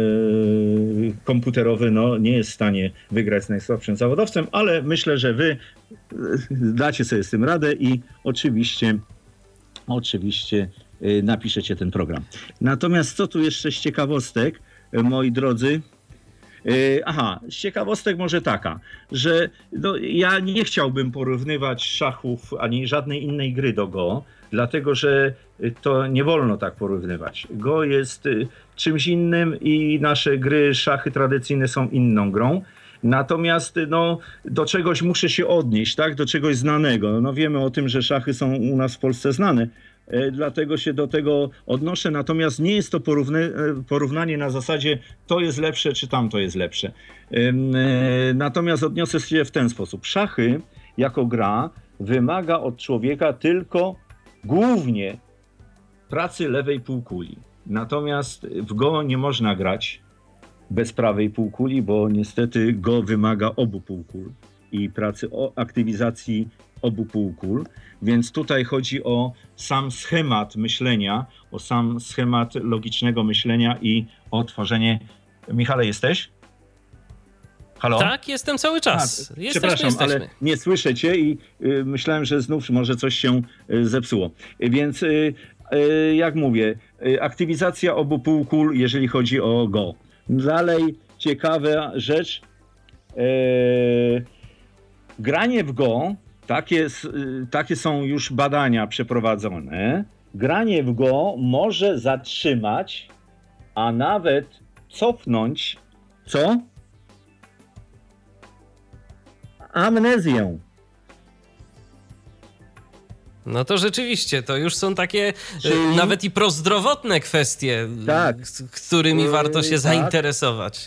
Speaker 4: yy, komputerowy no, nie jest w stanie wygrać z najsłabszym zawodowcem, ale myślę, że wy yy, dacie sobie z tym radę i oczywiście, oczywiście yy, napiszecie ten program. Natomiast co tu jeszcze z ciekawostek, yy, moi drodzy? Yy, aha, z ciekawostek może taka, że no, ja nie chciałbym porównywać szachów ani żadnej innej gry do Go, dlatego że to nie wolno tak porównywać. Go jest czymś innym i nasze gry, szachy tradycyjne są inną grą. Natomiast no, do czegoś muszę się odnieść, tak? Do czegoś znanego. No, wiemy o tym, że szachy są u nas w Polsce znane, dlatego się do tego odnoszę. Natomiast nie jest to porównanie na zasadzie to jest lepsze, czy tamto jest lepsze. Natomiast odniosę się w ten sposób. Szachy jako gra wymaga od człowieka tylko głównie pracy lewej półkuli. Natomiast w Go nie można grać bez prawej półkuli, bo niestety Go wymaga obu półkul i pracy o aktywizacji obu półkul. Więc tutaj chodzi o sam schemat myślenia, o sam schemat logicznego myślenia i o tworzenie... Michale, jesteś? Halo?
Speaker 2: Tak, jestem cały czas.
Speaker 4: A,
Speaker 2: jesteśmy,
Speaker 4: przepraszam,
Speaker 2: jesteśmy.
Speaker 4: ale nie słyszę cię i y, myślałem, że znów może coś się y, zepsuło. Y, więc y, y, jak mówię, y, aktywizacja obu półkul, jeżeli chodzi o Go. Dalej ciekawa rzecz. Y, granie w Go, takie, y, takie są już badania przeprowadzone. Granie w Go może zatrzymać, a nawet cofnąć, co? Amnezję.
Speaker 2: No to rzeczywiście, to już są takie
Speaker 4: Czyli...
Speaker 2: y, nawet i prozdrowotne kwestie,
Speaker 4: Tak.
Speaker 2: z którymi
Speaker 4: Yy,
Speaker 2: warto się
Speaker 4: tak.
Speaker 2: zainteresować.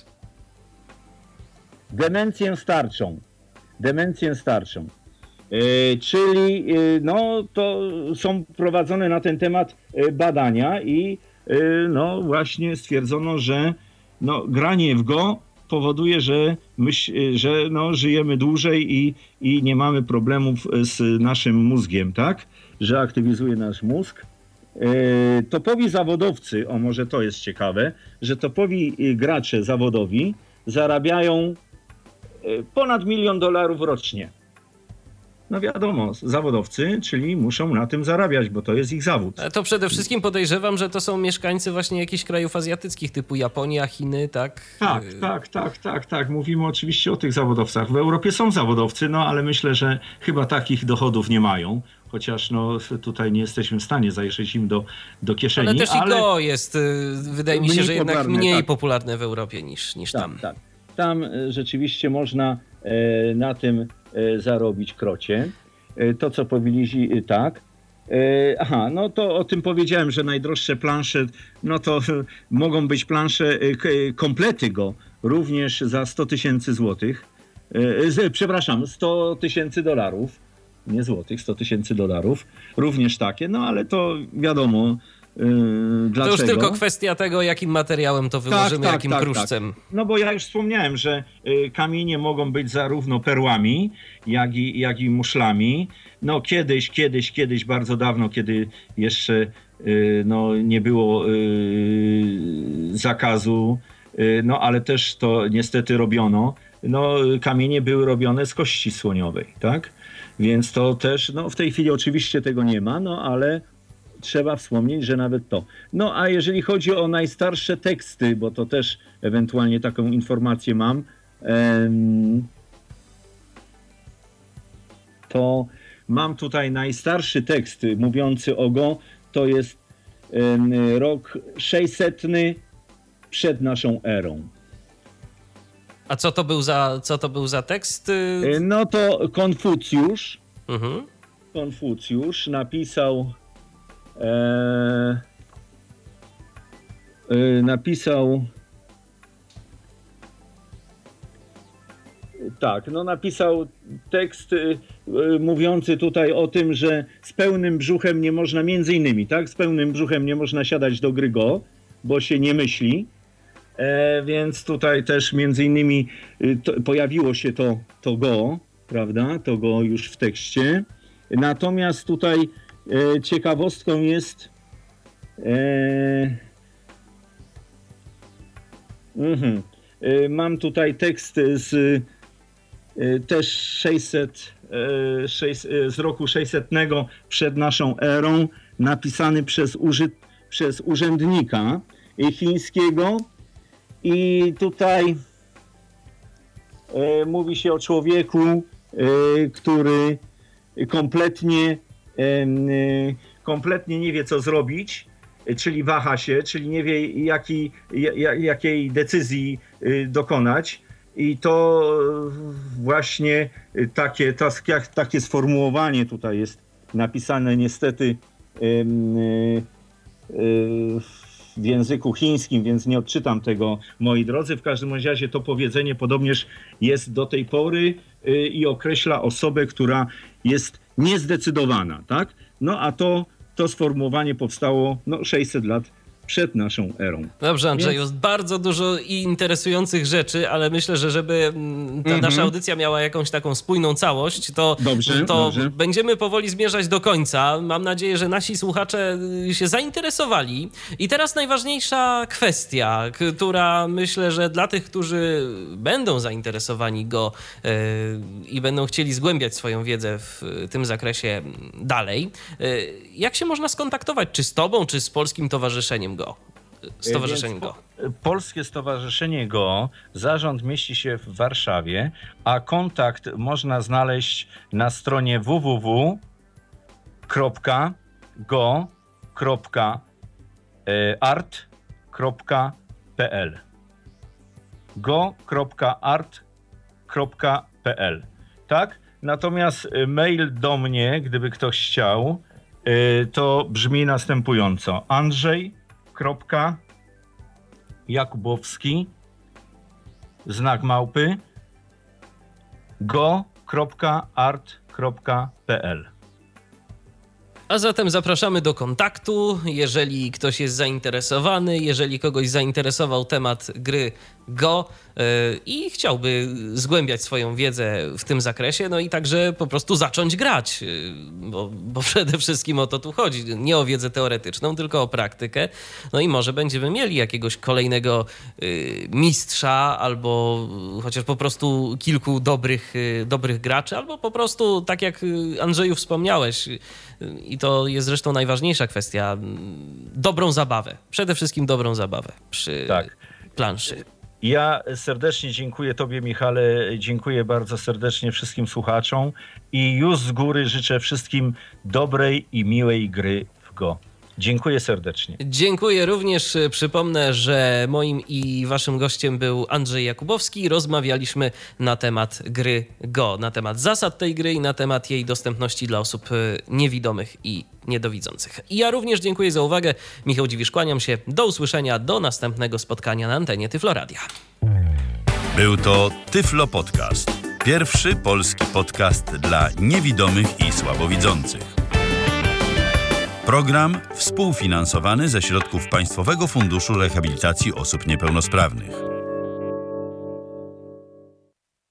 Speaker 4: Demencję starczą. Demencję starczą. Yy, czyli yy, no, to są prowadzone na ten temat yy, badania i yy, no, właśnie stwierdzono, że no, granie w Go powoduje, że, myśl, że no, żyjemy dłużej i, i nie mamy problemów z naszym mózgiem, tak? Że aktywizuje nasz mózg. Yy, topowi zawodowcy, o może to jest ciekawe, że topowi gracze zawodowi zarabiają yy, ponad milion dolarów rocznie. no wiadomo, zawodowcy, czyli muszą na tym zarabiać, bo to jest ich zawód.
Speaker 2: To przede wszystkim podejrzewam, że to są mieszkańcy właśnie jakichś krajów azjatyckich typu Japonia, Chiny, tak?
Speaker 4: Tak, tak, tak, tak, tak. Mówimy oczywiście o tych zawodowcach. W Europie są zawodowcy, no ale myślę, że chyba takich dochodów nie mają. Chociaż no, tutaj nie jesteśmy w stanie zajrzeć im do, do kieszeni.
Speaker 2: Ale też i
Speaker 4: ale...
Speaker 2: Go jest, wydaje mi się, że jednak
Speaker 4: popularne,
Speaker 2: mniej
Speaker 4: tak.
Speaker 2: popularne w Europie niż, niż
Speaker 4: tak,
Speaker 2: tam.
Speaker 4: Tak. Tam e, rzeczywiście można e, na tym e, zarobić krocie. E, to, co powiedzieli, e, tak. E, aha, no to o tym powiedziałem, że najdroższe plansze, no to e, mogą być plansze, e, k, komplety Go, również za sto tysięcy złotych. E, z, przepraszam, sto tysięcy dolarów. Nie złotych, sto tysięcy dolarów. Również takie, no ale to wiadomo yy, dlaczego.
Speaker 2: To już tylko kwestia tego, jakim materiałem to wyłożymy,
Speaker 4: tak,
Speaker 2: jakim
Speaker 4: tak,
Speaker 2: kruszcem.
Speaker 4: Tak. No bo ja już wspomniałem, że y, kamienie mogą być zarówno perłami, jak i, jak i muszlami. No kiedyś, kiedyś, kiedyś, bardzo dawno, kiedy jeszcze y, no, nie było y, zakazu, y, no ale też to niestety robiono. No kamienie były robione z kości słoniowej, tak? Więc to też, no w tej chwili oczywiście tego nie ma, no ale trzeba wspomnieć, że nawet to. No a jeżeli chodzi o najstarsze teksty, bo to też ewentualnie taką informację mam, em, to mam tutaj najstarszy tekst mówiący o Go, to jest em, rok sześćsetny przed naszą erą.
Speaker 2: A co to był za, co to był za tekst?
Speaker 4: No to Konfucjusz,
Speaker 2: Mhm.
Speaker 4: Konfucjusz napisał e, e, napisał tak, no napisał tekst e, mówiący tutaj o tym, że z pełnym brzuchem nie można, między innymi, tak, z pełnym brzuchem nie można siadać do gry Go, bo się nie myśli. E, więc tutaj też między innymi y, to, pojawiło się to, to Go, prawda? To Go już w tekście. Natomiast tutaj e, ciekawostką jest e, mhm, e, mam tutaj tekst z e, też sześćset, e, sześć, e, z roku sześćsetnego przed naszą erą, napisany przez, uży, przez urzędnika chińskiego. I tutaj e, mówi się o człowieku, e, który kompletnie, e, kompletnie nie wie, co zrobić, e, czyli waha się, czyli nie wie, jaki, jak, jakiej decyzji e, dokonać. I to właśnie takie, takie, takie sformułowanie tutaj jest napisane niestety e, e, w języku chińskim, więc nie odczytam tego, moi drodzy. W każdym razie to powiedzenie podobnież jest do tej pory yy, i określa osobę, która jest niezdecydowana, tak? No a to, to sformułowanie powstało no, sześćset lat przed naszą erą.
Speaker 2: Dobrze, Andrzeju,
Speaker 4: Więc...
Speaker 2: bardzo dużo i interesujących rzeczy, ale myślę, że żeby ta mm-hmm. nasza audycja miała jakąś taką spójną całość, to,
Speaker 4: dobrze,
Speaker 2: to
Speaker 4: dobrze.
Speaker 2: będziemy powoli zmierzać do końca. Mam nadzieję, że nasi słuchacze się zainteresowali. I teraz najważniejsza kwestia, która myślę, że dla tych, którzy będą zainteresowani Go yy, i będą chcieli zgłębiać swoją wiedzę w tym zakresie dalej, yy, jak się można skontaktować? Czy z tobą, czy z Polskim Towarzyszeniem Go? Stowarzyszeniem Go.
Speaker 3: Polskie Stowarzyszenie Go, zarząd mieści się w Warszawie, a kontakt można znaleźć na stronie w w w kropka go kropka art kropka p l go kropka art kropka p l. Tak? Natomiast mail do mnie, gdyby ktoś chciał, to brzmi następująco: Andrzej kropka Jakubowski znak małpy go kropka art kropka p l.
Speaker 2: A zatem zapraszamy do kontaktu, jeżeli ktoś jest zainteresowany, jeżeli kogoś zainteresował temat gry Go yy, i chciałby zgłębiać swoją wiedzę w tym zakresie, no i także po prostu zacząć grać, yy, bo, bo przede wszystkim o to tu chodzi. Nie o wiedzę teoretyczną, tylko o praktykę. No i może będziemy mieli jakiegoś kolejnego yy, mistrza, albo chociaż po prostu kilku dobrych, yy, dobrych graczy, albo po prostu, tak jak Andrzeju wspomniałeś, yy, i to jest zresztą najważniejsza kwestia, dobrą zabawę. Przede wszystkim dobrą zabawę przy
Speaker 3: Tak.
Speaker 2: planszy.
Speaker 3: Ja serdecznie dziękuję Tobie, Michale, dziękuję bardzo serdecznie wszystkim słuchaczom i już z góry życzę wszystkim dobrej i miłej gry w Go. Dziękuję serdecznie.
Speaker 2: Dziękuję również. Przypomnę, że moim i waszym gościem był Andrzej Jakubowski. Rozmawialiśmy na temat gry Go, na temat zasad tej gry i na temat jej dostępności dla osób niewidomych i niedowidzących. I ja również dziękuję za uwagę. Michał Dziwisz, kłaniam się. Do usłyszenia, do następnego spotkania na antenie Tyflo Radia.
Speaker 1: Był to Tyflo Podcast. Pierwszy polski podcast dla niewidomych i słabowidzących. Program współfinansowany ze środków Państwowego Funduszu Rehabilitacji Osób Niepełnosprawnych.